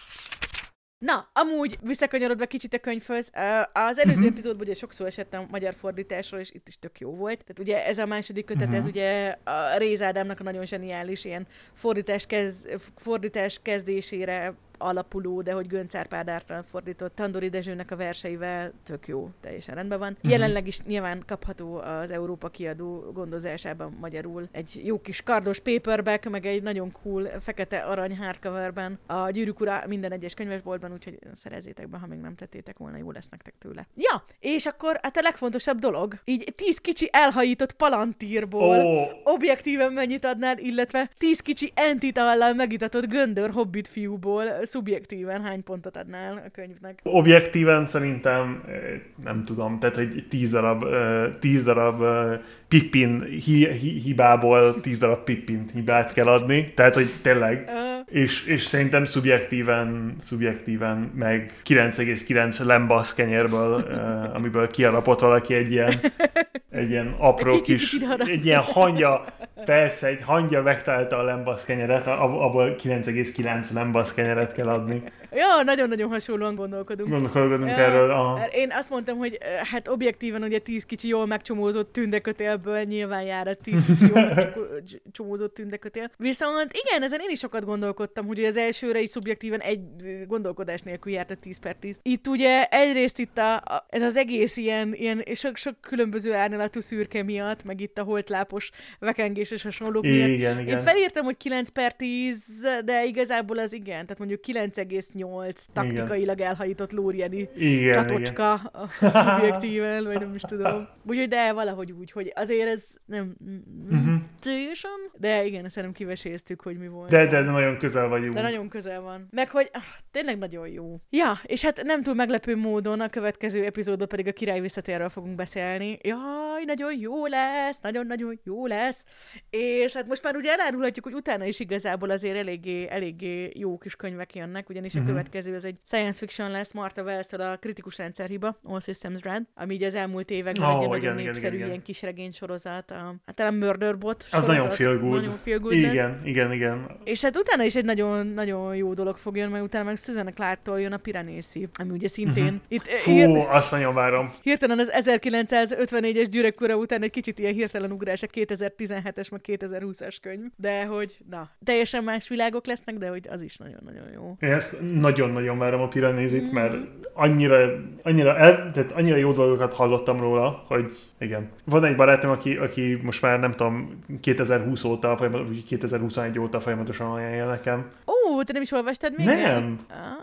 Na, amúgy visszakanyarodva kicsit a könyvhöz, az előző uh-huh. epizódban ugye sokszor esett a magyar fordításról, és itt is tök jó volt. Tehát ugye ez a második kötet, uh-huh. ez ugye a Réz Ádámnak a nagyon zseniális ilyen fordítás, kez, fordítás kezdésére alapuló, de hogy Gönc Árpád által fordított Tandori Dezsőnek a verseivel tök jó, teljesen rendben van. Uh-huh. Jelenleg is nyilván kapható az Európa kiadó gondozásában magyarul egy jó kis kardos paperback, meg egy nagyon cool fekete arany hardcoverben a Gyűrűk ura minden egyes könyvesboltban, úgyhogy szerezzétek be, ha még nem tettétek volna, jó lesz nektek tőle. Ja, és akkor hát a legfontosabb dolog, így tíz kicsi elhajított palantírból oh. objektíven mennyit adnál, illetve tíz kicsi entitallal megitatott göndör hobbit fiúból szubjektíven hány pontot adnál a könyvnek? Objektíven szerintem nem tudom, tehát hogy tíz darab, tíz darab Pippin hi- hi- hibából tíz darab Pippin hibát kell adni, tehát hogy tényleg. Uh. És, és szerintem szubjektíven, szubjektíven meg kilenc egész kilenc lembasz kenyérből, amiből kiarapott valaki egy ilyen, egy ilyen apró egy kis, kicsit egy ilyen hangya, persze, egy hangya megtalálta a lembasz kenyeret, abból kilenc egész kilenc lembasz kenyeret kell adni. Ja, nagyon-nagyon hasonlóan gondolkodunk. Gondolkodunk ja, erről. A... Én azt mondtam, hogy hát objektíven ugye tíz kicsi jól megcsomózott tündekötélből nyilván jár a tíz kicsi jól megcsomózott tündekötél. Viszont igen, ezen én is sokat gondolkodtam, hogy az elsőre is szubjektíven egy gondolkodás nélkül járt a tíz per tíz. Itt ugye egyrészt itt a, a, ez az egész ilyen, ilyen sok-sok különböző árnyalatú szürke miatt, meg itt a holtlápos vekengés és hasonlók miatt. Igen, igen. Én felírtam, hogy kilenc per tíz, de igazából az igen, tehát mondjuk kilenc egész nyolc taktikailag elhajított lórieni csatocska szubjektíven, vagy nem is tudom. Úgyhogy de valahogy úgy, hogy azért ez nem uh-huh. teljesen, de igen, szerintem kiveséztük, hogy mi volt. De, de nagyon közel vagyunk. De nagyon közel van. Meg hogy ah, tényleg nagyon jó. Ja, és hát nem túl meglepő módon a következő epizódban pedig a Király visszatérről fogunk beszélni. Jaj, nagyon jó lesz, nagyon-nagyon jó lesz. És hát most már ugye elárulhatjuk, hogy utána is igazából azért eléggé, eléggé jó kis könyvek jönnek, ugyanis uh-huh. a következő az egy science fiction lesz, Martha Wells-től a Kritikus rendszerhiba, All Systems Red, ami így az elmúlt években oh, egy nagyon igen, népszerű igen, ilyen kisregény sorozat, a, hát talán Murderbot sorozat. Az nagyon feel good. Nagyon feel good igen, lesz. igen, igen. És hát utána is egy nagyon, nagyon jó dolog fog jönni, mert utána meg Susanna Clarke-tól jön a Piranesi, ami ugye szintén... Uh-huh. Itt, Fú, hír... azt nagyon várom. Hirtelen az ezerkilencszázötvennégyes Gyűrűk ura után egy kicsit ilyen hirtelen ugrás a kétezer-tizenhetes, meg kétezer-húszas könyv. De hogy, na, teljesen más világok lesznek, de hogy az is nagyon-nagyon jó. Én ezt nagyon-nagyon várom a Piranésit, mm. mert annyira, annyira, el, tehát annyira jó dolgokat hallottam róla, hogy igen. Van egy barátom, aki, aki most már nem tudom, kétezer-húsz óta, vagy kétezer-huszonegy óta folyamatosan ajánlja nekem. Ó, te nem is olvastad még? Nem. Ah.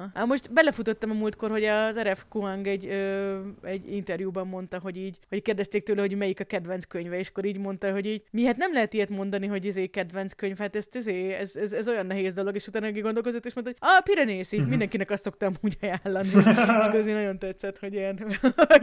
Hát most belefutottam a múltkor, hogy az er ef Kuang egy, ö, egy interjúban mondta, hogy így, hogy kérdezték tőle, hogy melyik a kedvenc könyve, és akkor így mondta, hogy így, mi hát nem lehet ilyet mondani, hogy izé kedvenc könyv, hát ez, ez, ez, ez, ez olyan nehéz dolog, és utána gondolkozott, és mondta, hogy a Piranészi, uh-huh. mindenkinek azt szoktam úgy ajánlani. És azért nagyon tetszett, hogy ilyen.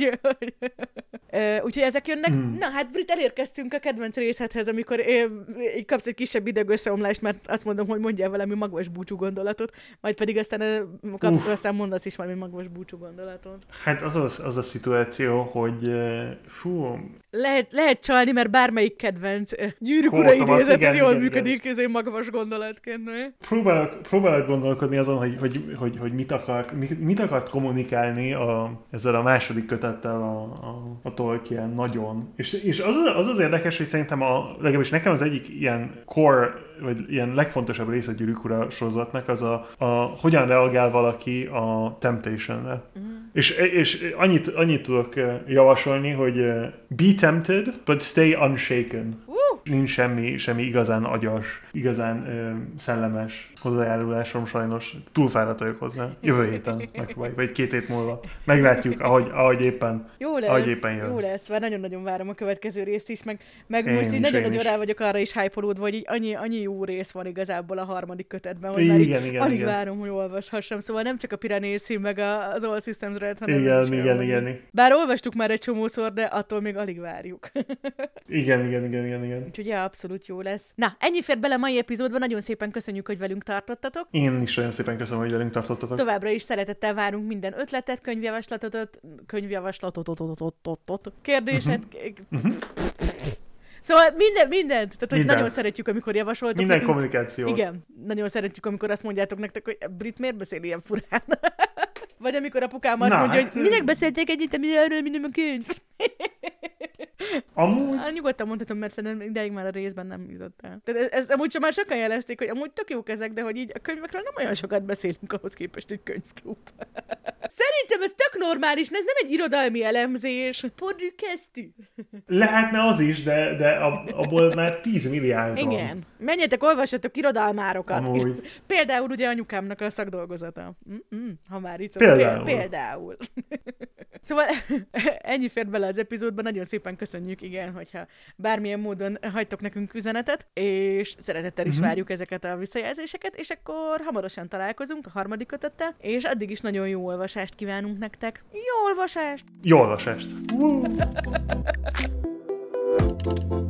Úgyhogy ezek jönnek. Hmm. Na hát, Brit, elérkeztünk a kedvenc részedhez, amikor é, kapsz egy kisebb idegösszeomlást, mert azt mondom, hogy mondjál valami magvas búcsú gondolatot, majd pedig aztán, kapsz, aztán mondasz is valami magvas búcsú gondolatot. Hát az, az, az a szituáció, hogy fú... Lehet, lehet csalni, mert bármelyik kedvenc Gyűrűk Ura idézet, ez jól igen, működik, ez egy magvas gondolatként. Próbálok, próbálok gondolkodni azon, hogy, hogy, hogy, hogy mit, akart, mit, mit akart kommunikálni a, ezzel a második kötettel a, a, a Tolkien nagyon. És, és az, az az érdekes, hogy szerintem a, legalábbis nekem az egyik ilyen core, vagy ilyen legfontosabb része a Gyűrűk Ura sorozatnak az a, a hogyan reagál valaki a Temptation-re. Mm. És, és annyit, annyit tudok javasolni, hogy be tempted, but stay unshaken. Uh. Nincs semmi, semmi igazán agyas, igazán ö, szellemes hozzájárulásom sajnos. Túlfáradt vagyok hozzá. Jövő héten, vagy, vagy két hét múlva. Meglátjuk, ahogy, ahogy éppen, jó lesz, ahogy éppen jön. Jó lesz, mert nagyon-nagyon várom a következő részt is, meg, meg én most így nagyon-nagyon rá vagyok arra is hype-olódva, hogy így annyi, annyi jó rész van igazából a harmadik kötetben, hogy már igen, igen, alig igen. várom, hogy olvashassam. Szóval nem csak a Piranészi, meg az All Systems Red, hanem igen, ez is igen, igen, igen. Bár olvastuk már egy csomószor, de attól még alig várjuk. igen, igen, igen, igen, igen. Úgyhogy ja, abszolút jó lesz. Na, ennyi fér bele a mai epizódban, nagyon szépen köszönjük, hogy velünk tartottatok. Én is nagyon szépen köszönöm, hogy velünk tartottatok. Továbbra is szeretettel várunk minden ötletet, könyvjavaslatot, könyvjavaslatot, kérdéset. Uh-huh. Szóval minden, mindent. Tehát, hogy minden. Nagyon szeretjük, amikor javasoltok. Minden nekünk. Kommunikációt. Igen, nagyon szeretjük, amikor azt mondjátok nektek, hogy Brit miért beszél ilyen furán. Vagy amikor apukám azt Na, mondja, hát, hogy minek beszélték együtt, ami arról, mint a könyv. Amúgy... Ah, nyugodtan mondhatom, mert szerintem ideig már a részben nem jutott el. Tehát ezt, ezt amúgy sem már sokan jelezték, hogy amúgy tök jók ezek, de hogy így a könyvekről nem olyan sokat beszélünk ahhoz képest, hogy könyvklub. Szerintem ez tök normális, ez nem egy irodalmi elemzés. Podcastű. Lehetne az is, de, de abból már tíz milliárd van. Igen. Menjetek, olvassatok irodalmárokat. Amúgy. Például ugye anyukámnak a szakdolgozata. Mm-mm, ha már itt Például. Például. Szóval ennyi fért bele az epizódban, nagyon szépen köszönjük, igen, hogyha bármilyen módon hagytok nekünk üzenetet, és szeretettel is mm-hmm. várjuk ezeket a visszajelzéseket, és akkor hamarosan találkozunk a harmadik kötettel, és addig is nagyon jó olvasást kívánunk nektek. Jó olvasást! Jó olvasást!